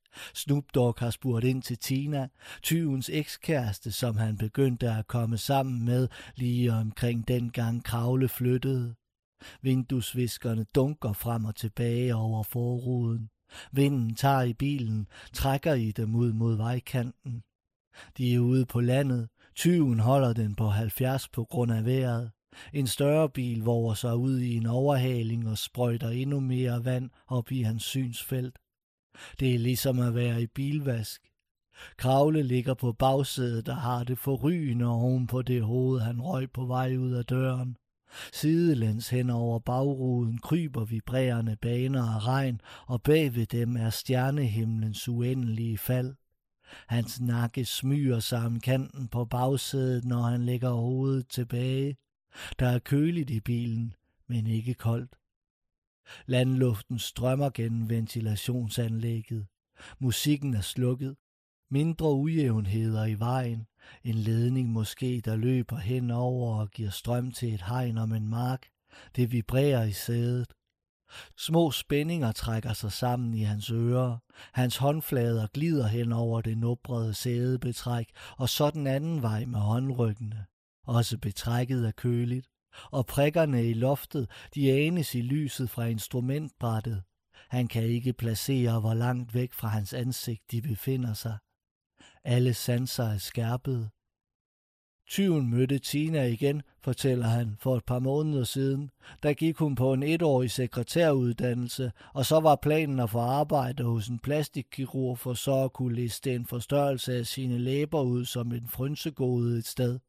Snoop Dogg har spurgt ind til Tina, tyvens ekskæreste, som han begyndte at komme sammen med lige omkring dengang Kragle flyttede. Vinduesviskerne dunker frem og tilbage over forruden. Vinden tager i bilen, trækker i dem ud mod vejkanten. De er ude på landet. Tyven holder den på halvfjerds på grund af vejret. En større bil vover sig ud i en overhaling og sprøjter endnu mere vand op i hans synsfelt. Det er ligesom at være i bilvask. Kragle ligger på bagsædet og har det forrygende oven på det hoved, han røg på vej ud af døren. Sidelæns hen over bagruden kryber vibrerende baner af regn, og bagved dem er stjernehimlens uendelige fald. Hans nakke smyger sig om kanten på bagsædet, når han lægger hovedet tilbage. Der er køligt i bilen, men ikke koldt. Landluften strømmer gennem ventilationsanlægget. Musikken er slukket. Mindre ujævnheder i vejen. En ledning måske, der løber henover og giver strøm til et hegn om en mark. Det vibrerer i sædet. Små spændinger trækker sig sammen i hans ører. Hans håndflader glider hen over det nubrede sædebetræk, og så den anden vej med håndryggene. Også betrækket er køligt. Og prikkerne i loftet, de anes i lyset fra instrumentbrættet. Han kan ikke placere, hvor langt væk fra hans ansigt de befinder sig. Alle sanser er skærpede. Tyven mødte Tina igen, fortæller han, for et par måneder siden. Der gik hun på en etårig sekretæruddannelse, og så var planen at få arbejde hos en plastikkirurg for så at kunne liste en forstørrelse af sine læber ud som en frynsegode et sted.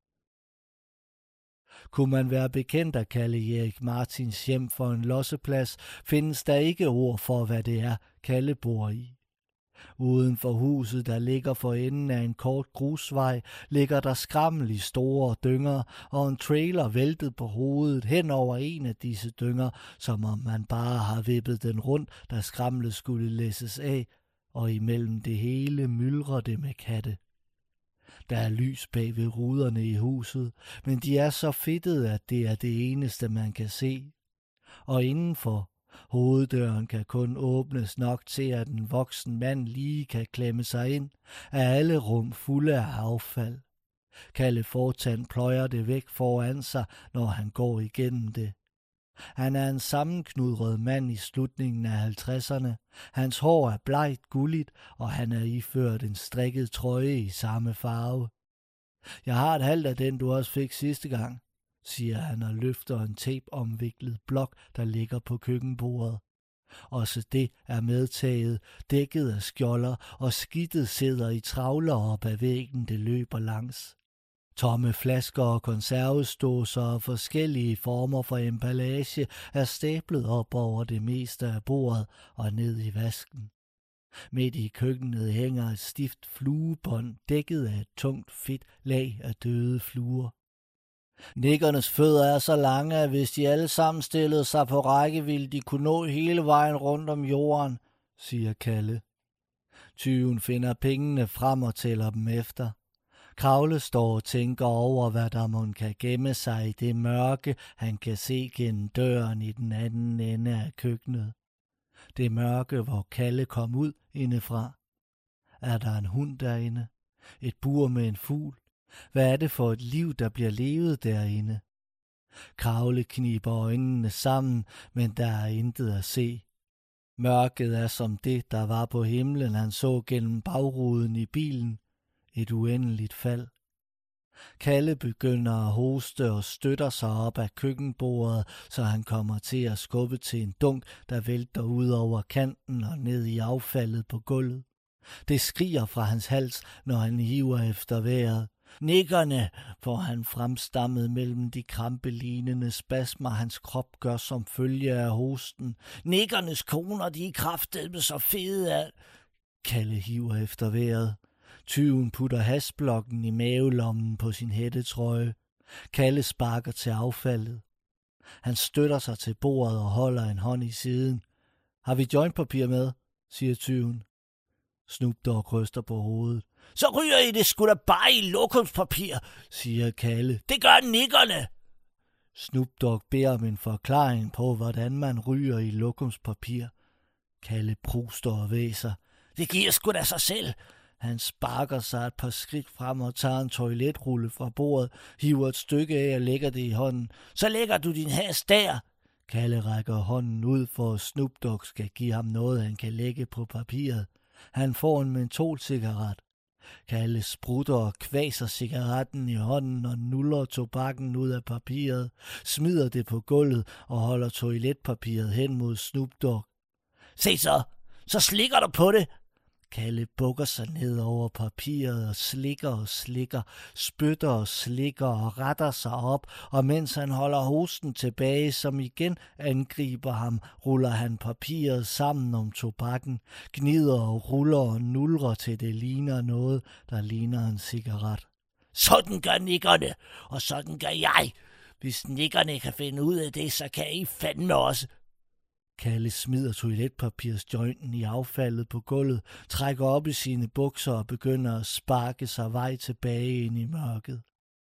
Kunne man være bekendt at kalde Erik Martins hjem for en losseplads, findes der ikke ord for, hvad det er, Kalle bor i. Uden for huset, der ligger for enden af en kort grusvej, ligger der skrammelige store dynger og en trailer væltet på hovedet hen over en af disse dynger, som om man bare har vippet den rundt, da skramlet skulle læsses af, og imellem det hele myldrer det med katte. Der er lys bag ved ruderne i huset, men de er så fedtede, at det er det eneste, man kan se. Og indenfor, hoveddøren kan kun åbnes nok til, at en voksen mand lige kan klemme sig ind, er alle rum fulde af affald. Kalle Fortand pløjer det væk foran sig, når han går igennem det. Han er en sammenknudret mand i slutningen af halvtredserne. Hans hår er blegt gulligt, og han er iført en strikket trøje i samme farve. Jeg har et halvt af den, du også fik sidste gang, siger han og løfter en tape-omviklet blok, der ligger på køkkenbordet. Også det er medtaget, dækket af skjolder, og skidtet sidder i travler op ad væggen, det løber langs. Tomme flasker og konservesdåser og forskellige former for emballage er stablet op over det meste af bordet og ned i vasken. Midt i køkkenet hænger et stift fluebånd dækket af et tungt fedt lag af døde fluer. Nikkernes fødder er så lange, at hvis de alle sammen stillede sig på række, ville de kunne nå hele vejen rundt om jorden, siger Kalle. Tyven finder pengene frem og tæller dem efter. Kragle står og tænker over, hvad der mon kan gemme sig i det mørke, han kan se gennem døren i den anden ende af køkkenet. Det mørke, hvor Kalle kom ud indefra. Er der en hund derinde? Et bur med en fugl? Hvad er det for et liv, der bliver levet derinde? Kragle kniber øjnene sammen, men der er intet at se. Mørket er som det, der var på himlen, han så gennem bagruden i bilen. Et uendeligt fald. Kalle begynder at hoste og støtter sig op af køkkenbordet, så han kommer til at skubbe til en dunk, der vælter ud over kanten og ned i affaldet på gulvet. Det skriger fra hans hals, når han hiver efter vejret. Nikkerne, får han fremstammet mellem de krampelignende spasmer, hans krop gør som følge af hosten. Nikkernes koner, de er kraftedeme så fede af... Kalle hiver efter vejret. Tyven putter hasblokken i mavelommen på sin hættetrøje. Kalle sparker til affaldet. Han støtter sig til bordet og holder en hånd i siden. Har vi jointpapir med? Siger tyven. Snoop Dogg ryster på hovedet. Så ryger I det sgu da bare i lokumspapir, siger Kalle. Det gør nikkerne! Snoop Dogg beder om en forklaring på, hvordan man ryger i lokumspapir. Kalle pruster og væser. Det giver sgu da sig selv. Han sparker sig et par skridt frem og tager en toiletrulle fra bordet, hiver et stykke af og lægger det i hånden. Så lægger du din has der. Kalle rækker hånden ud for, at Snoop Dogg skal give ham noget, han kan lægge på papiret. Han får en mentolcigaret. Kalle sprutter og kvaser cigaretten i hånden og nuller tobakken ud af papiret, smider det på gulvet og holder toiletpapiret hen mod Snoop Dogg. Se så, så slikker du på det. Kalle bukker sig ned over papiret og slikker og slikker, spytter og slikker og retter sig op, og mens han holder hosten tilbage, som igen angriber ham, ruller han papiret sammen om tobakken, gnider og ruller og nulrer til det ligner noget, der ligner en cigaret. Sådan gør nikkerne, og sådan gør jeg. Hvis nikkerne kan finde ud af det, så kan I fandme også. Kalle smider toiletpapirsjointen i affaldet på gulvet, trækker op i sine bukser og begynder at sparke sig vej tilbage ind i mørket.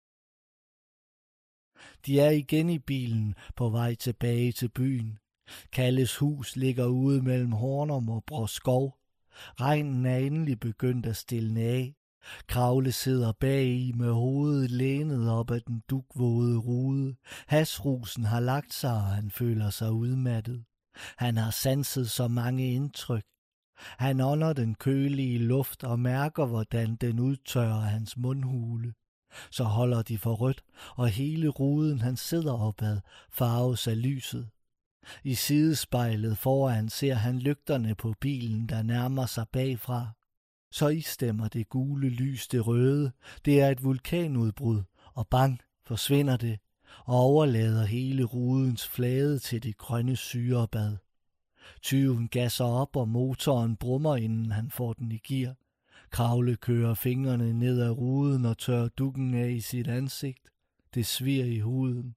De er igen i bilen på vej tilbage til byen. Kalles hus ligger ude mellem Hornum og Brå Skov. Regnen er endelig begyndt at stilne af. Kravle sidder bagi med hovedet lænet op ad den dugvåde rude. Hasrusen har lagt sig, og han føler sig udmattet. Han har sanset så mange indtryk. Han ånder den kølige luft og mærker, hvordan den udtørrer hans mundhule. Så holder de for rødt, og hele ruden, han sidder opad, farves af lyset. I sidespejlet foran ser han lygterne på bilen, der nærmer sig bagfra. Så istemmer det gule lys det røde. Det er et vulkanudbrud, og bang, forsvinder det, og overlader hele rudens flade til det grønne syrebad. Tyven gasser op, og motoren brummer, inden han får den i gear. Kravle kører fingrene ned ad ruden og tørrer dukken af i sit ansigt. Det svier i huden.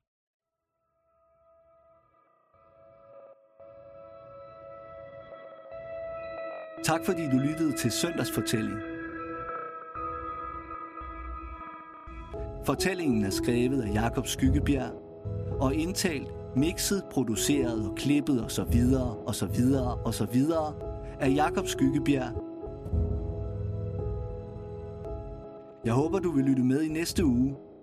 Tak fordi du lyttede til Søndagsfortælling. Fortællingen er skrevet af Jakob Skyggebjerg og indtalt, mixet, produceret og klippet og så videre og så videre og så videre af Jakob Skyggebjerg. Jeg håber du vil lytte med i næste uge.